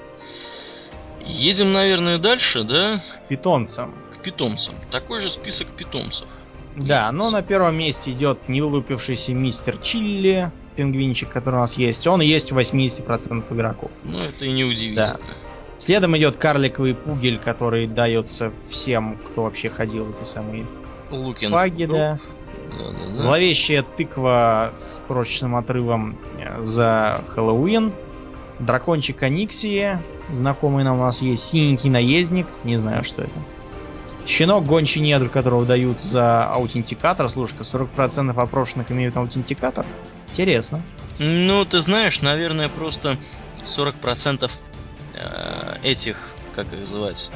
Едем, наверное, дальше, да?
К питомцам.
К питомцам. Такой же список питомцев.
Да, но на первом месте идет невылупившийся мистер Чилли, пингвинчик, который у нас есть. Он есть у восемьдесят процентов игроков.
Ну, это и не удивительно.
Да. Следом идет карликовый пугель, который дается всем, кто вообще ходил в эти самые паги, да.
Да, да, да.
Зловещая тыква с крошечным отрывом за Хэллоуин. Дракончик Аниксии, знакомый нам у нас есть. Синенький наездник, не знаю, что это. Щенок гончий недр, которого дают за аутентикатор. Слушай-ка, сорок процентов опрошенных имеют аутентикатор. Интересно.
Ну, ты знаешь, наверное, просто сорок процентов этих, как их звать,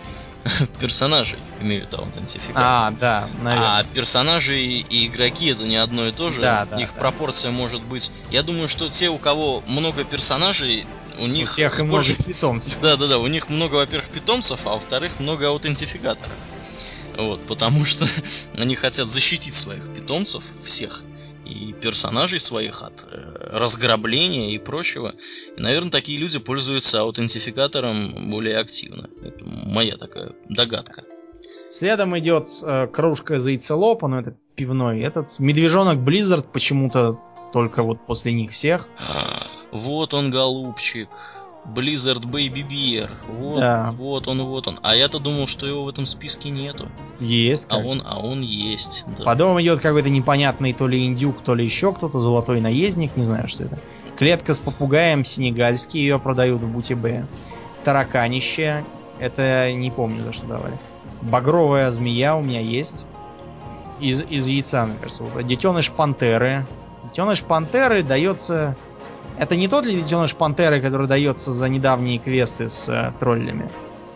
персонажей имеют аутентификатор.
А, да, наверное.
А персонажи и игроки это не одно и то же.
Да, да,
Их
да.
пропорция может быть. Я думаю, что те, у кого много персонажей, у них
У тех и
больше
много питомцев.
Да, да, да. У них много, во-первых, питомцев, а во-вторых, много аутентификаторов. Вот, потому что они хотят защитить своих питомцев, всех, и персонажей своих от э, разграбления и прочего. И, наверное, такие люди пользуются аутентификатором более активно. Это моя такая догадка.
Следом идет э, кружка зайцелопа, но это пивной. Этот медвежонок Blizzard почему-то только вот после них всех.
Вот он, голубчик. Blizzard Baby Bear. Вот,
Да.
вот он, вот он. А я-то думал, что его в этом списке нету.
Есть.
А
Как.
он, а он есть. Да.
Потом идет какой-то непонятный то ли индюк, то ли еще кто-то, золотой наездник, не знаю, что это. Клетка с попугаем сенегальский, ее продают в Бутибе. Тараканище, это не помню, за что давали. Багровая змея у меня есть. Из, из яйца, мне кажется. Вот. Детеныш пантеры. Детеныш пантеры дается... Это не тот ли детеныш пантеры, который дается за недавние квесты с э, троллями?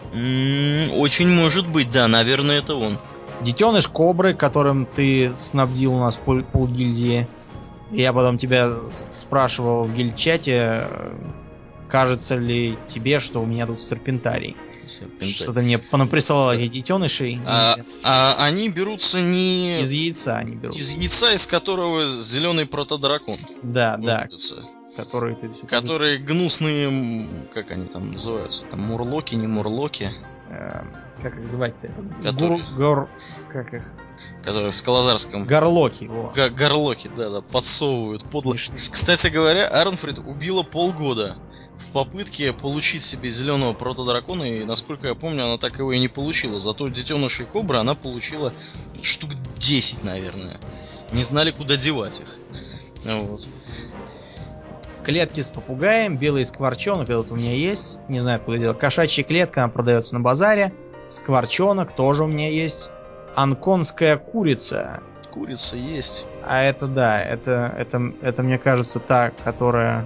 М-м, очень может быть, да, наверное, это он.
Детеныш кобры, которым ты снабдил у нас пол, полгильдии. Я потом тебя спрашивал в гильдчате, кажется ли тебе, что у меня тут серпентарий.
Серпентарий.
Что-то мне понаприсылало этих детенышей.
А, а они берутся не...
Из яйца они берутся.
Из яйца, из которого зеленый протодракон.
Да, да.
Выводится.
Которые ты...
Которые гнусные... Как они там называются? Там мурлоки, не мурлоки.
Э, как их звать-то?
Которые...
Гур... Гор... Как их?
Которые в Скалозарском...
Горлоки, во.
Г- горлоки, да-да, подсовывают. Подло. Кстати говоря, Арнфрид убила полгода в попытке получить себе зеленого протодракона, и, насколько я помню, она так его и не получила. Зато детенышей кобры она получила штук десять, наверное. Не знали, куда девать их. Вот.
Клетки с попугаем, белый скворчонок, этот у меня есть. Не знаю, откуда делать. Кошачья клетка, она продается на базаре. Скворчонок тоже у меня есть. Анконская курица.
Курица есть.
А это да, это, это, это мне кажется та, которая...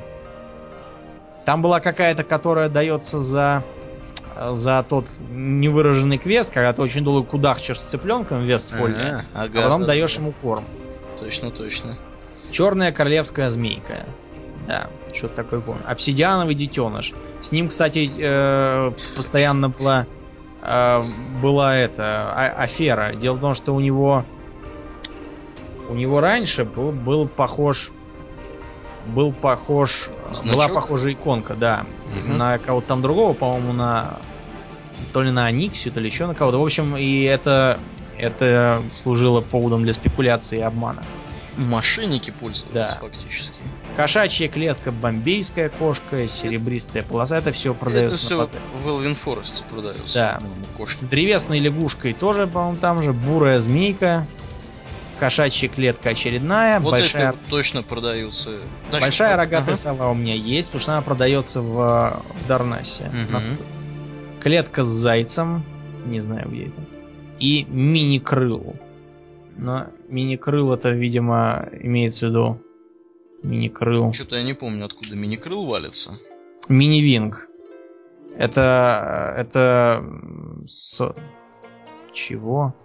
Там была какая-то, которая дается за, за тот невыраженный квест, когда ты очень долго кудахчешь с цыпленком в Вестфолии,
А, ага,
а потом
да,
даешь
да.
ему корм.
Точно, точно.
Черная королевская змейка. Да, что-то такое помню. Обсидиановый детеныш. С ним, кстати, э, постоянно была, э, была эта а- афера. Дело в том, что у него у него раньше был, был похож был похож
Значок?
была похожая иконка, да,
Угу.
на кого-то там другого, по-моему, на то ли на Аниксию, то ли еще на кого-то. В общем, и это это служило поводом для спекуляции и обмана.
Мошенники пользовались,
Да.
фактически.
Кошачья клетка, бомбейская кошка, серебристая полоса. Это все продается.
Это все
на базаре.
в Элвин Форесте продается.
Да.
По-моему,
С
кошка.
древесной лягушкой тоже, по-моему, там же. Бурая змейка. Кошачья клетка очередная.
Вот
большая...
эти вот точно продаются. Значит,
Большая
про-
рогатая
ага.
сова у меня есть, потому что она продается в, в Дарнасе.
Мгм.
На вкус. Клетка с зайцем. Не знаю, где это. И мини-крыл. Но мини-крыл это, видимо, имеется в виду мини-крыл.
Что-то я не помню, откуда мини-крыл валится.
Мини-винг. Это... Это... С... Чего?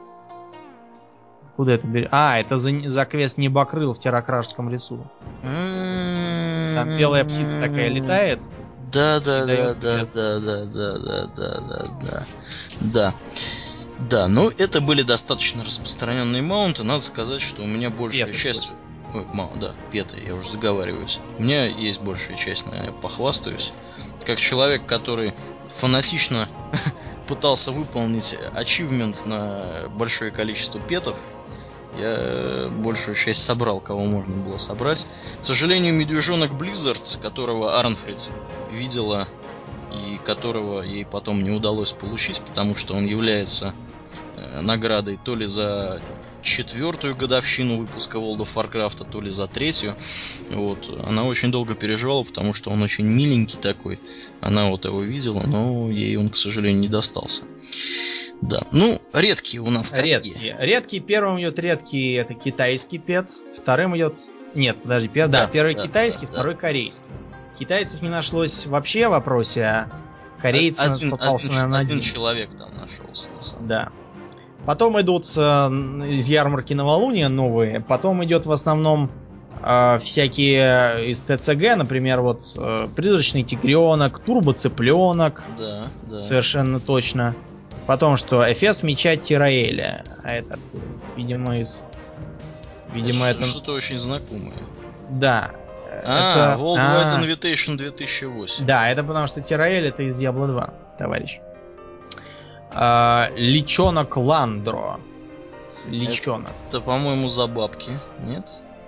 Куда это берет? А, это за, за квест Небокрыл в Терракражском лесу. Там белая птица такая летает.
Да, да,
и
да,
дает
да,
квест.
да, да, да, да, да, да, да. Да. Да, ну это были достаточно распространенные маунты. Надо сказать, что у меня большая
Петы,
часть... Ой, маунт, да, петы, я уже заговариваюсь. У меня есть большая часть, наверное, я похвастаюсь. Как человек, который фанатично пытался выполнить ачивмент на большое количество петов, я большую часть собрал, кого можно было собрать. К сожалению, медвежонок Blizzard, которого Арнфрид видела и которого ей потом не удалось получить, потому что он является э, наградой то ли за четвертую годовщину выпуска World of Warcraft, то ли за третью. Вот. Она очень долго переживала, потому что он очень миленький такой. Она вот его видела, но ей он, к сожалению, не достался. Да. Ну, редкие у нас какие?
Редкие. Редкий, первым идет редкий, это китайский пет. Вторым идет... Нет, подожди, пер... да,
Да,
первый
да,
китайский,
да,
второй
да.
корейский. Китайцев не нашлось вообще в вопросе, а корейцы
Один,
попался,
один,
наверное,
один
один.
человек там нашелся, на самом деле.
Да. Потом идут э, из ярмарки новолуния новые. Потом идет в основном э, всякие из ТЦГ, например, вот э, призрачный тигренок, турбоцыпленок.
Да, да.
Совершенно точно. Потом что? Эфес меча Тираэля. А это откуда? Видимо, из... Видимо,
это
это...
что-то очень знакомое.
Да.
А,
это...
Worldwide
а,
Invitation две тысячи восемь.
Да, это потому что Тираэль это из Diablo два, товарищ. А, Личонок Ландро. Личонок.
Это, по-моему, за бабки, нет?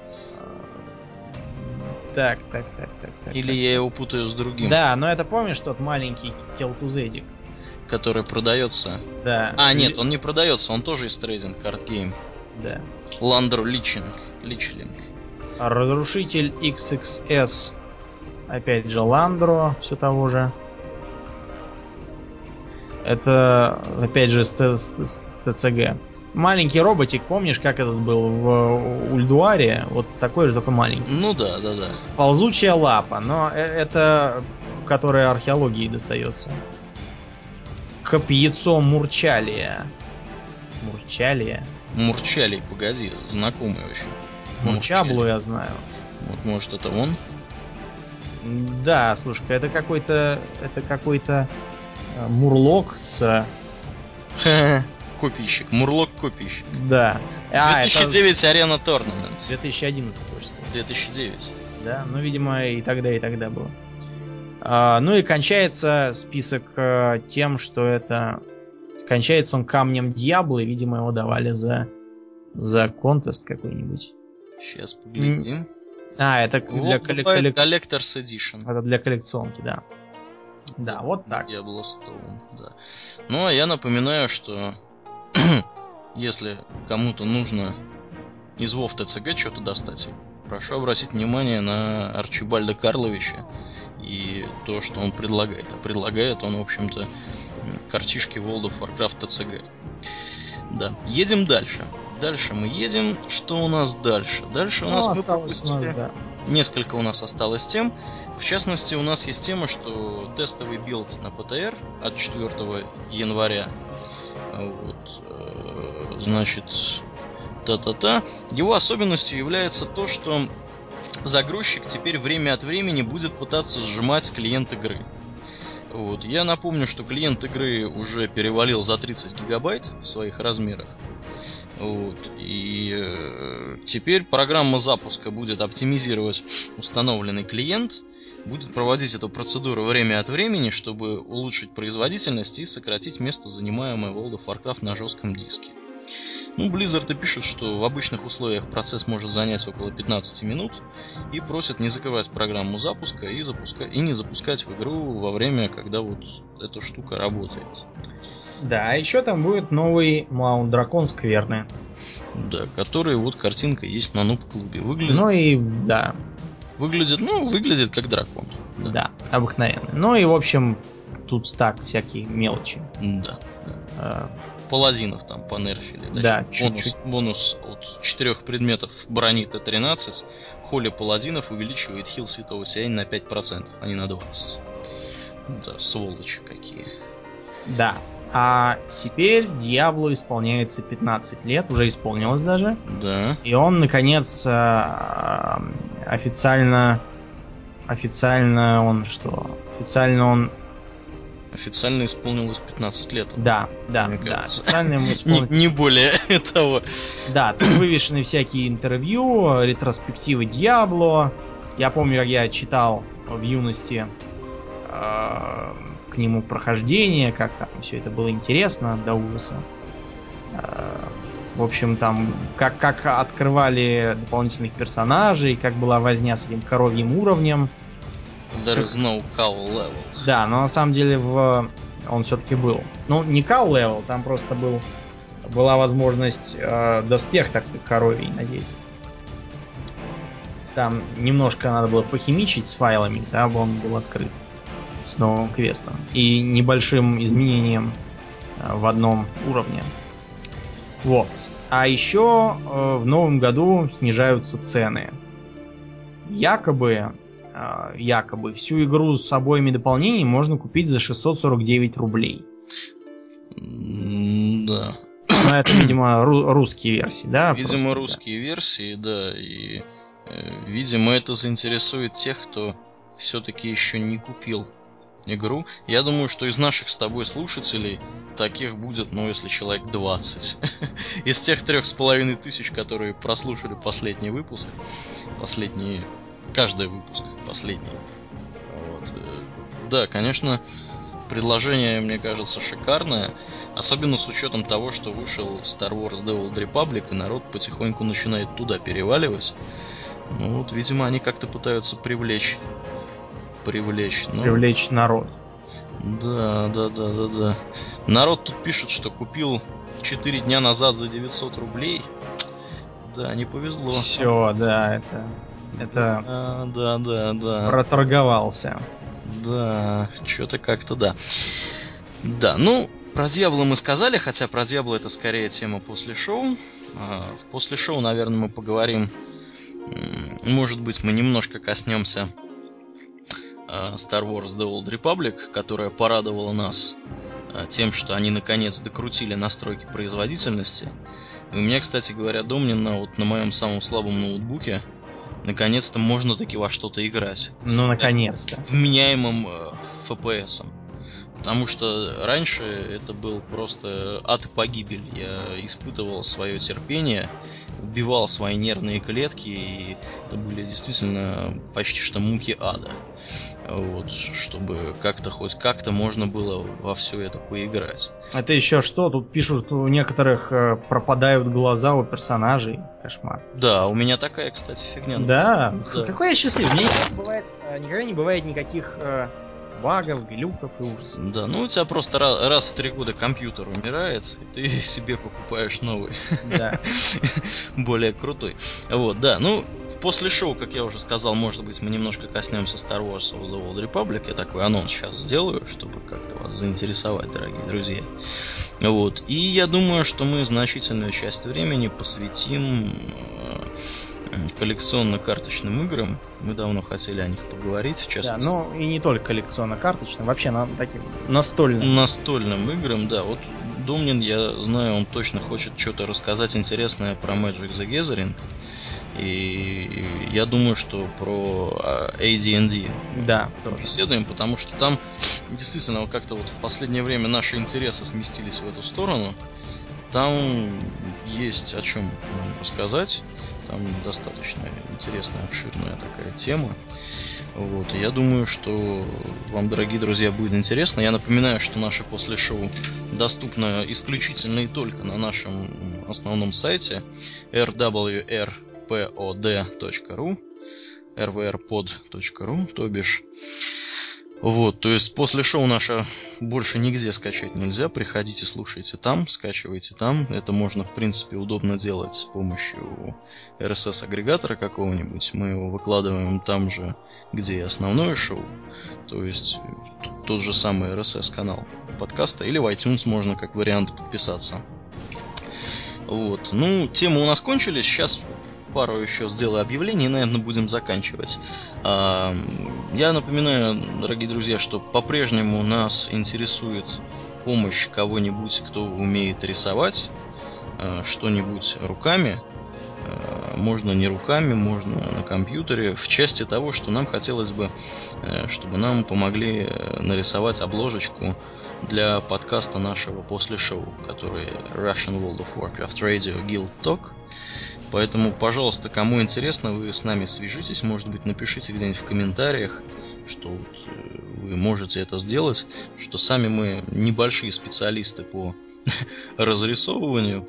Так, так, так, так, так.
Или
так,
я
так.
его путаю с другим,
Да, но это помнишь тот маленький Келтузедик?
который продается?
Да.
А,
Ли-
нет, он не продается, он тоже из Trading Card Game.
Да.
Ландро Личинг. Личлинг.
Разрушитель икс икс эс. Опять же Ландро, все того же. Это, опять же, с, Т- с- с ТЦГ. Маленький роботик, помнишь, как этот был в Ульдуаре? Вот такой же, только маленький.
Ну да, да, да.
Ползучая лапа, но э- это которая археологии достается. Копьецо Мурчалия. Мурчалия?
Мурчалий, погоди, знакомый очень.
Мурчаблу
Мурчалий.
я знаю.
Вот, может, это он?
Да, слушай, это какой-то... Это какой-то э, мурлок с...
Ха-ха. Копийщик. Мурлок копийщик.
Да. А,
две тысячи
это
девять Арена Торнамент.
две тысячи одиннадцать точно.
две тысячи девять.
Да, ну, видимо, и тогда, и тогда было. А, ну и кончается список э, тем, что это... Кончается он камнем Дьябло, и, видимо, его давали за, за контест какой-нибудь.
Сейчас поглядим.
А, это для коллек-
Worldwide
коллек-
Collector's Edition.
это для коллекционки, да. Да, вот так.
Diablo Stone, да. Ну, а я напоминаю, что если кому-то нужно из WoW ТЦГ что-то достать, прошу обратить внимание на Арчибальда Карловича и то, что он предлагает. А предлагает он, в общем-то, картишки World of Warcraft ТЦГ. Да, едем дальше. Дальше мы едем. Что у нас дальше? Дальше у
Ну,
нас мы
осталось у нас,
пропустили...
да.
Несколько у нас осталось тем. В частности, у нас есть тема, что тестовый билд на ПТР от четвёртого января, вот, э, значит, та-та-та, его особенностью является то, что загрузчик теперь время от времени будет пытаться сжимать клиент игры. Вот. Я напомню, что клиент игры уже перевалил за тридцать гигабайт в своих размерах. Вот. И э, теперь программа запуска будет оптимизировать установленный клиент, будет проводить эту процедуру время от времени, чтобы улучшить производительность и сократить место, занимаемое World of Warcraft на жестком диске. Ну, Blizzard и пишут, что в обычных условиях процесс может занять около пятнадцать минут, и просят не закрывать программу запуска и, запуска... и не запускать в игру во время, когда вот эта штука работает.
Да, а еще там будет новый Маунт Дракон Скверны.
Да, который вот картинка есть на нуб-клубе. Выглядит...
Ну и да.
Выглядит, ну, выглядит как дракон.
Да, да, обыкновенный. Ну и, в общем, тут так, всякие мелочи.
Да, да.
А...
Паладинов там понерфили.
Да,
бонус,
чуть-чуть.
бонус от четырех предметов брони Т тринадцать. Холи паладинов увеличивает хил святого сияния на пять процентов, а не на двадцать процентов. Да, сволочи какие.
Да. А теперь Диаблу исполняется пятнадцать лет, уже исполнилось даже.
Да.
И он, наконец, официально... Официально он что? Официально он...
Официально исполнилось пятнадцать лет.
Да, да,
мне
да.
кажется.
Официально ему исполнилось...
Не, не более того.
Да, тут вывешены всякие интервью, ретроспективы Диабло. Я помню, как я читал в юности э, к нему прохождение, как там все это было интересно до ужаса. Э, в общем, там, как, как открывали дополнительных персонажей, как была возня с этим коровьим уровнем.
There is no cow level.
Да, но на самом деле в... он все-таки был. Ну, не cow level, там просто был... была возможность э, доспех такой коровий надеть. Там немножко надо было похимичить с файлами, там он был открыт с новым квестом и небольшим изменением э, в одном уровне. Вот. А еще э, в новом году снижаются цены. Якобы, э, якобы всю игру с обоими дополнениями можно купить за шестьсот сорок девять рублей.
Да.
Ну, это, видимо, ру- русские версии, да?
Видимо,
просто,
русские да. версии, да, и, э, видимо, это заинтересует тех, кто все-таки еще не купил игру. Я думаю, что из наших с тобой слушателей таких будет, ну, если человек двадцать. Из тех трех с половиной тысяч, которые прослушали последний выпуск, последний, каждый выпуск последний. Вот. Да, конечно, предложение, мне кажется, шикарное. Особенно с учетом того, что вышел Star Wars The Old Republic, и народ потихоньку начинает туда переваливать. Ну вот, видимо, они как-то пытаются привлечь. Привлечь. Ну,
привлечь народ.
Да, да, да, да, да. Народ тут пишет, что купил четыре дня назад за девятьсот рублей. Да, не повезло.
Все, да, это... Это...
Да, да, да, да.
Проторговался.
Да, что-то как-то да. Да, ну, про Диабло мы сказали, хотя про Диабло это скорее тема после шоу. В после шоу, наверное, мы поговорим. Может быть, мы немножко коснемся Star Wars The Old Republic, которая порадовала нас тем, что они наконец докрутили настройки производительности. И у меня, кстати говоря, Домнина вот на моем самом слабом ноутбуке наконец-то можно таки во что-то играть.
Ну, наконец-то.
Вменяемым э, эф пи эс. Потому что раньше это был просто ад и погибель. Я испытывал свое терпение, убивал свои нервные клетки, и это были действительно почти что муки ада. Вот, чтобы как-то хоть как-то можно было во все это поиграть.
Это еще что? Тут пишут, что у некоторых э, пропадают глаза у персонажей. Кошмар.
Да, у меня такая, кстати, фигня.
Да,
да.
Какой я счастливый. У меня никогда не бывает, никогда не бывает никаких э, багов, глюков и ужасов.
Да, ну у тебя просто раз, раз в три года компьютер умирает, и ты себе покупаешь новый.
Да.
Более крутой. Вот, да, ну, после шоу, как я уже сказал, может быть, мы немножко коснемся Star Wars The Old Republic. Я такой анонс сейчас сделаю, чтобы как-то вас заинтересовать, дорогие друзья. Вот, и я думаю, что мы значительную часть времени посвятим коллекционно-карточным играм. Мы давно хотели о них поговорить, в частности.
Да, ну и не только коллекционно-карточным, вообще на таким настольным.
Настольным играм, да. Вот Домнин, я знаю, он точно хочет что-то рассказать интересное про Magic the Gathering. И я думаю, что про эй ди энд ди
да,
беседуем, потому что там действительно как-то вот в последнее время наши интересы сместились в эту сторону. там есть о чем нам рассказать. Там достаточно интересная, обширная такая тема. Вот. И я думаю, что вам, дорогие друзья, будет интересно. Я напоминаю, что наше после шоу доступно исключительно и только на нашем основном сайте эр дабл ю эр под точка ру, эр ви эр под точка ру, то бишь. Вот, то есть после шоу наше больше нигде скачать нельзя. Приходите, слушайте там, скачивайте там. Это можно, в принципе, удобно делать с помощью эр эс эс-агрегатора какого-нибудь. Мы его выкладываем там же, где и основное шоу. То есть тот же самый эр эс эс-канал подкаста. Или в iTunes можно как вариант подписаться. Вот, ну, темы у нас кончились. Сейчас пару еще сделаю объявлений и, наверное, будем заканчивать. Я напоминаю, дорогие друзья, что по-прежнему нас интересует помощь кого-нибудь, кто умеет рисовать что-нибудь руками. Можно не руками, можно на компьютере. В части того, что нам хотелось бы, чтобы нам помогли нарисовать обложечку для подкаста нашего после шоу, который Russian World of Warcraft Radio Guild Talk. Поэтому, пожалуйста, кому интересно, вы с нами свяжитесь. Может быть, напишите где-нибудь в комментариях, что вот вы можете это сделать. Что сами мы небольшие специалисты по разрисовыванию.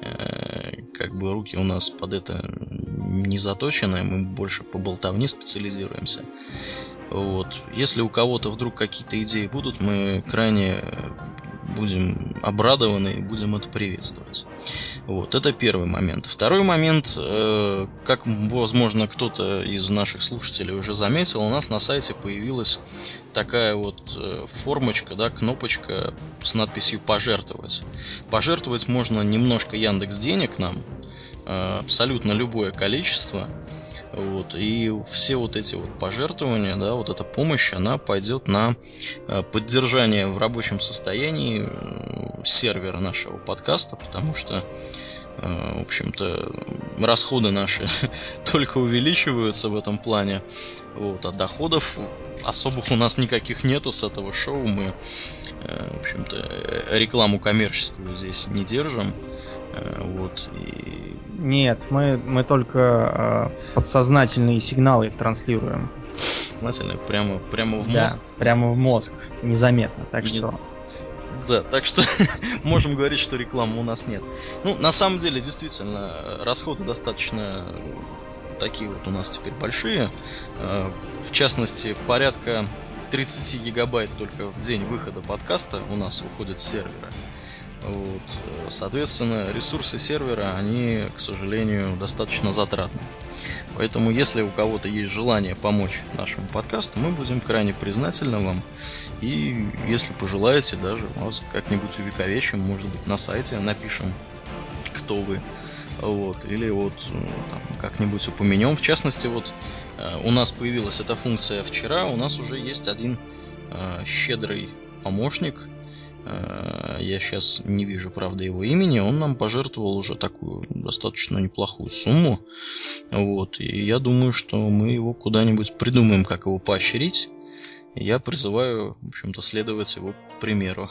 Как бы руки у нас под это не заточены. Мы больше по болтовне специализируемся. Вот. Если у кого-то вдруг какие-то идеи будут, мы крайне будем обрадованы и будем это приветствовать. Вот, это первый момент. Второй момент, э, как, возможно, кто-то из наших слушателей уже заметил, у нас на сайте появилась такая вот э, формочка, да, кнопочка с надписью «Пожертвовать». Пожертвовать можно немножко Яндекс.Денег нам, э, абсолютно любое количество. Вот, и все вот эти вот пожертвования, да, вот эта помощь, она пойдет на поддержание в рабочем состоянии сервера нашего подкаста, потому что, в общем-то, расходы наши только увеличиваются в этом плане, вот, а доходов особых у нас никаких нету с этого шоу. Мы, в общем-то, рекламу коммерческую здесь не держим. Вот, и...
Нет, мы, мы только э, подсознательные сигналы транслируем.
Сознательно, прямо, прямо в
да,
мозг.
Прямо в мозг, незаметно. Так
Не...
что.
Да, так что можем говорить, что рекламы у нас нет. Ну, на самом деле, действительно, расходы достаточно такие вот у нас теперь большие. В частности, порядка тридцать гигабайт только в день выхода подкаста у нас уходит с сервера. Вот. Соответственно, ресурсы сервера, они, к сожалению, достаточно затратны. Поэтому, если у кого-то есть желание помочь нашему подкасту, мы будем крайне признательны вам. И если пожелаете, даже вас как-нибудь увековечим, может быть, на сайте напишем, кто вы. Вот. Или вот там, как-нибудь упомянем. В частности, вот у нас появилась эта функция вчера. У нас уже есть один э, щедрый помощник. Я сейчас не вижу, правда, его имени. Он нам пожертвовал уже такую достаточно неплохую сумму. Вот. И я думаю, что мы его куда-нибудь придумаем, как его поощрить. Я призываю, в общем-то, следовать его примеру.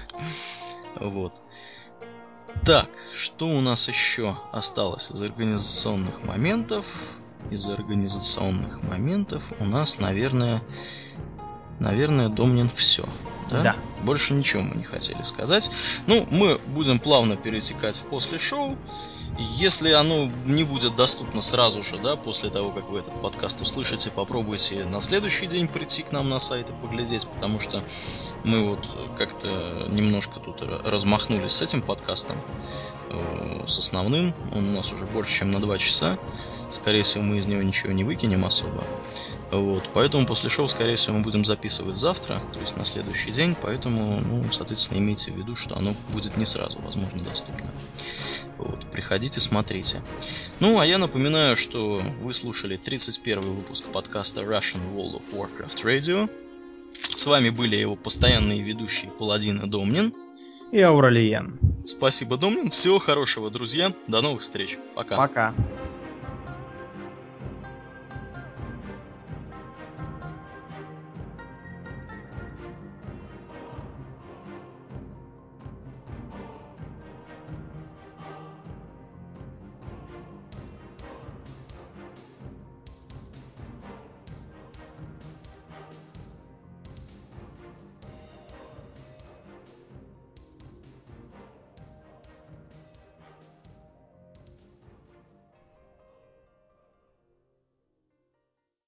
Вот. Так, что у нас еще осталось из организационных моментов? Из организационных моментов у нас, наверное, наверное, Домнин, все. Да?
Да.
Больше ничего мы не хотели сказать. Ну, мы будем плавно перетекать в после шоу. Если оно не будет доступно сразу же, да, после того, как вы этот подкаст услышите, попробуйте на следующий день прийти к нам на сайт и поглядеть, потому что мы вот как-то немножко тут размахнулись с этим подкастом, с основным. Он у нас уже больше, чем на два часа. Скорее всего, мы из него ничего не выкинем особо. Вот, поэтому после шоу, скорее всего, мы будем записывать завтра, то есть на следующий день, поэтому, ну, соответственно, имейте в виду, что оно будет не сразу, возможно, доступно. Вот, приходите, смотрите. Ну, а я напоминаю, что вы слушали тридцать первый выпуск подкаста Russian World of Warcraft Radio. С вами были его постоянные ведущие Паладин и Домнин.
И Ауралиен.
Спасибо, Домнин. Всего хорошего, друзья. До новых встреч. Пока.
Пока.